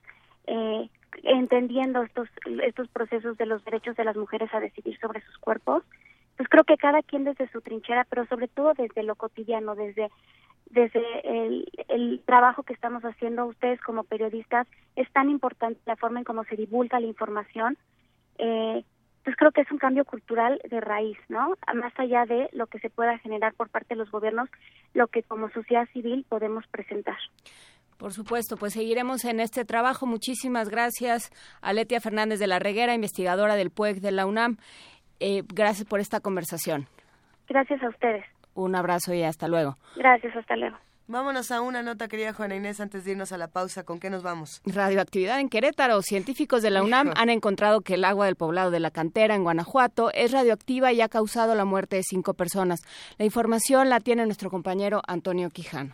entendiendo estos procesos de los derechos de las mujeres a decidir sobre sus cuerpos. Pues creo que cada quien desde su trinchera, pero sobre todo desde lo cotidiano, desde el trabajo que estamos haciendo ustedes como periodistas, es tan importante la forma en cómo se divulga la información. Pues creo que es un cambio cultural de raíz, ¿no? Más allá de lo que se pueda generar por parte de los gobiernos, lo que como sociedad civil podemos presentar. Por supuesto, pues seguiremos en este trabajo. Muchísimas gracias a Aletia Fernández de la Reguera, investigadora del PUEC de la UNAM. Gracias por esta conversación. Gracias a ustedes. Un abrazo y hasta luego. Gracias, hasta luego. Vámonos a una nota, querida Juana Inés, antes de irnos a la pausa. ¿Con qué nos vamos? Radioactividad en Querétaro. Científicos de la UNAM han encontrado que el agua del poblado de La Cantera, en Guanajuato, es radioactiva y ha causado la muerte de 5 personas. La información la tiene nuestro compañero Antonio Quijano.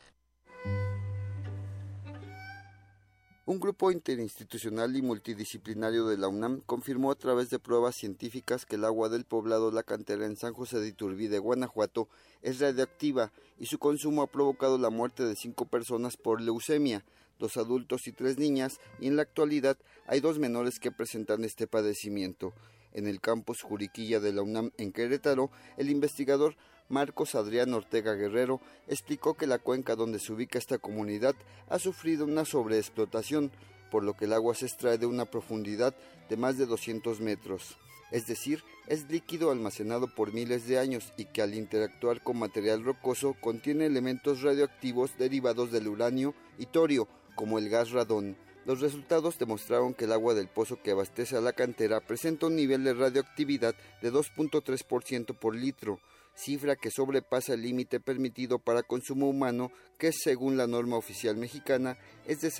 Un grupo interinstitucional y multidisciplinario de la UNAM confirmó a través de pruebas científicas que el agua del poblado La Cantera en San José de Iturbide, Guanajuato, es radioactiva y su consumo ha provocado la muerte de 5 personas por leucemia, 2 adultos y 3 niñas, y en la actualidad hay 2 menores que presentan este padecimiento. En el campus Juriquilla de la UNAM en Querétaro, el investigador Marcos Adrián Ortega Guerrero, explicó que la cuenca donde se ubica esta comunidad ha sufrido una sobreexplotación, por lo que el agua se extrae de una profundidad de más de 200 metros. Es decir, es líquido almacenado por miles de años y que al interactuar con material rocoso contiene elementos radioactivos derivados del uranio y torio, como el gas radón. Los resultados demostraron que el agua del pozo que abastece a la cantera presenta un nivel de radioactividad de 2.3% por litro, cifra que sobrepasa el límite permitido para consumo humano, que según la norma oficial mexicana es de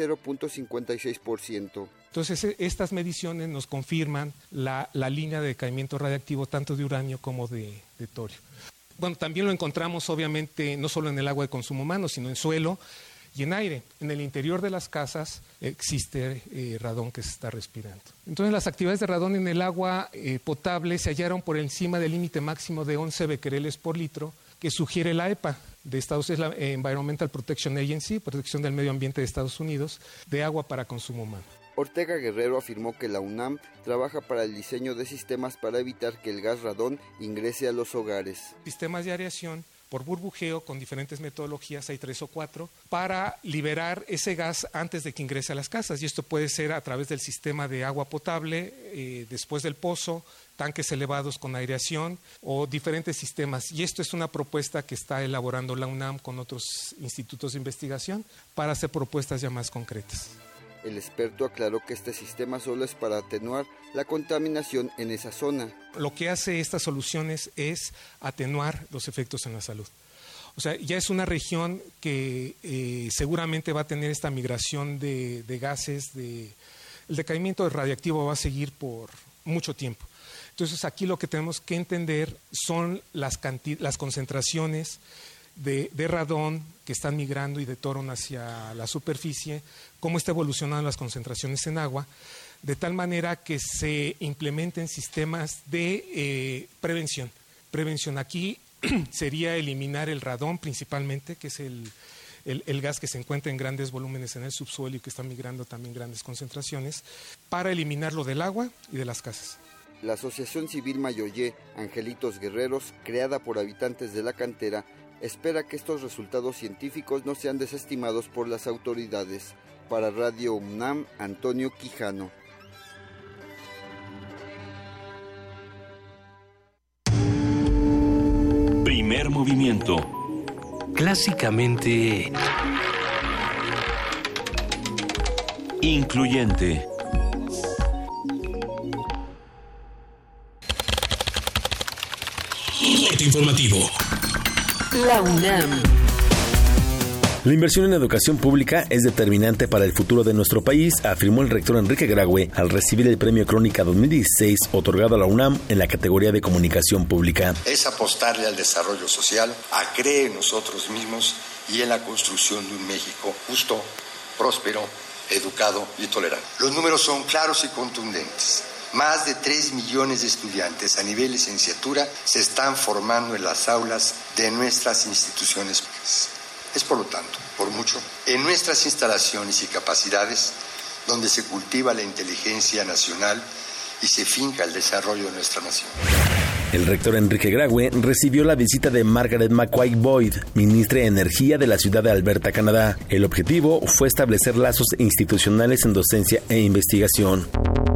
0.56%. Entonces, estas mediciones nos confirman la línea de decaimiento radiactivo tanto de uranio como de torio. Bueno, también lo encontramos obviamente no solo en el agua de consumo humano, sino en suelo y en aire. En el interior de las casas existe radón que se está respirando. Entonces, las actividades de radón en el agua potable se hallaron por encima del límite máximo de 11 becquereles por litro que sugiere la EPA de Estados Unidos, la Environmental Protection Agency, Protección del Medio Ambiente de Estados Unidos, de agua para consumo humano. Ortega Guerrero afirmó que la UNAM trabaja para el diseño de sistemas para evitar que el gas radón ingrese a los hogares. Sistemas de aireación por burbujeo con diferentes metodologías, hay 3 o 4, para liberar ese gas antes de que ingrese a las casas. Y esto puede ser a través del sistema de agua potable, después del pozo, tanques elevados con aireación o diferentes sistemas. Y esto es una propuesta que está elaborando la UNAM con otros institutos de investigación para hacer propuestas ya más concretas. El experto aclaró que este sistema solo es para atenuar la contaminación en esa zona. Lo que hace estas soluciones es atenuar los efectos en la salud. O sea, ya es una región que seguramente va a tener esta migración de gases, el decaimiento radiactivo va a seguir por mucho tiempo. Entonces, aquí lo que tenemos que entender son las concentraciones de radón que están migrando y de torón hacia la superficie, cómo está evolucionando las concentraciones en agua, de tal manera que se implementen sistemas de prevención. Prevención aquí sería eliminar el radón principalmente, que es el gas que se encuentra en grandes volúmenes en el subsuelo y que está migrando también grandes concentraciones, para eliminarlo del agua y de las casas. La Asociación Civil Mayoyé Angelitos Guerreros, creada por habitantes de la cantera, espera que estos resultados científicos no sean desestimados por las autoridades. Para Radio UNAM, Antonio Quijano. Primer movimiento. Clásicamente incluyente. Informativo. La UNAM. La inversión en educación pública es determinante para el futuro de nuestro país, afirmó el rector Enrique Graue al recibir el Premio Crónica 2016 otorgado a la UNAM en la categoría de comunicación pública. Es apostarle al desarrollo social, a creer en nosotros mismos y en la construcción de un México justo, próspero, educado y tolerante. Los números son claros y contundentes. Más de 3 millones de estudiantes a nivel licenciatura se están formando en las aulas de nuestras instituciones públicas. Es, por lo tanto, por mucho, en nuestras instalaciones y capacidades donde se cultiva la inteligencia nacional y se finca el desarrollo de nuestra nación. El rector Enrique Graue recibió la visita de Margaret McQuaig Boyd, ministra de Energía de la ciudad de Alberta, Canadá. El objetivo fue establecer lazos institucionales en docencia e investigación.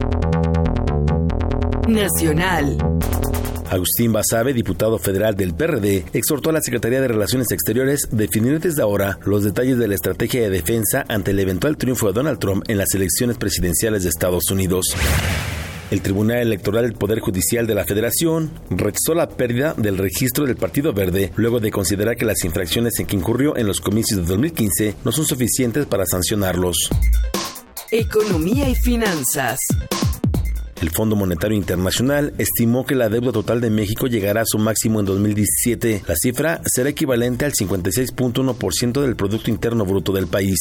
Nacional. Agustín Basabe, diputado federal del PRD, exhortó a la Secretaría de Relaciones Exteriores definir desde ahora los detalles de la estrategia de defensa ante el eventual triunfo de Donald Trump en las elecciones presidenciales de Estados Unidos. El Tribunal Electoral del Poder Judicial de la Federación rechazó la pérdida del registro del Partido Verde luego de considerar que las infracciones en que incurrió en los comicios de 2015 no son suficientes para sancionarlos. Economía y finanzas. El Fondo Monetario Internacional estimó que la deuda total de México llegará a su máximo en 2017. La cifra será equivalente al 56.1% del Producto Interno Bruto del país.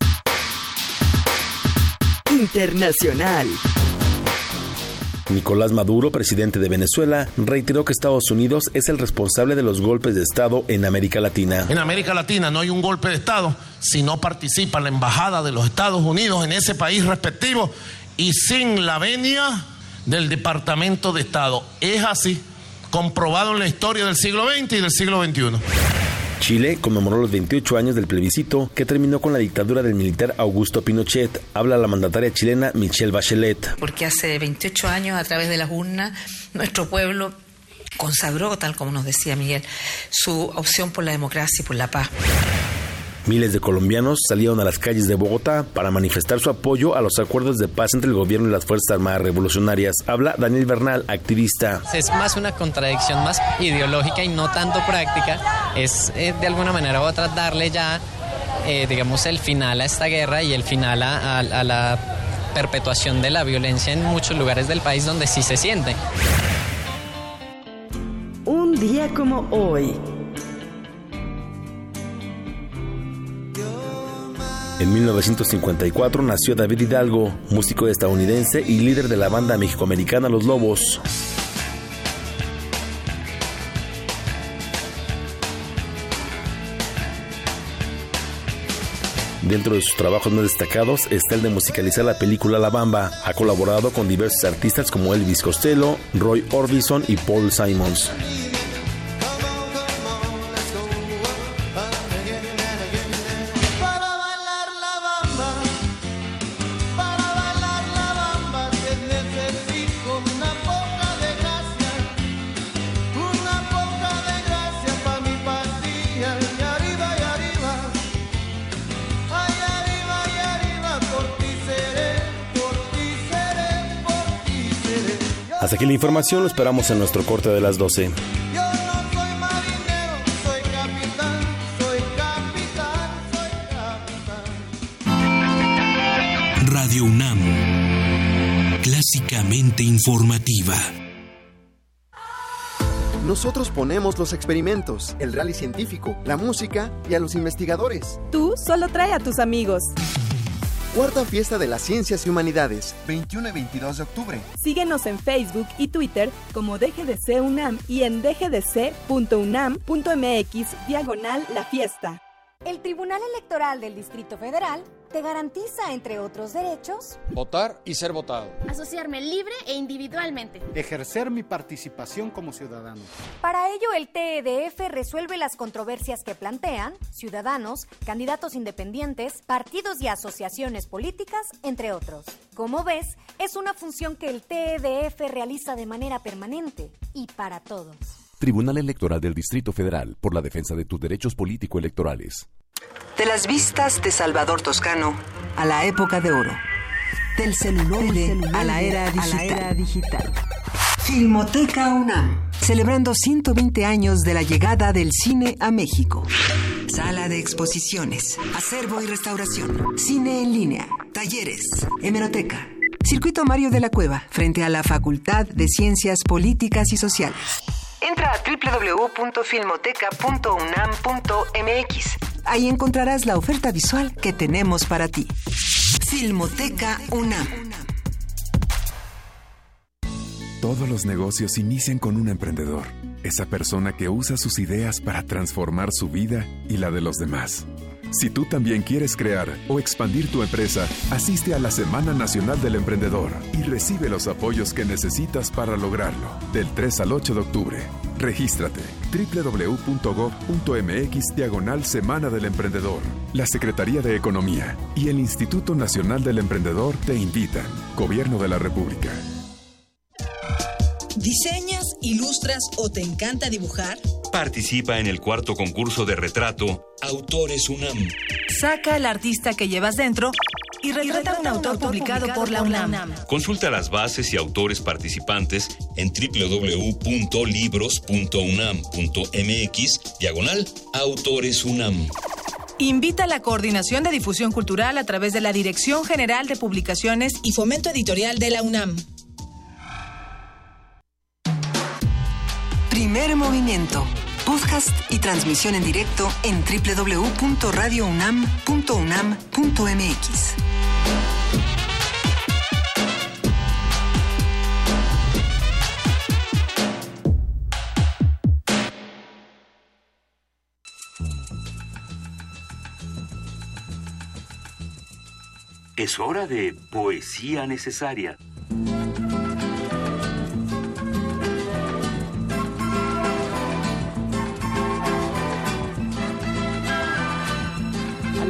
Internacional. Nicolás Maduro, presidente de Venezuela, reiteró que Estados Unidos es el responsable de los golpes de Estado en América Latina. En América Latina no hay un golpe de Estado si no participa la embajada de los Estados Unidos en ese país respectivo y sin la venia del Departamento de Estado. Es así. comprobado en la historia del siglo XX y del siglo XXI. Chile conmemoró los 28 años del plebiscito que terminó con la dictadura del militar Augusto Pinochet. Habla la mandataria chilena Michelle Bachelet. Porque hace 28 años, a través de las urnas, nuestro pueblo consagró, tal como nos decía Miguel, su opción por la democracia y por la paz. Miles de colombianos salieron a las calles de Bogotá para manifestar su apoyo a los acuerdos de paz entre el gobierno y las Fuerzas Armadas Revolucionarias. Habla Daniel Bernal, activista. Es más una contradicción más ideológica y no tanto práctica. Es de alguna manera u otra darle ya, digamos, el final a esta guerra y el final a la perpetuación de la violencia en muchos lugares del país donde sí se siente. Un día como hoy. En 1954 nació David Hidalgo, músico estadounidense y líder de la banda mexicoamericana Los Lobos. Dentro de sus trabajos más destacados está el de musicalizar la película La Bamba. Ha colaborado con diversos artistas como Elvis Costello, Roy Orbison y Paul Simons. Hasta aquí la información, lo esperamos en nuestro corte de las 12. Radio UNAM, clásicamente informativa. Nosotros ponemos los experimentos, el rally científico, la música y a los investigadores. Tú solo trae a tus amigos. Cuarta Fiesta de las Ciencias y Humanidades, 21 y 22 de octubre. Síguenos en Facebook y Twitter como DGDC UNAM y en dgdc.unam.mx/la fiesta. El Tribunal Electoral del Distrito Federal te garantiza, entre otros derechos, votar y ser votado, asociarme libre e individualmente, ejercer mi participación como ciudadano. Para ello, el TEDF resuelve las controversias que plantean ciudadanos, candidatos independientes, partidos y asociaciones políticas, entre otros. Como ves, es una función que el TEDF realiza de manera permanente y para todos. Tribunal Electoral del Distrito Federal, por la defensa de tus derechos político-electorales. De las vistas de Salvador Toscano a la época de oro. Del celular a la era digital. Filmoteca UNAM, celebrando 120 años de la llegada del cine a México. Sala de exposiciones, acervo y restauración, cine en línea, talleres, hemeroteca. Circuito Mario de la Cueva, frente a la Facultad de Ciencias Políticas y Sociales. Entra a www.filmoteca.unam.mx. Ahí encontrarás la oferta visual que tenemos para ti. Filmoteca UNAM. Todos los negocios inician con un emprendedor. Esa persona que usa sus ideas para transformar su vida y la de los demás. Si tú también quieres crear o expandir tu empresa, asiste a la Semana Nacional del Emprendedor y recibe los apoyos que necesitas para lograrlo. Del 3 al 8 de octubre. Regístrate. www.gov.mx/Semana del Emprendedor. La Secretaría de Economía y el Instituto Nacional del Emprendedor te invitan. Gobierno de la República. ¿Diseñas, ilustras o te encanta dibujar? Participa en el cuarto concurso de retrato Autores UNAM. Saca al artista que llevas dentro y retrata a un autor publicado por la UNAM. Consulta las bases y autores participantes en www.libros.unam.mx/Autores UNAM. Invita a la Coordinación de Difusión Cultural a través de la Dirección General de Publicaciones y Fomento Editorial de la UNAM. Primer movimiento. Podcast y transmisión en directo en www.radiounam.unam.mx. Es hora de poesía necesaria.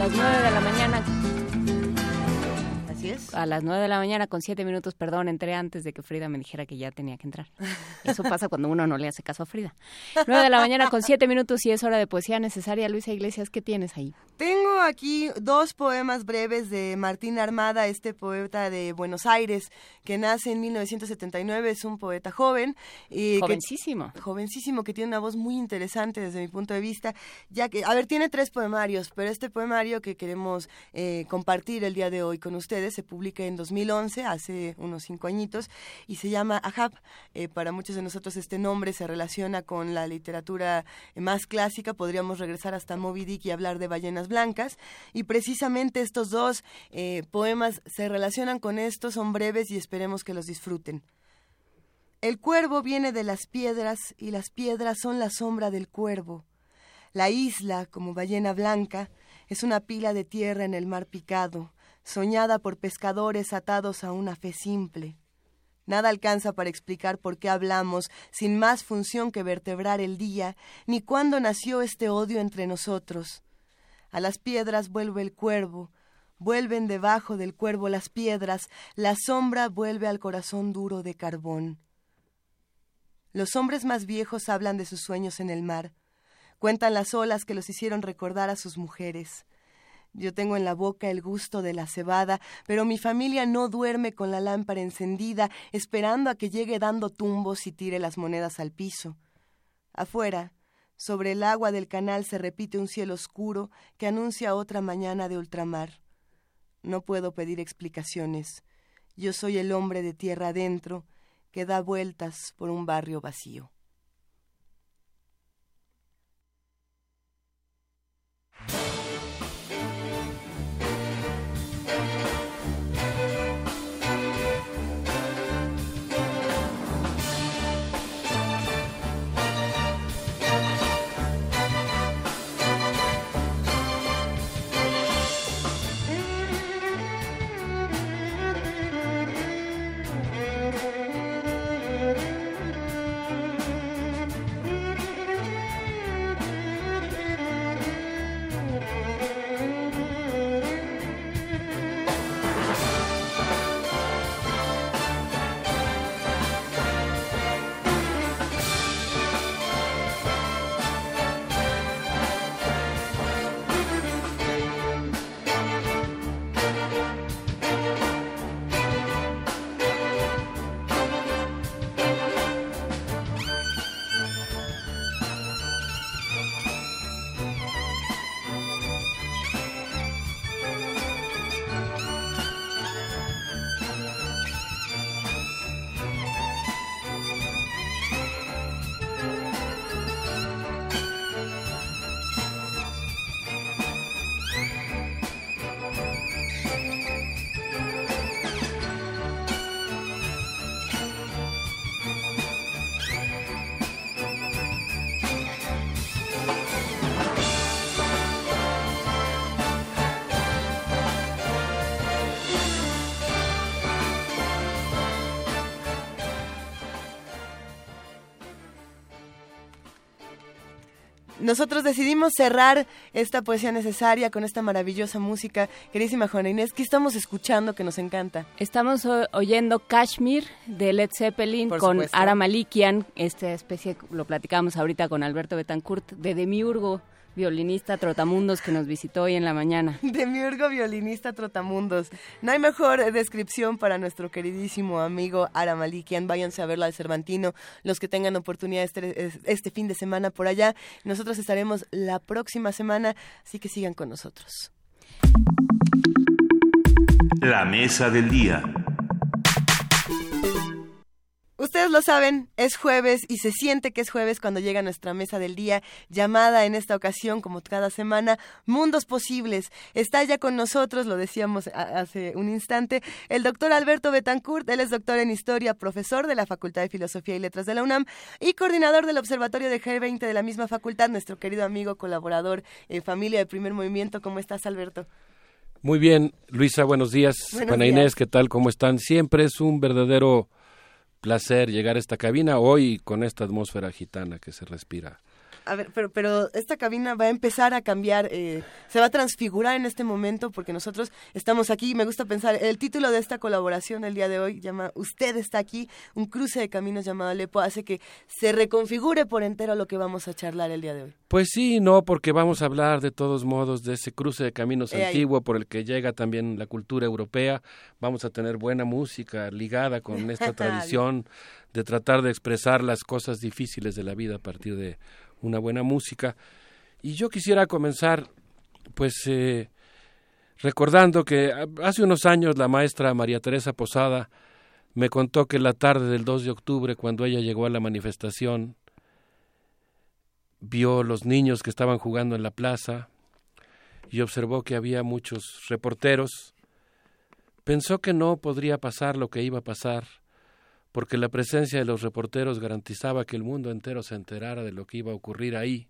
las 9 de la mañana. Así es. A las 9 de la mañana con 7 minutos, perdón, entré antes de que Frida me dijera que ya tenía que entrar. Eso pasa cuando uno no le hace caso a Frida. 9 de la mañana con 7 minutos y es hora de poesía necesaria. Luisa Iglesias, ¿qué tienes ahí? Tengo aquí 2 poemas breves de Martín Armada, este poeta de Buenos Aires, que nace en 1979, es un poeta joven. Jovencísimo. Jovencísimo, que tiene una voz muy interesante desde mi punto de vista, ya que, a ver, tiene 3 poemarios, pero este poemario que queremos compartir el día de hoy con ustedes se publica en 2011, hace unos 5 añitos, y se llama Ahab. Para muchos de nosotros este nombre se relaciona con la literatura más clásica, podríamos regresar hasta Moby Dick y hablar de ballenas blancas, y precisamente estos 2 poemas se relacionan con esto, son breves y esperemos que los disfruten. El cuervo viene de las piedras y las piedras son la sombra del cuervo. La isla, como ballena blanca, es una pila de tierra en el mar picado, soñada por pescadores atados a una fe simple. Nada alcanza para explicar por qué hablamos sin más función que vertebrar el día, ni cuándo nació este odio entre nosotros. A las piedras vuelve el cuervo, vuelven debajo del cuervo las piedras, la sombra vuelve al corazón duro de carbón. Los hombres más viejos hablan de sus sueños en el mar, cuentan las olas que los hicieron recordar a sus mujeres. Yo tengo en la boca el gusto de la cebada, pero mi familia no duerme con la lámpara encendida, esperando a que llegue dando tumbos y tire las monedas al piso. Afuera, sobre el agua del canal se repite un cielo oscuro que anuncia otra mañana de ultramar. No puedo pedir explicaciones. Yo soy el hombre de tierra adentro que da vueltas por un barrio vacío. Nosotros decidimos cerrar esta poesía necesaria con esta maravillosa música. Queridísima Juana Inés, ¿qué estamos escuchando que nos encanta? Estamos oyendo Kashmir de Led Zeppelin con Ara Malikian, esta especie, lo platicamos ahorita con Alberto Betancourt, de Demiurgo, violinista trotamundos que nos visitó hoy en la mañana. Demiurgo, violinista trotamundos. No hay mejor descripción para nuestro queridísimo amigo Ara Malikian. Váyanse a verla al Cervantino, los que tengan oportunidad este fin de semana por allá. Nosotros estaremos la próxima semana, así que sigan con nosotros. La mesa del día. Ustedes lo saben, es jueves y se siente que es jueves cuando llega nuestra mesa del día, llamada en esta ocasión, como cada semana, Mundos Posibles. Está ya con nosotros, lo decíamos hace un instante, el doctor Alberto Betancourt. Él es doctor en Historia, profesor de la Facultad de Filosofía y Letras de la UNAM y coordinador del Observatorio de G20 de la misma facultad, nuestro querido amigo, colaborador, familia de Primer Movimiento. ¿Cómo estás, Alberto? Muy bien, Luisa, buenos días. Juana Inés, ¿qué tal? ¿Cómo están? Siempre es un verdadero placer llegar a esta cabina hoy con esta atmósfera gitana que se respira A ver, pero esta cabina va a empezar a cambiar, se va a transfigurar en este momento porque nosotros estamos aquí. Me gusta pensar, el título de esta colaboración el día de hoy llama Usted está aquí, un cruce de caminos llamado Alepo, hace que se reconfigure por entero lo que vamos a charlar el día de hoy. Pues sí, no, porque vamos a hablar de todos modos de ese cruce de caminos antiguo por el que llega también la cultura europea. Vamos a tener buena música ligada con esta tradición de tratar de expresar las cosas difíciles de la vida a partir de una buena música. Y yo quisiera comenzar, pues, recordando que hace unos años la maestra María Teresa Posada me contó que la tarde del 2 de octubre, cuando ella llegó a la manifestación, vio los niños que estaban jugando en la plaza y observó que había muchos reporteros. Pensó que no podría pasar lo que iba a pasar, porque la presencia de los reporteros garantizaba que el mundo entero se enterara de lo que iba a ocurrir ahí.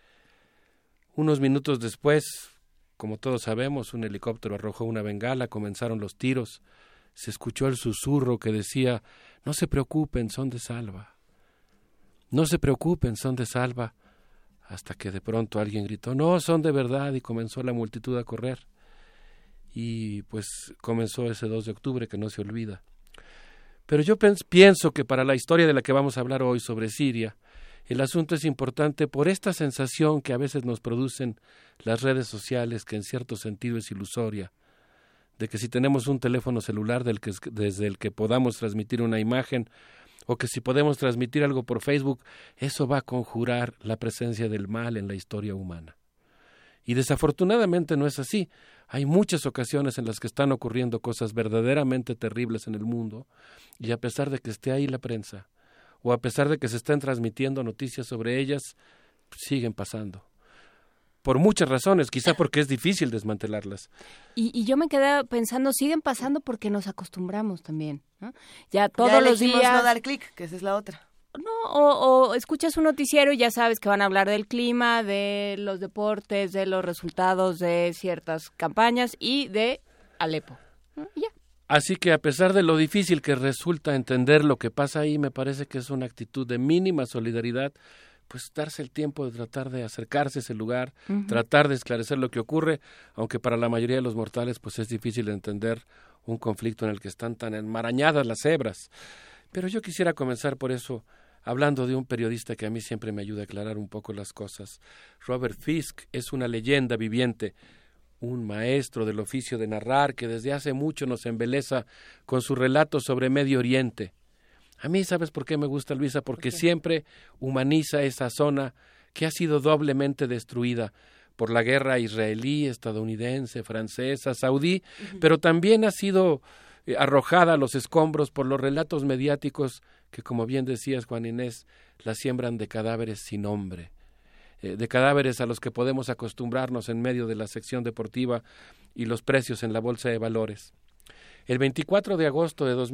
Unos minutos después, como todos sabemos, un helicóptero arrojó una bengala, comenzaron los tiros, se escuchó el susurro que decía: no se preocupen, son de salva. No se preocupen, son de salva. Hasta que de pronto alguien gritó: no, son de verdad, y comenzó la multitud a correr. Y pues comenzó ese 2 de octubre que no se olvida. Pero yo pienso que para la historia de la que vamos a hablar hoy sobre Siria, el asunto es importante por esta sensación que a veces nos producen las redes sociales, que en cierto sentido es ilusoria, de que si tenemos un teléfono celular desde el que podamos transmitir una imagen, o que si podemos transmitir algo por Facebook, eso va a conjurar la presencia del mal en la historia humana. Y desafortunadamente no es así. Hay muchas ocasiones en las que están ocurriendo cosas verdaderamente terribles en el mundo, y a pesar de que esté ahí la prensa, o a pesar de que se estén transmitiendo noticias sobre ellas, siguen pasando. Por muchas razones, quizá porque es difícil desmantelarlas. Y yo me quedé pensando, siguen pasando porque nos acostumbramos también, ¿no? Ya todos los días no dar clic, que esa es la otra. No, o escuchas un noticiero y ya sabes que van a hablar del clima, de los deportes, de los resultados de ciertas campañas y de Alepo. Ya. Así que a pesar de lo difícil que resulta entender lo que pasa ahí, me parece que es una actitud de mínima solidaridad, pues darse el tiempo de tratar de acercarse a ese lugar, tratar de esclarecer lo que ocurre, aunque para la mayoría de los mortales pues es difícil entender un conflicto en el que están tan enmarañadas las hebras. Pero yo quisiera comenzar por eso, hablando de un periodista que a mí siempre me ayuda a aclarar un poco las cosas. Robert Fisk es una leyenda viviente, un maestro del oficio de narrar que desde hace mucho nos embeleza con sus relatos sobre Medio Oriente. A mí, ¿sabes por qué me gusta, Luisa? Porque siempre humaniza esa zona que ha sido doblemente destruida por la guerra israelí, estadounidense, francesa, saudí, pero también ha sido arrojada a los escombros por los relatos mediáticos que, como bien decías, Juan Inés, la siembran de cadáveres sin nombre, de cadáveres a los que podemos acostumbrarnos en medio de la sección deportiva y los precios en la bolsa de valores. El 24 de agosto de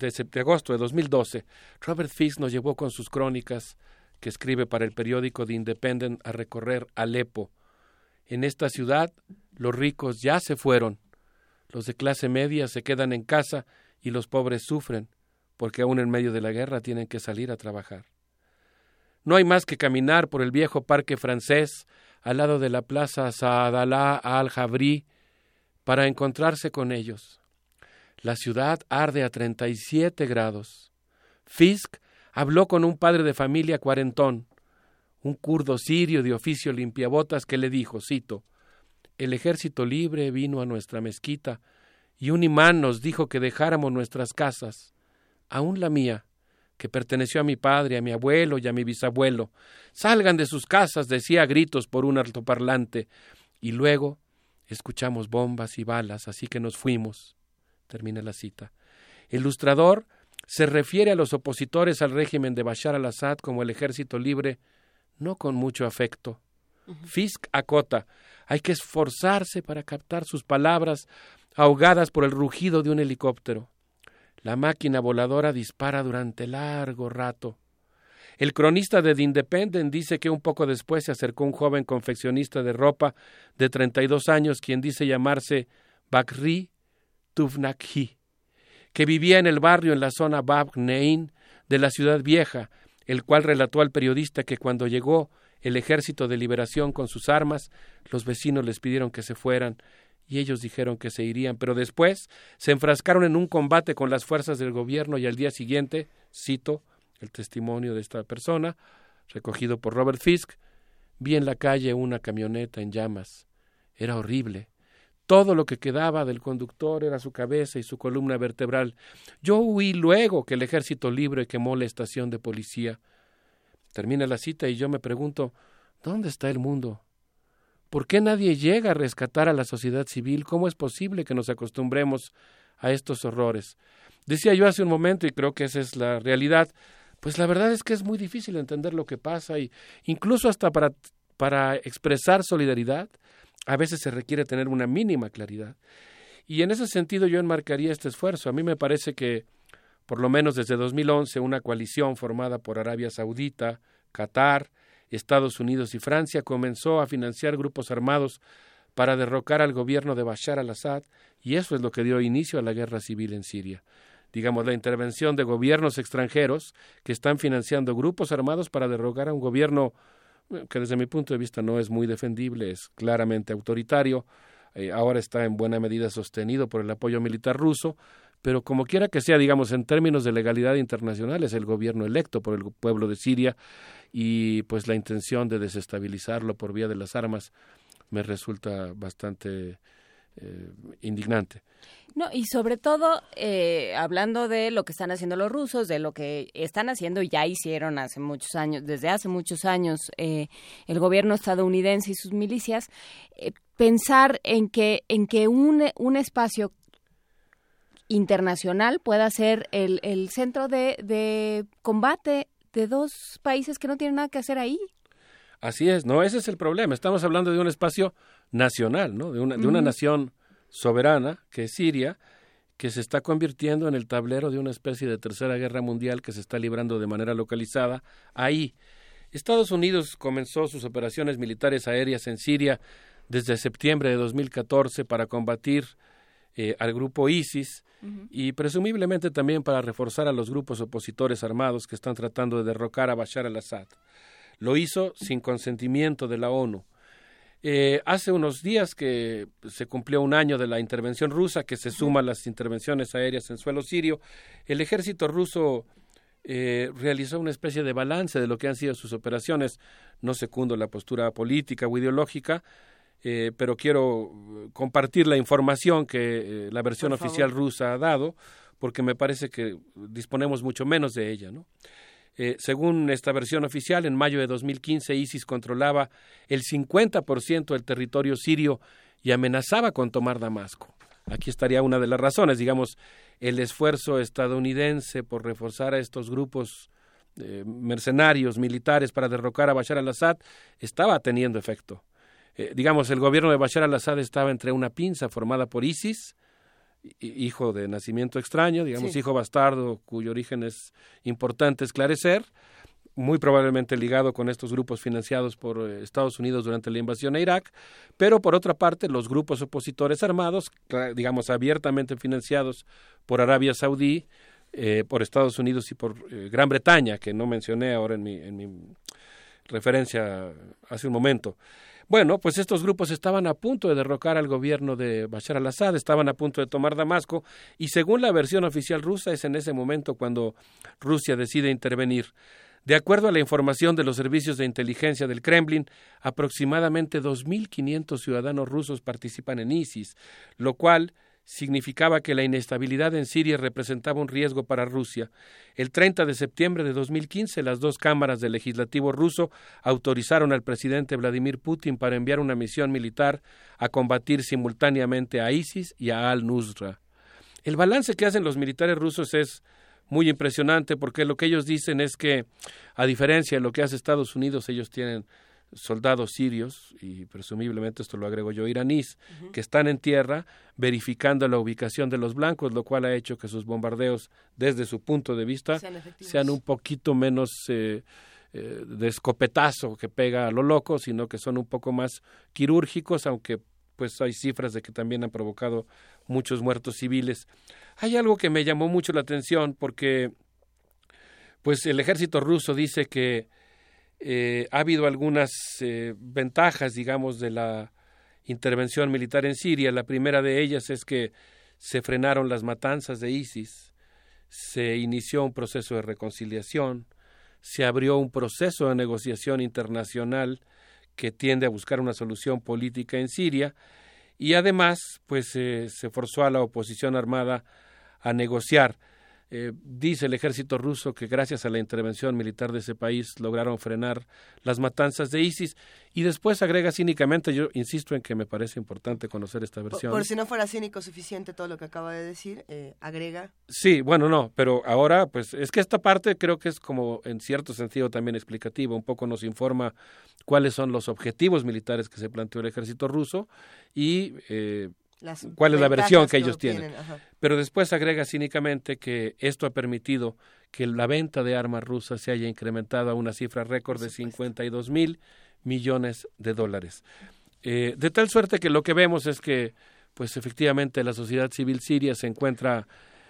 2012, Robert Fisk nos llevó con sus crónicas, que escribe para el periódico The Independent, a recorrer Alepo. En esta ciudad, los ricos ya se fueron, los de clase media se quedan en casa y los pobres sufren, porque aún en medio de la guerra tienen que salir a trabajar. No hay más que caminar por el viejo parque francés, al lado de la plaza Saadallah al-Jabri, para encontrarse con ellos. La ciudad arde a 37 grados. Fisk habló con un padre de familia cuarentón, un kurdo sirio de oficio limpiabotas, que le dijo, cito: «El ejército libre vino a nuestra mezquita y un imán nos dijo que dejáramos nuestras casas, aún la mía, que perteneció a mi padre, a mi abuelo y a mi bisabuelo. Salgan de sus casas», decía a gritos por un altoparlante, y luego escuchamos bombas y balas, así que nos fuimos. Termina la cita. El ilustrador se refiere a los opositores al régimen de Bashar al-Assad como el ejército libre, no con mucho afecto. Fisk acota: hay que esforzarse para captar sus palabras ahogadas por el rugido de un helicóptero. La máquina voladora dispara durante largo rato. El cronista de The Independent dice que un poco después se acercó un joven confeccionista de ropa de 32 años, quien dice llamarse Bakri Tufnakhi, que vivía en el barrio en la zona Bab Nein de la ciudad vieja, el cual relató al periodista que cuando llegó el Ejército de Liberación con sus armas, los vecinos les pidieron que se fueran y ellos dijeron que se irían, pero después se enfrascaron en un combate con las fuerzas del gobierno y al día siguiente, cito el testimonio de esta persona, recogido por Robert Fisk, vi en la calle una camioneta en llamas. Era horrible. Todo lo que quedaba del conductor era su cabeza y su columna vertebral. Yo huí luego que el ejército libre quemó la estación de policía. Termina la cita y yo me pregunto, ¿dónde está el mundo? ¿Por qué nadie llega a rescatar a la sociedad civil? ¿Cómo es posible que nos acostumbremos a estos horrores? Decía yo hace un momento, y creo que esa es la realidad, pues la verdad es que es muy difícil entender lo que pasa, y incluso hasta para expresar solidaridad, a veces se requiere tener una mínima claridad. Y en ese sentido yo enmarcaría este esfuerzo. A mí me parece que, por lo menos desde 2011, una coalición formada por Arabia Saudita, Qatar, Estados Unidos y Francia comenzó a financiar grupos armados para derrocar al gobierno de Bashar al-Assad, y eso es lo que dio inicio a la guerra civil en Siria. Digamos, la intervención de gobiernos extranjeros que están financiando grupos armados para derrocar a un gobierno que desde mi punto de vista no es muy defendible, es claramente autoritario, ahora está en buena medida sostenido por el apoyo militar ruso, pero como quiera que sea, digamos, en términos de legalidad internacional, es el gobierno electo por el pueblo de Siria, y pues la intención de desestabilizarlo por vía de las armas me resulta bastante indignante. No, y sobre todo, hablando de lo que están haciendo los rusos, de lo que están haciendo y ya hicieron hace muchos años, desde hace muchos años, el gobierno estadounidense y sus milicias, pensar en que un espacio internacional pueda ser el centro de combate de dos países que no tienen nada que hacer ahí. Así es, no, ese es el problema. Estamos hablando de un espacio nacional, ¿no? De una nación soberana, que es Siria, que se está convirtiendo en el tablero de una especie de tercera guerra mundial que se está librando de manera localizada ahí. Estados Unidos comenzó sus operaciones militares aéreas en Siria desde septiembre de 2014 para combatir al grupo ISIS y presumiblemente también para reforzar a los grupos opositores armados que están tratando de derrocar a Bashar al-Assad. Lo hizo sin consentimiento de la ONU. Hace unos días que se cumplió un año de la intervención rusa, que se suma a las intervenciones aéreas en suelo sirio, el ejército ruso realizó una especie de balance de lo que han sido sus operaciones. No secundo la postura política o ideológica, pero quiero compartir la información que la versión oficial rusa ha dado, porque me parece que disponemos mucho menos de ella, ¿no? Según esta versión oficial, en mayo de 2015 ISIS controlaba el 50% del territorio sirio y amenazaba con tomar Damasco. Aquí estaría una de las razones, digamos, el esfuerzo estadounidense por reforzar a estos grupos mercenarios militares para derrocar a Bashar al-Assad estaba teniendo efecto. Digamos, el gobierno de Bashar al-Assad estaba entre una pinza formada por ISIS, hijo de nacimiento extraño, digamos, hijo bastardo, cuyo origen es importante esclarecer, muy probablemente ligado con estos grupos financiados por Estados Unidos durante la invasión a Irak, pero por otra parte los grupos opositores armados, digamos, abiertamente financiados por Arabia Saudí, por Estados Unidos y por Gran Bretaña, que no mencioné ahora en mi referencia hace un momento. Bueno, pues estos grupos estaban a punto de derrocar al gobierno de Bashar al-Assad, estaban a punto de tomar Damasco, y según la versión oficial rusa es en ese momento cuando Rusia decide intervenir. De acuerdo a la información de los servicios de inteligencia del Kremlin, aproximadamente 2.500 ciudadanos rusos participan en ISIS, lo cual significaba que la inestabilidad en Siria representaba un riesgo para Rusia. El 30 de septiembre de 2015, las dos cámaras del legislativo ruso autorizaron al presidente Vladimir Putin para enviar una misión militar a combatir simultáneamente a ISIS y a al-Nusra. El balance que hacen los militares rusos es muy impresionante porque lo que ellos dicen es que, a diferencia de lo que hace Estados Unidos, ellos tienen soldados sirios, y presumiblemente esto lo agrego yo, iraníes, que están en tierra verificando la ubicación de los blancos, lo cual ha hecho que sus bombardeos, desde su punto de vista, sean un poquito menos de escopetazo que pega a lo loco, sino que son un poco más quirúrgicos, aunque pues hay cifras de que también han provocado muchos muertos civiles. Hay algo que me llamó mucho la atención porque pues el ejército ruso dice que ha habido algunas ventajas, digamos, de la intervención militar en Siria. La primera de ellas es que se frenaron las matanzas de ISIS, se inició un proceso de reconciliación, se abrió un proceso de negociación internacional que tiende a buscar una solución política en Siria, y además pues se forzó a la oposición armada a negociar. Dice el ejército ruso que gracias a la intervención militar de ese país lograron frenar las matanzas de ISIS, y después agrega cínicamente, yo insisto en que me parece importante conocer esta versión. Por si no fuera cínico suficiente todo lo que acaba de decir, agrega. Sí, bueno, no, pero ahora pues es que esta parte creo que es como en cierto sentido también explicativa, un poco nos informa cuáles son los objetivos militares que se planteó el ejército ruso y cuál es la versión que ellos tienen. Pero después agrega cínicamente que esto ha permitido que la venta de armas rusas se haya incrementado a una cifra récord de $52,000 millones. De tal suerte que lo que vemos es que, pues efectivamente, la sociedad civil siria se encuentra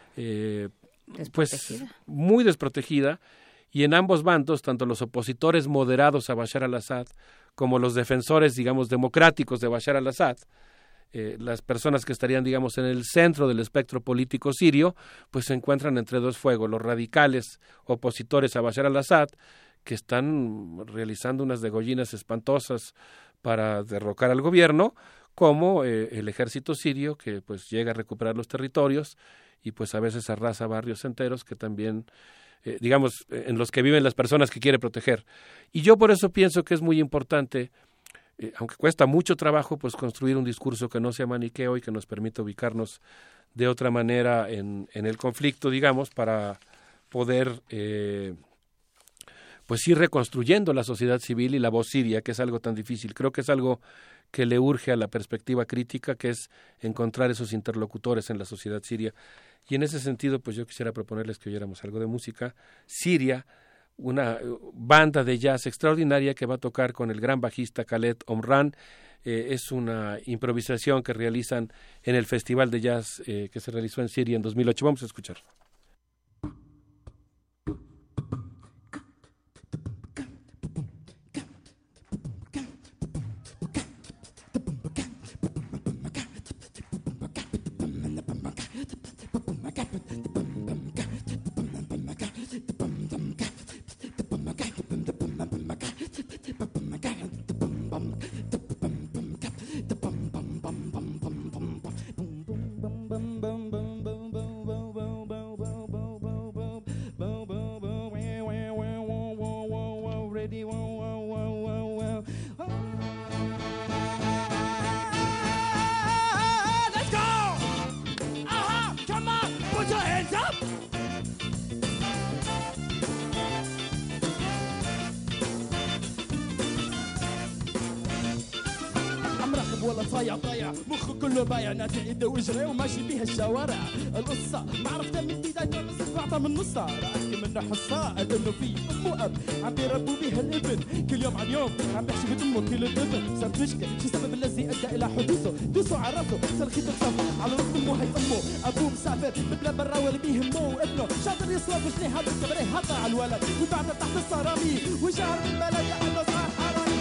pues muy desprotegida, y en ambos bandos, tanto los opositores moderados a Bashar al-Assad como los defensores, digamos, democráticos de Bashar al-Assad, las personas que estarían, digamos, en el centro del espectro político sirio, pues se encuentran entre dos fuegos: los radicales opositores a Bashar al-Assad, que están realizando unas degollinas espantosas para derrocar al gobierno, como el ejército sirio, que pues llega a recuperar los territorios y pues a veces arrasa barrios enteros que también, digamos, en los que viven las personas que quiere proteger. Y yo por eso pienso que es muy importante, aunque cuesta mucho trabajo, pues construir un discurso que no sea maniqueo y que nos permita ubicarnos de otra manera en el conflicto, digamos, para poder pues ir reconstruyendo la sociedad civil y la voz siria, que es algo tan difícil. Creo que es algo que le urge a la perspectiva crítica, que es encontrar esos interlocutores en la sociedad siria. Y en ese sentido, pues yo quisiera proponerles que oyéramos algo de música siria, una banda de jazz extraordinaria que va a tocar con el gran bajista Khaled Omran. Es una improvisación que realizan en el Festival de Jazz que se realizó en Siria en 2008. Vamos a escuchar. طايع مخه كله بايع نادي ايده وجري وماشي بيها الشوارع القصة ما عرفتها من بداية بس سمعتها من نصها رأيتي منه حصة قال انه في ام واب عم بيربوا بيها الابن كل يوم عن يوم عم بيحشي بامه كل الابن صارت مشكلة شو السبب الذي ادى الى حدوثه دوسوا على راسه سلخيته بصفه على راسه امه هي امه ابوه مسافر ببلا برا ولا بيهمه وابنه شاطر يصرف وشني هذا الكبري هطع على الولد وبعدها تحت الصرامي وشهر من البلد انه صار حرامي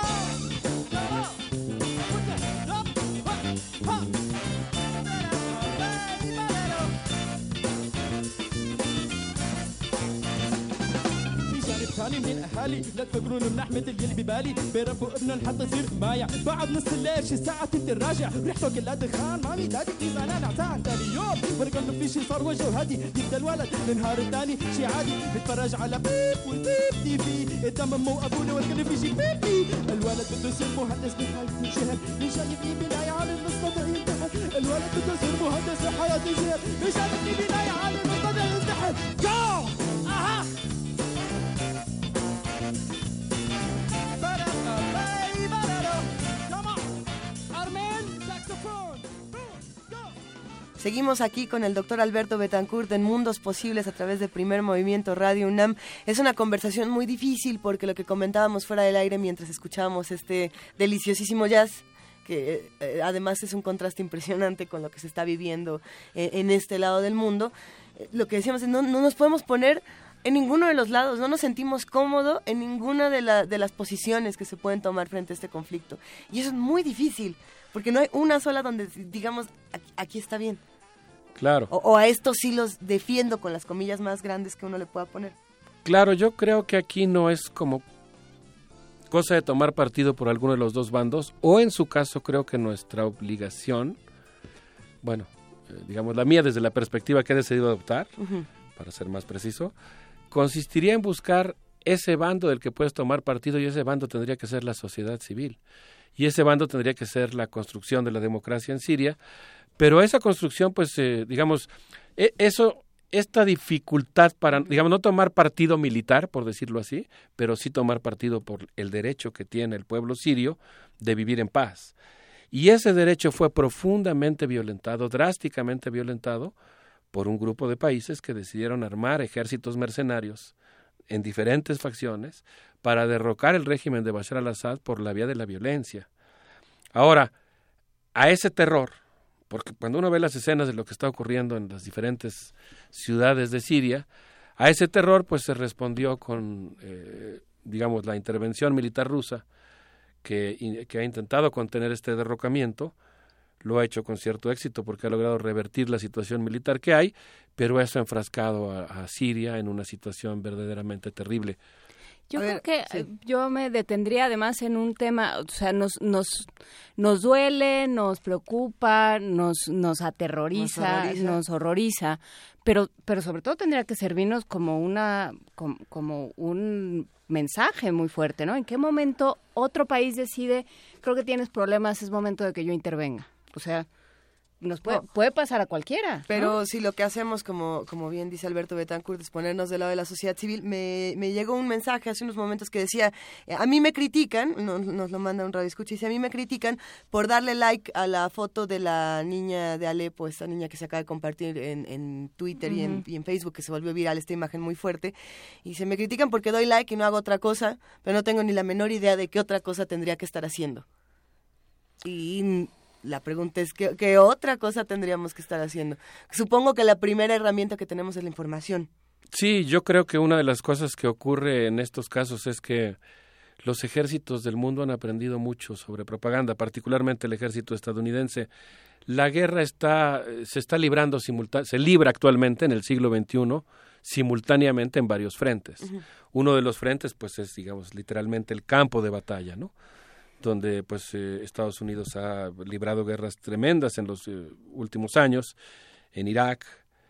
ثاني من الاهالي لا تفكرون من احمد اللي ببالي بيربوا ابنه لحتى يصير مايع بعد نص الليل شي ساعه تنت راجع ريحته كلها دخان مامي دادي كيف انا نعتان ثاني يوم فرق انه في شي صار وجهه هادي يبدا الولد النهار الثاني شي عادي بيتفرج على بيب والبيب تي في قدام امه وابوه والكل في شي بيبي الولد بده يصير مهندس بحياه الشهر مش شايفني بناية على المصطفى ينتحر الولد بده يصير مهندس بحياه الشهر مش شايفني بناية على المصطفى ينتحر جو اها Seguimos aquí con el doctor Alberto Betancourt en Mundos Posibles a través de Primer Movimiento Radio UNAM. Es una conversación muy difícil porque lo que comentábamos fuera del aire mientras escuchábamos este deliciosísimo jazz, que además es un contraste impresionante con lo que se está viviendo en este lado del mundo. Lo que decíamos es no nos podemos poner en ninguno de los lados, no nos sentimos cómodos en ninguna de las posiciones que se pueden tomar frente a este conflicto. Y eso es muy difícil, porque no hay una sola donde digamos, aquí está bien. Claro. O a estos sí los defiendo con las comillas más grandes que uno le pueda poner. Claro, yo creo que aquí no es como cosa de tomar partido por alguno de los dos bandos, o en su caso creo que nuestra obligación, bueno, digamos la mía desde la perspectiva que he decidido adoptar, para ser más preciso, consistiría en buscar ese bando del que puedes tomar partido, y ese bando tendría que ser la sociedad civil, y ese bando tendría que ser la construcción de la democracia en Siria, pero esa construcción, pues, digamos, esta dificultad para, digamos, no tomar partido militar, por decirlo así, pero sí tomar partido por el derecho que tiene el pueblo sirio de vivir en paz. Y ese derecho fue profundamente violentado, drásticamente violentado, por un grupo de países que decidieron armar ejércitos mercenarios en diferentes facciones para derrocar el régimen de Bashar al-Assad por la vía de la violencia. Ahora, a ese terror, porque cuando uno ve las escenas de lo que está ocurriendo en las diferentes ciudades de Siria, a ese terror pues se respondió con, digamos, la intervención militar rusa que ha intentado contener este derrocamiento. Lo ha hecho con cierto éxito porque ha logrado revertir la situación militar que hay, pero eso ha enfrascado a Siria en una situación verdaderamente terrible. Yo creo que yo me detendría además en un tema, o sea, nos duele, nos preocupa, nos aterroriza, nos horroriza, pero sobre todo tendría que servirnos como un mensaje muy fuerte, ¿no? ¿En qué momento otro país decide, creo que tienes problemas, es momento de que yo intervenga? O sea, nos puede pasar a cualquiera. Pero ¿no? si lo que hacemos, como bien dice Alberto Betancourt, es ponernos del lado de la sociedad civil, me llegó un mensaje hace unos momentos que decía, a mí me critican, nos lo manda un radioescucha, y dice, a mí me critican por darle like a la foto de la niña de Alepo, esta niña que se acaba de compartir en Twitter y en Facebook, que se volvió viral, esta imagen muy fuerte, y se me critican porque doy like y no hago otra cosa, pero no tengo ni la menor idea de qué otra cosa tendría que estar haciendo. Y la pregunta es, ¿qué otra cosa tendríamos que estar haciendo? Supongo que la primera herramienta que tenemos es la información. Sí, yo creo que una de las cosas que ocurre en estos casos es que los ejércitos del mundo han aprendido mucho sobre propaganda, particularmente el ejército estadounidense. La guerra se libra actualmente en el siglo XXI simultáneamente en varios frentes. Uno de los frentes, pues, es, digamos, literalmente el campo de batalla, ¿no? Donde pues Estados Unidos ha librado guerras tremendas en los últimos años, en Irak,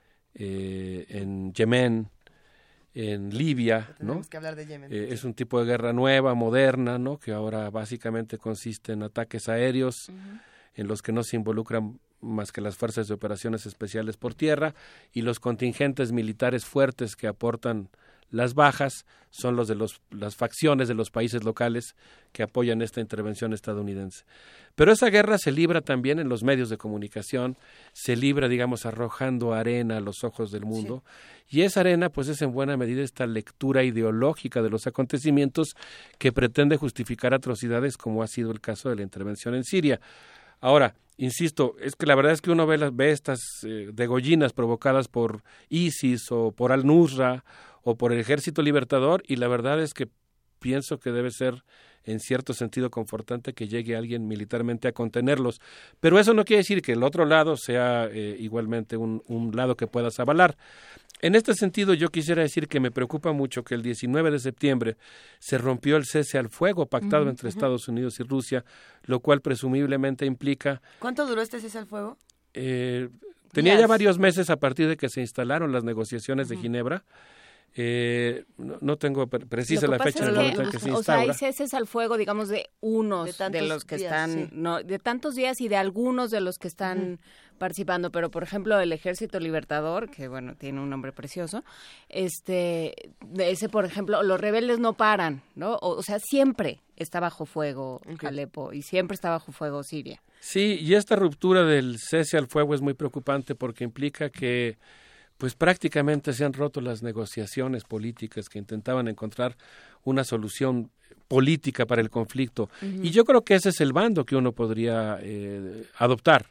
en Yemen, en Libia, ¿no? Tenemos que hablar de Yemen. Es un tipo de guerra nueva, moderna, ¿no? Que ahora básicamente consiste en ataques aéreos, en los que no se involucran más que las fuerzas de operaciones especiales por tierra, y los contingentes militares fuertes que aportan las bajas son los de las facciones de los países locales que apoyan esta intervención estadounidense. Pero esa guerra se libra también en los medios de comunicación, se libra, digamos, arrojando arena a los ojos del mundo, y esa arena, pues, es en buena medida esta lectura ideológica de los acontecimientos que pretende justificar atrocidades como ha sido el caso de la intervención en Siria. Ahora, insisto, es que la verdad es que uno ve estas degollinas provocadas por ISIS o por Al-Nusra o por el Ejército Libertador, y la verdad es que pienso que debe ser en cierto sentido confortante que llegue alguien militarmente a contenerlos, pero eso no quiere decir que el otro lado sea igualmente un lado que puedas avalar. En este sentido, yo quisiera decir que me preocupa mucho que el 19 de septiembre se rompió el cese al fuego pactado entre Estados Unidos y Rusia, lo cual presumiblemente implica... ¿Cuánto duró este cese al fuego? Tenía ya varios meses a partir de que se instalaron las negociaciones de Ginebra. No tengo precisa la fecha en la que se instaura. O sea, hay ceses al fuego, digamos, de unos de los que días, están, no, de tantos días y de algunos de los que están participando, pero por ejemplo el Ejército Libertador, que bueno, tiene un nombre precioso, ese por ejemplo, los rebeldes no paran, ¿no? O sea, siempre está bajo fuego Alepo y siempre está bajo fuego Siria. Sí, y esta ruptura del cese al fuego es muy preocupante porque implica que pues prácticamente se han roto las negociaciones políticas que intentaban encontrar una solución política para el conflicto. Y yo creo que ese es el bando que uno podría adoptar.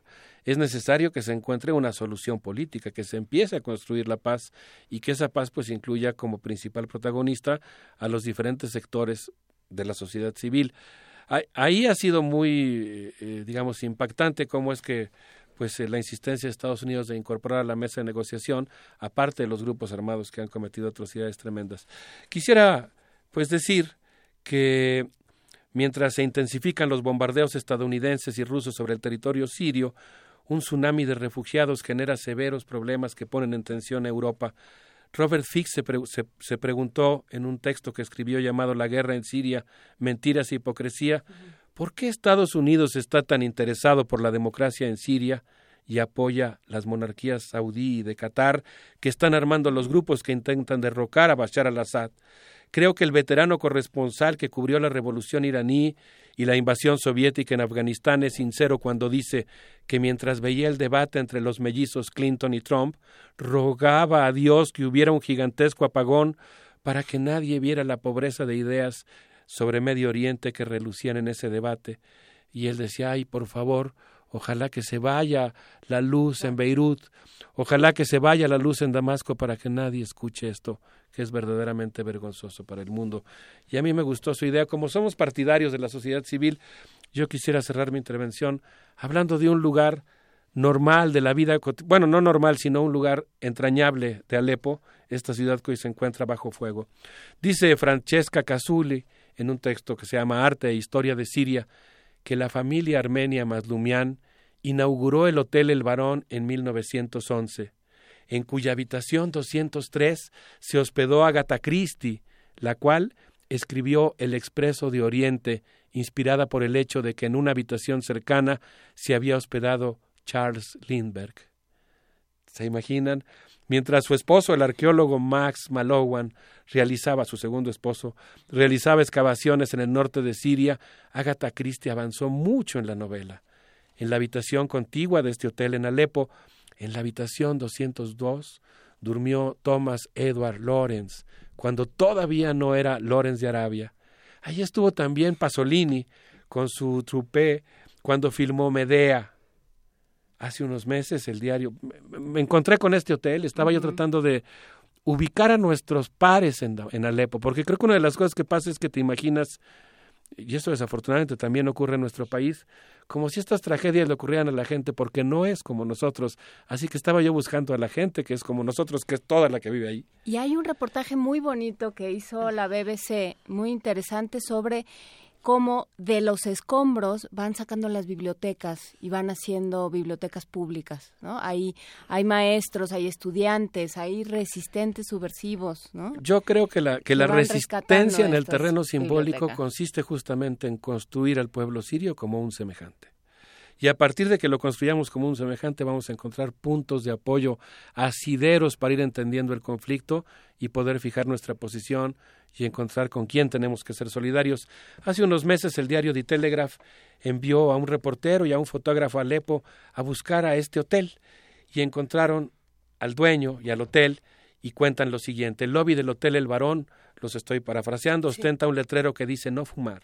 es necesario que se encuentre una solución política, que se empiece a construir la paz y que esa paz pues incluya como principal protagonista a los diferentes sectores de la sociedad civil. Ahí ha sido muy, digamos, impactante cómo es que pues la insistencia de Estados Unidos de incorporar a la mesa de negociación, aparte de los grupos armados que han cometido atrocidades tremendas. Quisiera pues decir que mientras se intensifican los bombardeos estadounidenses y rusos sobre el territorio sirio, un tsunami de refugiados genera severos problemas que ponen en tensión a Europa. Robert Fisk se preguntó en un texto que escribió llamado La guerra en Siria, mentiras e hipocresía, ¿por qué Estados Unidos está tan interesado por la democracia en Siria y apoya las monarquías saudí y de Qatar que están armando los grupos que intentan derrocar a Bashar al-Assad? Creo que el veterano corresponsal que cubrió la revolución iraní y la invasión soviética en Afganistán es sincero cuando dice que mientras veía el debate entre los mellizos Clinton y Trump, rogaba a Dios que hubiera un gigantesco apagón para que nadie viera la pobreza de ideas sobre Medio Oriente que relucían en ese debate. Y él decía, ay, por favor, ojalá que se vaya la luz en Beirut, ojalá que se vaya la luz en Damasco para que nadie escuche esto, que es verdaderamente vergonzoso para el mundo. Y a mí me gustó su idea. Como somos partidarios de la sociedad civil, yo quisiera cerrar mi intervención hablando de un lugar normal de la vida, bueno, no normal, sino un lugar entrañable de Alepo, esta ciudad que hoy se encuentra bajo fuego. Dice Francesca Casulli, en un texto que se llama Arte e Historia de Siria, que la familia armenia Mazlumian inauguró el Hotel El Barón en 1911, en cuya habitación 203 se hospedó Agatha Christie, la cual escribió El Expreso de Oriente, inspirada por el hecho de que en una habitación cercana se había hospedado Charles Lindbergh. ¿Se imaginan? Mientras su esposo, el arqueólogo Max Mallowan, su segundo esposo, realizaba excavaciones en el norte de Siria, Agatha Christie avanzó mucho en la novela. En la habitación contigua de este hotel en Alepo, en la habitación 202, durmió Thomas Edward Lawrence, cuando todavía no era Lawrence de Arabia. Allí estuvo también Pasolini con su trupe cuando filmó Medea. Hace unos meses el diario, me encontré con este hotel, estaba yo tratando de ubicar a nuestros pares en Alepo, porque creo que una de las cosas que pasa es que te imaginas, y esto desafortunadamente también ocurre en nuestro país, como si estas tragedias le ocurrieran a la gente, porque no es como nosotros. Así que estaba yo buscando a la gente que es como nosotros, que es toda la que vive ahí. Y hay un reportaje muy bonito que hizo la BBC, muy interesante, sobre cómo de los escombros van sacando las bibliotecas y van haciendo bibliotecas públicas, ¿no? Hay maestros, hay estudiantes, hay resistentes subversivos, ¿no? Yo creo que la resistencia en el terreno simbólico consiste justamente en construir al pueblo sirio como un semejante. Y a partir de que lo construyamos como un semejante, vamos a encontrar puntos de apoyo asideros para ir entendiendo el conflicto y poder fijar nuestra posición y encontrar con quién tenemos que ser solidarios. Hace unos meses el diario The Telegraph envió a un reportero y a un fotógrafo a Alepo a buscar a este hotel y encontraron al dueño y al hotel y cuentan lo siguiente. El lobby del Hotel El Barón, los estoy parafraseando, ostenta un letrero que dice no fumar.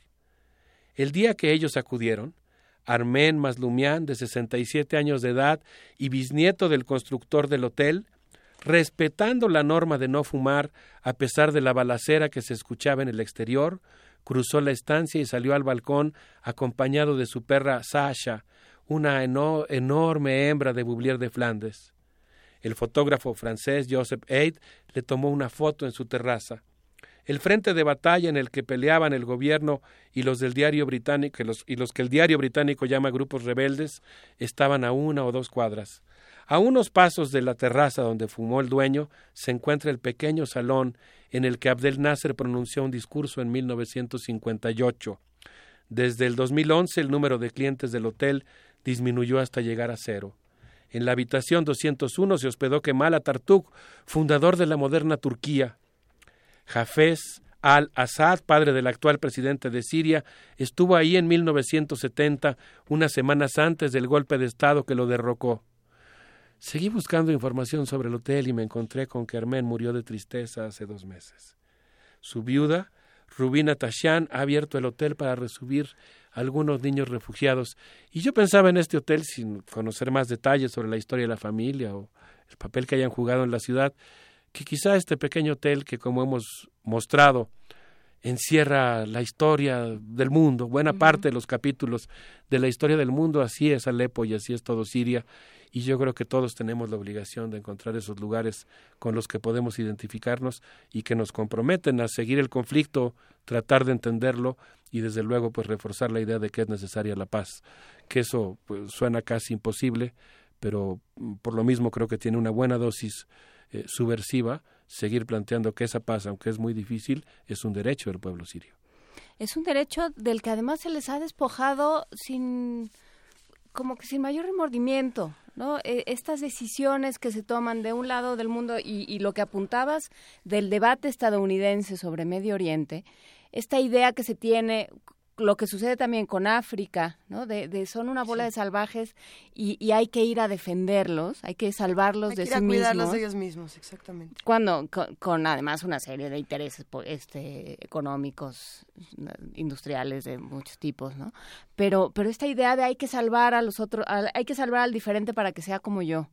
El día que ellos acudieron, Armen Mazlumian, de 67 años de edad y bisnieto del constructor del hotel, respetando la norma de no fumar a pesar de la balacera que se escuchaba en el exterior, cruzó la estancia y salió al balcón acompañado de su perra Sasha, una enorme hembra de Bouvier de Flandes. El fotógrafo francés Joseph Haid le tomó una foto en su terraza. El frente de batalla en el que peleaban el gobierno y los del diario británico y los que el diario británico llama grupos rebeldes estaban a 1 o 2 cuadras. A unos pasos de la terraza donde fumó el dueño se encuentra el pequeño salón en el que Abdel Nasser pronunció un discurso en 1958. Desde el 2011 el número de clientes del hotel disminuyó hasta llegar a 0. En la habitación 201 se hospedó Kemal Atatürk, fundador de la moderna Turquía. Hafez al-Assad, padre del actual presidente de Siria, estuvo ahí en 1970, unas semanas antes del golpe de Estado que lo derrocó. Seguí buscando información sobre el hotel y me encontré con que Armen murió de tristeza hace 2 meses. Su viuda, Rubina Tashan, ha abierto el hotel para recibir algunos niños refugiados. Y yo pensaba en este hotel, sin conocer más detalles sobre la historia de la familia o el papel que hayan jugado en la ciudad, que quizá este pequeño hotel que, como hemos mostrado, encierra la historia del mundo, buena parte de los capítulos de la historia del mundo. Así es Alepo y así es todo Siria, y yo creo que todos tenemos la obligación de encontrar esos lugares con los que podemos identificarnos y que nos comprometen a seguir el conflicto, tratar de entenderlo y desde luego pues reforzar la idea de que es necesaria la paz, que eso pues suena casi imposible, pero por lo mismo creo que tiene una buena dosis subversiva seguir planteando que esa paz, aunque es muy difícil, es un derecho del pueblo sirio. Es un derecho del que además se les ha despojado como que sin mayor remordimiento, ¿no? Estas decisiones que se toman de un lado del mundo y lo que apuntabas del debate estadounidense sobre Medio Oriente, esta idea que se tiene, lo que sucede también con África, ¿no? De son una bola de salvajes y hay que ir a defenderlos, hay que salvarlos de sí mismos. Hay que cuidarlos de ellos mismos, exactamente. Cuando con además una serie de intereses económicos, industriales de muchos tipos, ¿no? Pero esta idea de hay que salvar a los otros, hay que salvar al diferente para que sea como yo.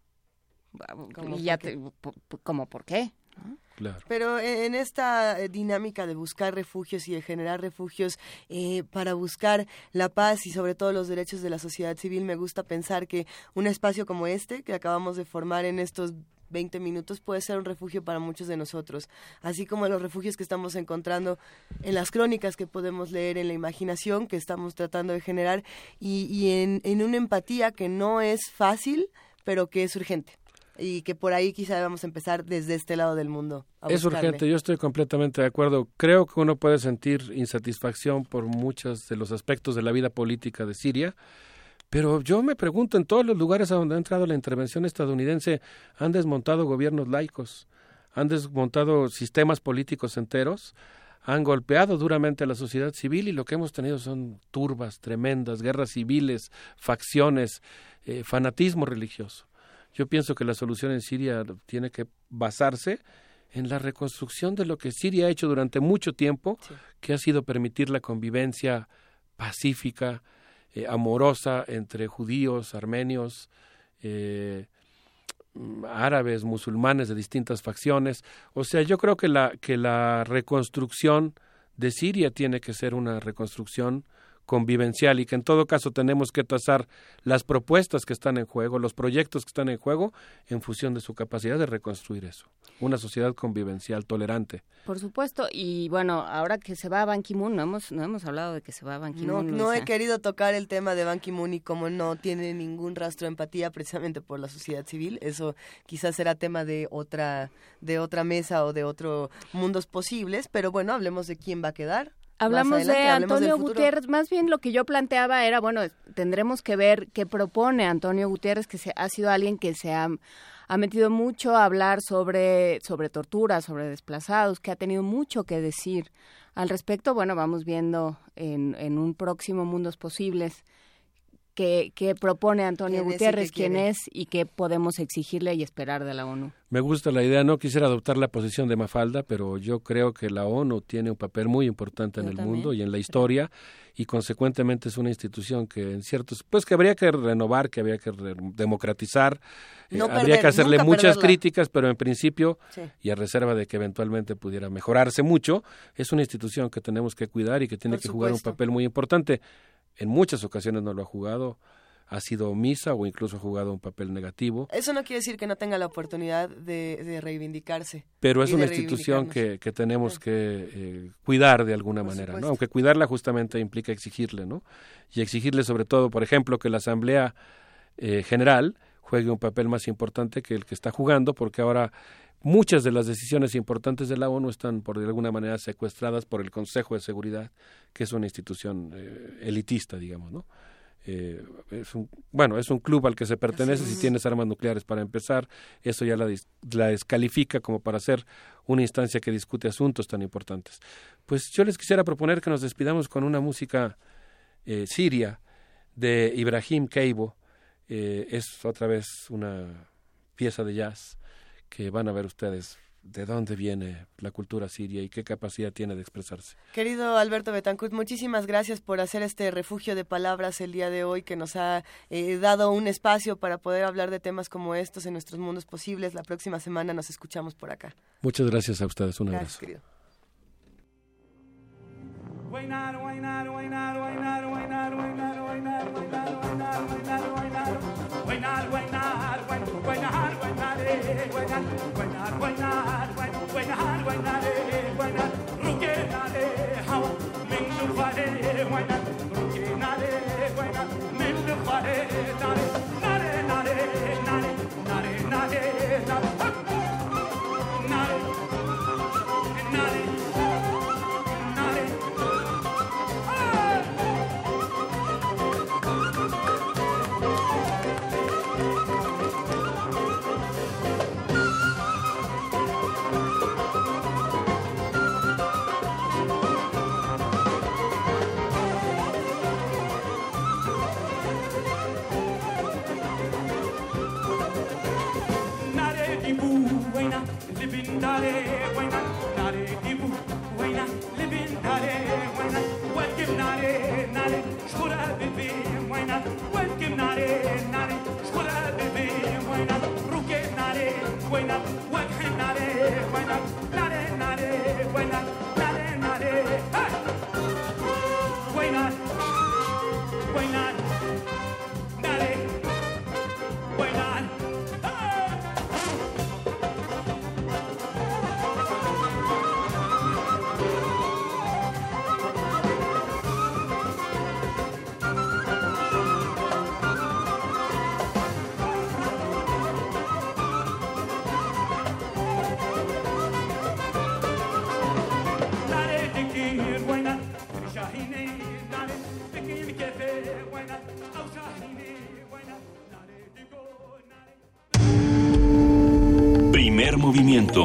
Y ya ¿por qué? ¿No? Claro. Pero en esta dinámica de buscar refugios y de generar refugios para buscar la paz y sobre todo los derechos de la sociedad civil, me gusta pensar que un espacio como este que acabamos de formar en estos 20 minutos puede ser un refugio para muchos de nosotros, así como los refugios que estamos encontrando en las crónicas que podemos leer, en la imaginación que estamos tratando de generar y en una empatía que no es fácil, pero que es urgente. Y que por ahí quizá vamos a empezar desde este lado del mundo. Es urgente, yo estoy completamente de acuerdo. Creo que uno puede sentir insatisfacción por muchos de los aspectos de la vida política de Siria, pero yo me pregunto, en todos los lugares a donde ha entrado la intervención estadounidense, han desmontado gobiernos laicos, han desmontado sistemas políticos enteros, han golpeado duramente a la sociedad civil y lo que hemos tenido son turbas tremendas, guerras civiles, facciones, fanatismo religioso. Yo pienso que la solución en Siria tiene que basarse en la reconstrucción de lo que Siria ha hecho durante mucho tiempo, que ha sido permitir la convivencia pacífica, amorosa entre judíos, armenios, árabes, musulmanes de distintas facciones. O sea, yo creo que la reconstrucción de Siria tiene que ser una reconstrucción convivencial y que en todo caso tenemos que tasar las propuestas que están en juego, los proyectos que están en juego en función de su capacidad de reconstruir eso. Una sociedad convivencial, tolerante. Por supuesto, y bueno, ahora que se va Ban Ki-moon, no hemos hablado de que se va Ban Ki-moon. No he querido tocar el tema de Ban Ki-moon y cómo no tiene ningún rastro de empatía precisamente por la sociedad civil. Eso quizás será tema de otra mesa o de otros mundos posibles, pero bueno, hablemos de quién va a quedar. Hablamos de Antonio Guterres, más bien lo que yo planteaba era, bueno, tendremos que ver qué propone Antonio Guterres, que ha sido alguien que se ha metido mucho a hablar sobre tortura, sobre desplazados, que ha tenido mucho que decir al respecto. Bueno, vamos viendo en un próximo Mundos Posibles qué propone Antonio Guterres, quién es y qué podemos exigirle y esperar de la ONU. Me gusta la idea, no quisiera adoptar la posición de Mafalda, pero yo creo que la ONU tiene un papel muy importante en el mundo y en la historia, y consecuentemente es una institución que en ciertos, pues que habría que renovar, que habría que democratizar, habría que hacerle muchas críticas, pero en principio, y a reserva de que eventualmente pudiera mejorarse mucho, es una institución que tenemos que cuidar y que tiene que jugar un papel muy importante. En muchas ocasiones no lo ha jugado, ha sido omisa o incluso ha jugado un papel negativo. Eso no quiere decir que no tenga la oportunidad de reivindicarse. Pero es una institución que tenemos que cuidar de alguna manera, ¿no? Aunque cuidarla justamente implica exigirle, ¿no? Y exigirle sobre todo, por ejemplo, que la Asamblea General juegue un papel más importante que el que está jugando, porque ahora muchas de las decisiones importantes de la ONU están, por de alguna manera, secuestradas por el Consejo de Seguridad, que es una institución elitista, digamos, ¿no? Es un club al que se pertenece si tienes armas nucleares para empezar. Eso ya la descalifica como para ser una instancia que discute asuntos tan importantes. Pues yo les quisiera proponer que nos despidamos con una música siria de Ibrahim Keibo. Es otra vez una pieza de jazz que van a ver ustedes, de dónde viene la cultura siria y qué capacidad tiene de expresarse. Querido Alberto Betancourt, muchísimas gracias por hacer este refugio de palabras el día de hoy, que nos ha dado un espacio para poder hablar de temas como estos en nuestros mundos posibles. La próxima semana nos escuchamos por acá. Muchas gracias a ustedes, un abrazo. Querido. Primer movimiento.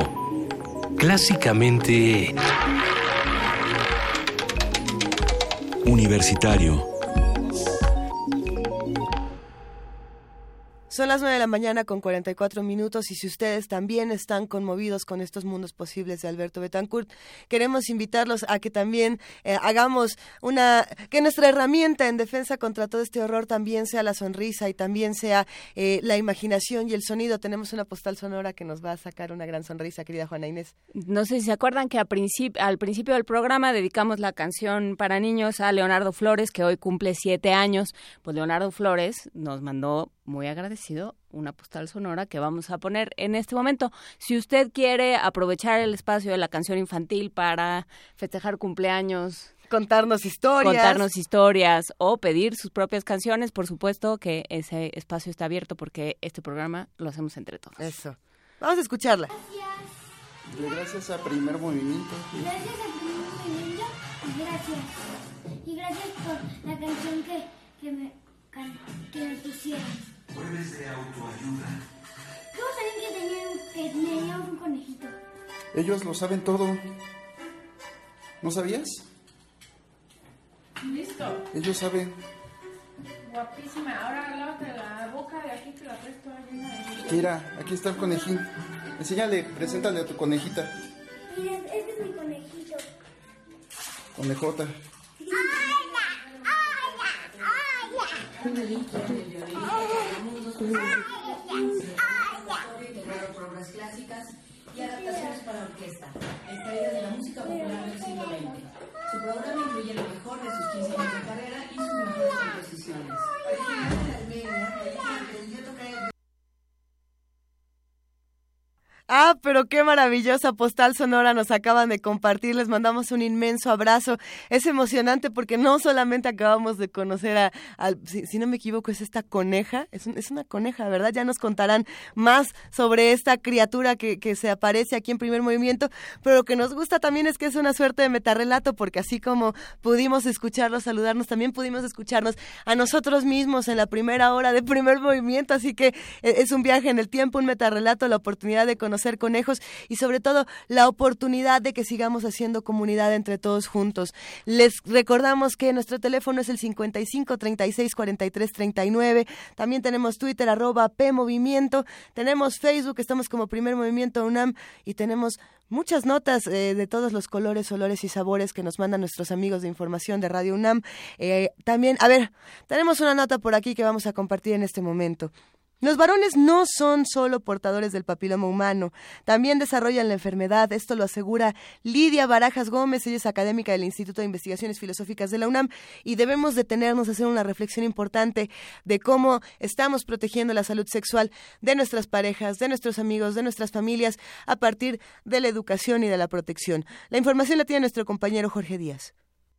Clásicamente universitario. Son las 9 de la mañana con 44 minutos y si ustedes también están conmovidos con estos mundos posibles de Alberto Betancourt, queremos invitarlos a que también hagamos que nuestra herramienta en defensa contra todo este horror también sea la sonrisa y también sea la imaginación y el sonido. Tenemos una postal sonora que nos va a sacar una gran sonrisa, querida Juana Inés. No sé si se acuerdan que al principio del programa dedicamos la canción para niños a Leonardo Flores, que hoy cumple 7 años. Pues Leonardo Flores nos mandó, muy agradecido, una postal sonora que vamos a poner en este momento. Si usted quiere aprovechar el espacio de la canción infantil para festejar cumpleaños, contarnos historias o pedir sus propias canciones, por supuesto que ese espacio está abierto porque este programa lo hacemos entre todos. Eso. Vamos a escucharla. Gracias a Primer Movimiento. Gracias a Primer Movimiento. Gracias. Y gracias por la canción que me pusieron. Jueves de autoayuda. ¿Cómo saben que teníamos un conejito? Ellos lo saben todo. ¿No sabías? Listo. Ellos saben. Guapísima. Ahora lávate la boca de aquí que la presto llena de... Mira, aquí está el conejín. Enséñale, preséntale a tu conejita. Mira, este es mi conejito. Conejota. Obras clásicas y adaptaciones para orquesta, extraídas de la música popular del siglo XX. Su programa incluye lo mejor de sus 15 años de carrera y sus mejores composiciones. Originario de Armenia, aprendió a tocar. Ah, pero qué maravillosa postal sonora nos acaban de compartir. Les mandamos un inmenso abrazo. Es emocionante porque no solamente acabamos de conocer si no me equivoco, es esta coneja. Es una coneja, ¿verdad? Ya nos contarán más sobre esta criatura que se aparece aquí en Primer Movimiento. Pero lo que nos gusta también es que es una suerte de metarrelato, porque así como pudimos escucharlos, saludarnos, también pudimos escucharnos a nosotros mismos en la primera hora de Primer Movimiento. Así que es un viaje en el tiempo, un metarrelato, la oportunidad de conocer conocer conejos y sobre todo la oportunidad de que sigamos haciendo comunidad entre todos juntos. Les recordamos que nuestro teléfono es el 55 36 43 39. También tenemos Twitter @PMovimiento, tenemos Facebook, estamos como Primer Movimiento UNAM y tenemos muchas notas de todos los colores, olores y sabores que nos mandan nuestros amigos de información de Radio UNAM. También, a ver, tenemos una nota por aquí que vamos a compartir en este momento. Los varones no son solo portadores del papiloma humano, también desarrollan la enfermedad. Esto lo asegura Lidia Barajas Gómez, ella es académica del Instituto de Investigaciones Filosóficas de la UNAM, y debemos detenernos a hacer una reflexión importante de cómo estamos protegiendo la salud sexual de nuestras parejas, de nuestros amigos, de nuestras familias, a partir de la educación y de la protección. La información la tiene nuestro compañero Jorge Díaz.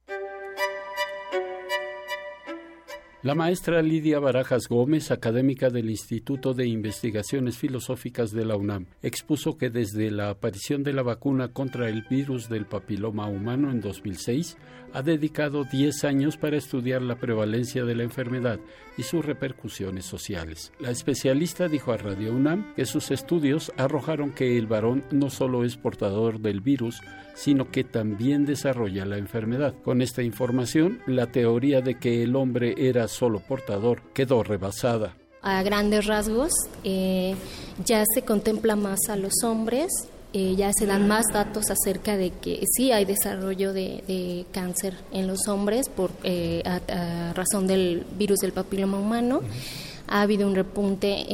La maestra Lidia Barajas Gómez, académica del Instituto de Investigaciones Filosóficas de la UNAM, expuso que desde la aparición de la vacuna contra el virus del papiloma humano en 2006, ha dedicado 10 años para estudiar la prevalencia de la enfermedad y sus repercusiones sociales. La especialista dijo a Radio UNAM que sus estudios arrojaron que el varón no solo es portador del virus, sino que también desarrolla la enfermedad. Con esta información, la teoría de que el hombre era solo portador quedó rebasada. A grandes rasgos, ya se contempla más a los hombres, ya se dan más datos acerca de que sí hay desarrollo de cáncer en los hombres a razón del virus del papiloma humano. Ha habido un repunte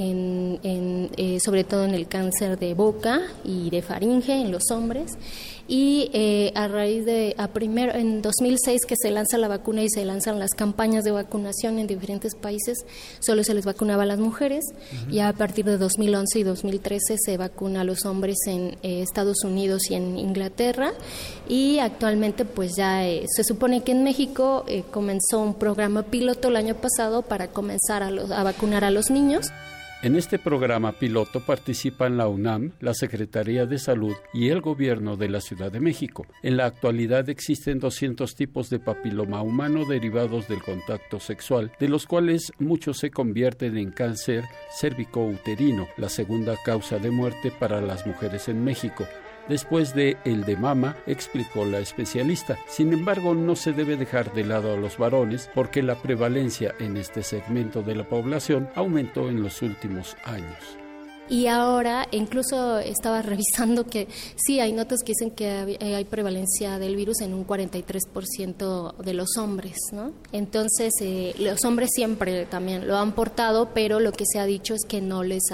sobre todo en el cáncer de boca y de faringe en los hombres. Y a raíz de en 2006 que se lanza la vacuna y se lanzan las campañas de vacunación en diferentes países, solo se les vacunaba a las mujeres. Y a partir de 2011 y 2013 se vacuna a los hombres en Estados Unidos y en Inglaterra, y actualmente pues ya se supone que en México comenzó un programa piloto el año pasado para comenzar a vacunar a los niños. En este programa piloto participan la UNAM, la Secretaría de Salud y el Gobierno de la Ciudad de México. En la actualidad existen 200 tipos de papiloma humano derivados del contacto sexual, de los cuales muchos se convierten en cáncer cérvico-uterino, la segunda causa de muerte para las mujeres en México, después de el de mama, explicó la especialista. Sin embargo, no se debe dejar de lado a los varones porque la prevalencia en este segmento de la población aumentó en los últimos años. Y ahora, incluso estaba revisando que sí, hay notas que dicen que hay prevalencia del virus en un 43% de los hombres, ¿no? Entonces, los hombres siempre también lo han portado, pero lo que se ha dicho es que no les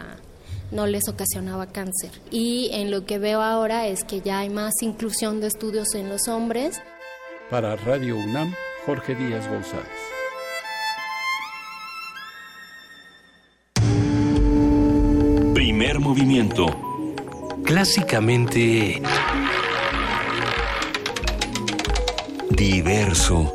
ocasionaba cáncer. Y en lo que veo ahora es que ya hay más inclusión de estudios en los hombres. Para Radio UNAM, Jorge Díaz González. Primer movimiento. Clásicamente diverso.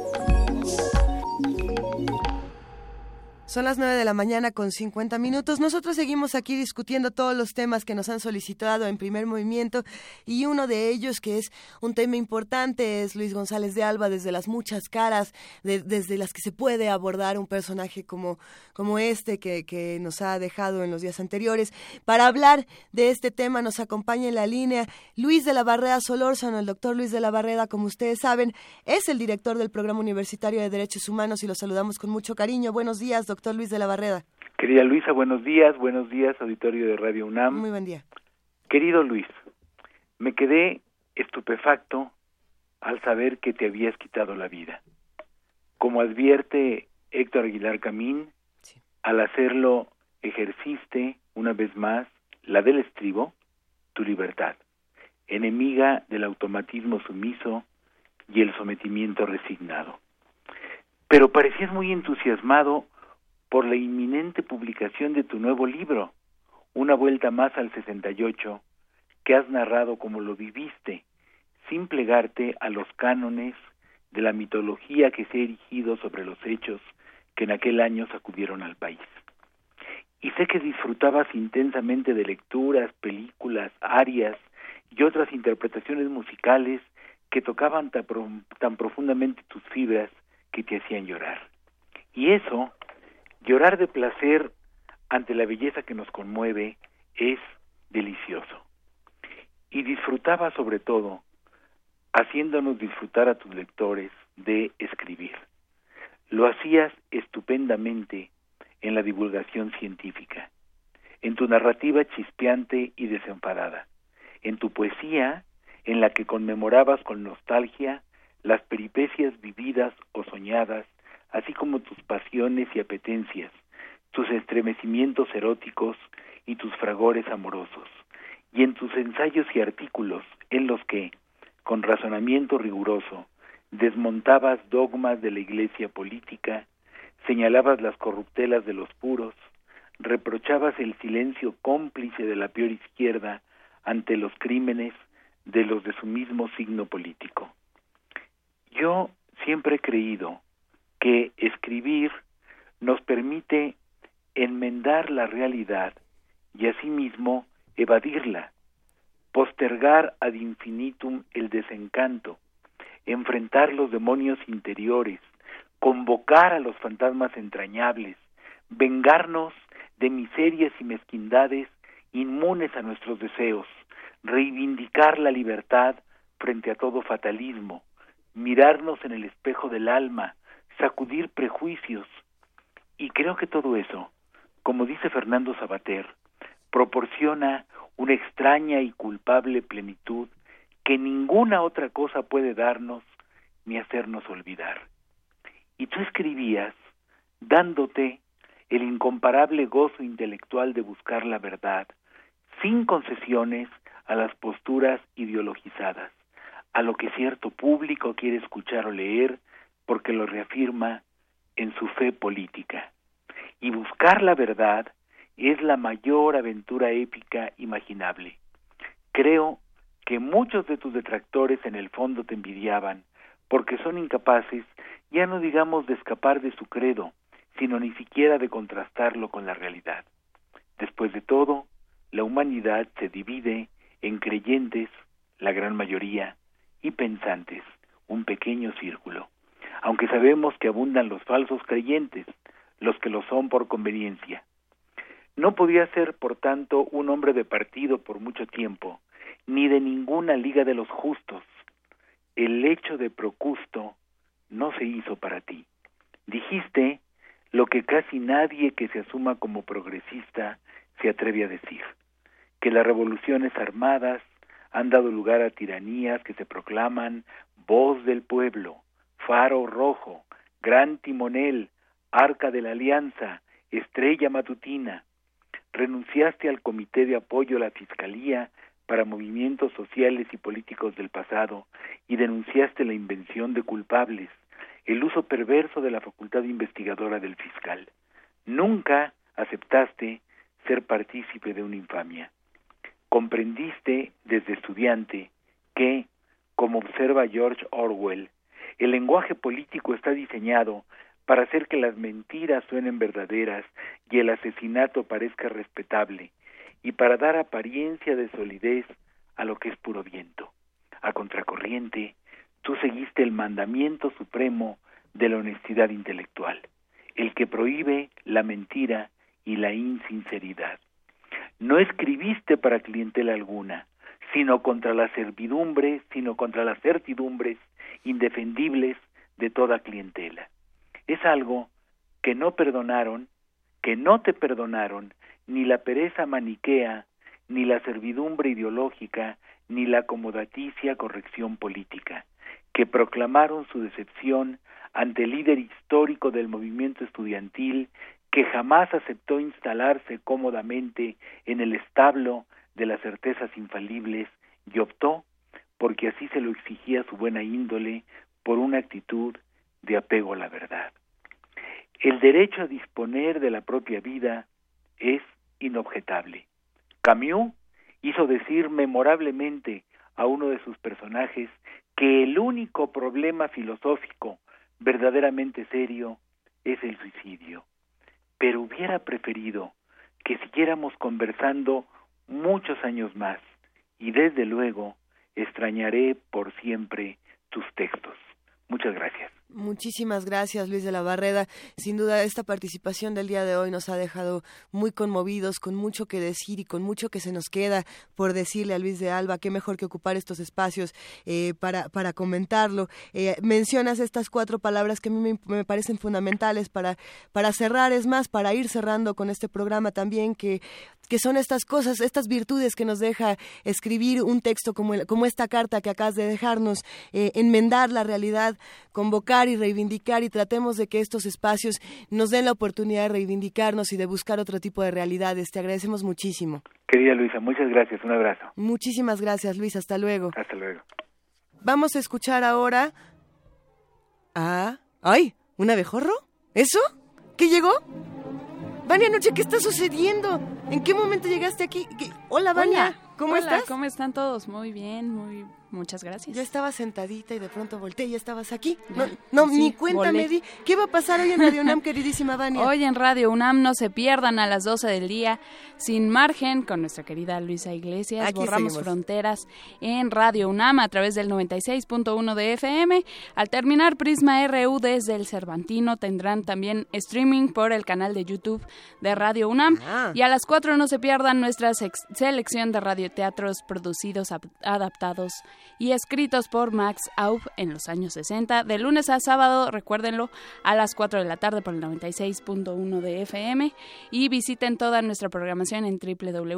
Son las 9 de la mañana con 50 minutos. Nosotros seguimos aquí discutiendo todos los temas que nos han solicitado en Primer Movimiento, y uno de ellos, que es un tema importante, es Luis González de Alba, desde las muchas caras, desde las que se puede abordar un personaje como este que nos ha dejado en los días anteriores. Para hablar de este tema nos acompaña en la línea Luis de la Barreda Solórzano. El doctor Luis de la Barreda, como ustedes saben, es el director del Programa Universitario de Derechos Humanos y lo saludamos con mucho cariño. Buenos días, doctor Luis de la Barreda. Querida Luisa, buenos días, auditorio de Radio UNAM. Muy buen día. Querido Luis, me quedé estupefacto al saber que te habías quitado la vida. Como advierte Héctor Aguilar Camín, sí, al hacerlo ejerciste una vez más la del estribo, tu libertad, enemiga del automatismo sumiso y el sometimiento resignado. Pero parecías muy entusiasmado por la inminente publicación de tu nuevo libro, Una vuelta más al 68, que has narrado como lo viviste, sin plegarte a los cánones de la mitología que se ha erigido sobre los hechos que en aquel año sacudieron al país. Y sé que disfrutabas intensamente de lecturas, películas, arias y otras interpretaciones musicales que tocaban tan profundamente tus fibras que te hacían llorar. Y eso, llorar de placer ante la belleza que nos conmueve, es delicioso. Y disfrutaba sobre todo, haciéndonos disfrutar a tus lectores, de escribir. Lo hacías estupendamente en la divulgación científica, en tu narrativa chispeante y desenfadada, en tu poesía en la que conmemorabas con nostalgia las peripecias vividas o soñadas, así como tus pasiones y apetencias, tus estremecimientos eróticos y tus fragores amorosos, y en tus ensayos y artículos en los que, con razonamiento riguroso, desmontabas dogmas de la iglesia política, señalabas las corruptelas de los puros, reprochabas el silencio cómplice de la peor izquierda ante los crímenes de los de su mismo signo político. Yo siempre he creído que escribir nos permite enmendar la realidad y asimismo evadirla, postergar ad infinitum el desencanto, enfrentar los demonios interiores, convocar a los fantasmas entrañables, vengarnos de miserias y mezquindades inmunes a nuestros deseos, reivindicar la libertad frente a todo fatalismo, mirarnos en el espejo del alma, sacudir prejuicios. Y creo que todo eso, como dice Fernando Savater, proporciona una extraña y culpable plenitud que ninguna otra cosa puede darnos ni hacernos olvidar. Y tú escribías dándote el incomparable gozo intelectual de buscar la verdad, sin concesiones a las posturas ideologizadas, a lo que cierto público quiere escuchar o leer porque lo reafirma en su fe política. Y buscar la verdad es la mayor aventura épica imaginable. Creo que muchos de tus detractores en el fondo te envidiaban, porque son incapaces, ya no digamos de escapar de su credo, sino ni siquiera de contrastarlo con la realidad. Después de todo, la humanidad se divide en creyentes, la gran mayoría, y pensantes, un pequeño círculo. Aunque sabemos que abundan los falsos creyentes, los que lo son por conveniencia. No podía ser, por tanto, un hombre de partido por mucho tiempo, ni de ninguna liga de los justos. El lecho de Procusto no se hizo para ti. Dijiste lo que casi nadie que se asuma como progresista se atreve a decir, que las revoluciones armadas han dado lugar a tiranías que se proclaman voz del pueblo, faro rojo, gran timonel, arca de la alianza, estrella matutina. Renunciaste al comité de apoyo a la fiscalía para movimientos sociales y políticos del pasado y denunciaste la invención de culpables, el uso perverso de la facultad investigadora del fiscal. Nunca aceptaste ser partícipe de una infamia. Comprendiste desde estudiante que, como observa George Orwell, el lenguaje político está diseñado para hacer que las mentiras suenen verdaderas y el asesinato parezca respetable, y para dar apariencia de solidez a lo que es puro viento. A contracorriente, tú seguiste el mandamiento supremo de la honestidad intelectual, el que prohíbe la mentira y la insinceridad. No escribiste para clientela alguna, sino contra las certidumbres indefendibles de toda clientela. Es algo que no te perdonaron, ni la pereza maniquea, ni la servidumbre ideológica, ni la acomodaticia corrección política, que proclamaron su decepción ante el líder histórico del movimiento estudiantil que jamás aceptó instalarse cómodamente en el establo de las certezas infalibles y optó, porque así se lo exigía su buena índole, por una actitud de apego a la verdad. El derecho a disponer de la propia vida es inobjetable. Camus hizo decir memorablemente a uno de sus personajes que el único problema filosófico verdaderamente serio es el suicidio. Pero hubiera preferido que siguiéramos conversando muchos años más, y desde luego extrañaré por siempre tus textos. Muchas gracias. Muchísimas gracias, Luis de la Barreda. Sin duda, esta participación del día de hoy nos ha dejado muy conmovidos, con mucho que decir y con mucho que se nos queda por decirle a Luis de Alba. Qué mejor que ocupar estos espacios para comentarlo. Mencionas estas 4 palabras que a mí me parecen fundamentales para cerrar, es más, para ir cerrando con este programa también, que son estas cosas, estas virtudes que nos deja escribir un texto como esta carta que acabas de dejarnos, enmendar la realidad, convocar y reivindicar, y tratemos de que estos espacios nos den la oportunidad de reivindicarnos y de buscar otro tipo de realidades. Te agradecemos muchísimo. Querida Luisa, muchas gracias, un abrazo. Muchísimas gracias, Luis, hasta luego. Hasta luego. Vamos a escuchar ahora ¡ay! ¿Un abejorro? ¿Eso? ¿Qué llegó? Vania Nuche, ¿qué está sucediendo? ¿En qué momento llegaste aquí? Hola, Vania. Hola. ¿Cómo estás? ¿Cómo están todos? Muy bien, muchas gracias. Yo estaba sentadita y de pronto volteé y ya estabas aquí. No, sí, ni cuenta me di. ¿Qué va a pasar hoy en Radio UNAM, queridísima Vania? Hoy en Radio UNAM no se pierdan a las 12 del día, Sin Margen, con nuestra querida Luisa Iglesias. Aquí Borramos seguimos. Fronteras en Radio UNAM a través del 96.1 de FM. Al terminar Prisma RU desde el Cervantino tendrán también streaming por el canal de YouTube de Radio UNAM. Y a las 4 no se pierdan nuestra selección de radioteatros producidos, adaptados y escritos por Max Aub en los años 60. De lunes a sábado, recuérdenlo, a las 4 de la tarde por el 96.1 de FM. Y visiten toda nuestra programación en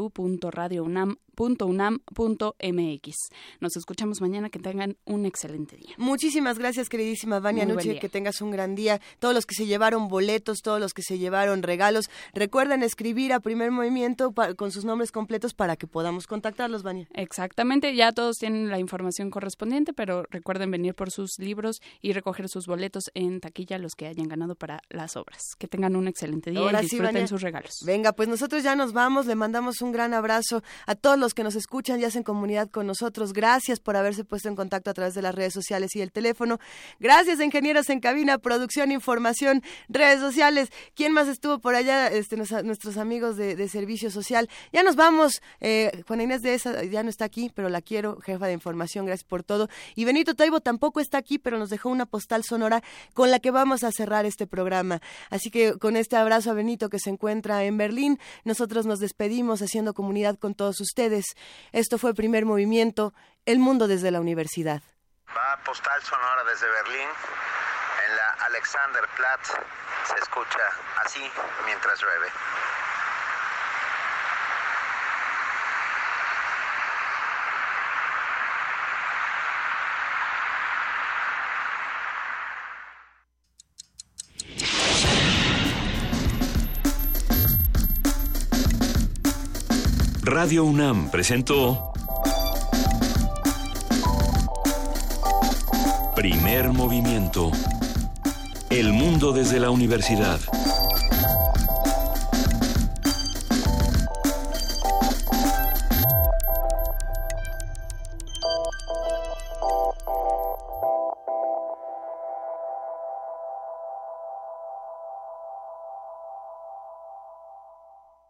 www.radiounam.unam.mx. Nos escuchamos mañana, que tengan un excelente día. Muchísimas gracias, queridísima Vania Nuche, que tengas un gran día. Todos los que se llevaron boletos, todos los que se llevaron regalos, recuerden escribir a Primer Movimiento con sus nombres completos para que podamos contactarlos, Vania. Exactamente, ya todos tienen la información correspondiente, pero recuerden venir por sus libros y recoger sus boletos en taquilla, los que hayan ganado para las obras. Que tengan un excelente día. Ahora y disfruten sus regalos. Venga, pues nosotros ya nos vamos, le mandamos un gran abrazo a todos los que nos escuchan y hacen comunidad con nosotros. Gracias por haberse puesto en contacto a través de las redes sociales y el teléfono. Gracias, ingenieros en cabina, producción, información, redes sociales. ¿Quién más estuvo por allá? Nuestros amigos de Servicio Social. Ya nos vamos. Juana Inés de esa ya no está aquí, pero la quiero, jefa de información. Gracias por todo. Y Benito Taibo tampoco está aquí, pero nos dejó una postal sonora con la que vamos a cerrar este programa. Así que con este abrazo a Benito, que se encuentra en Berlín, nosotros nos despedimos haciendo comunidad con todos ustedes. Esto fue Primer Movimiento, el mundo desde la universidad. Va postal sonora desde Berlín, en la Alexanderplatz. Se escucha así mientras llueve. Radio UNAM presentó Primer Movimiento. El mundo desde la universidad.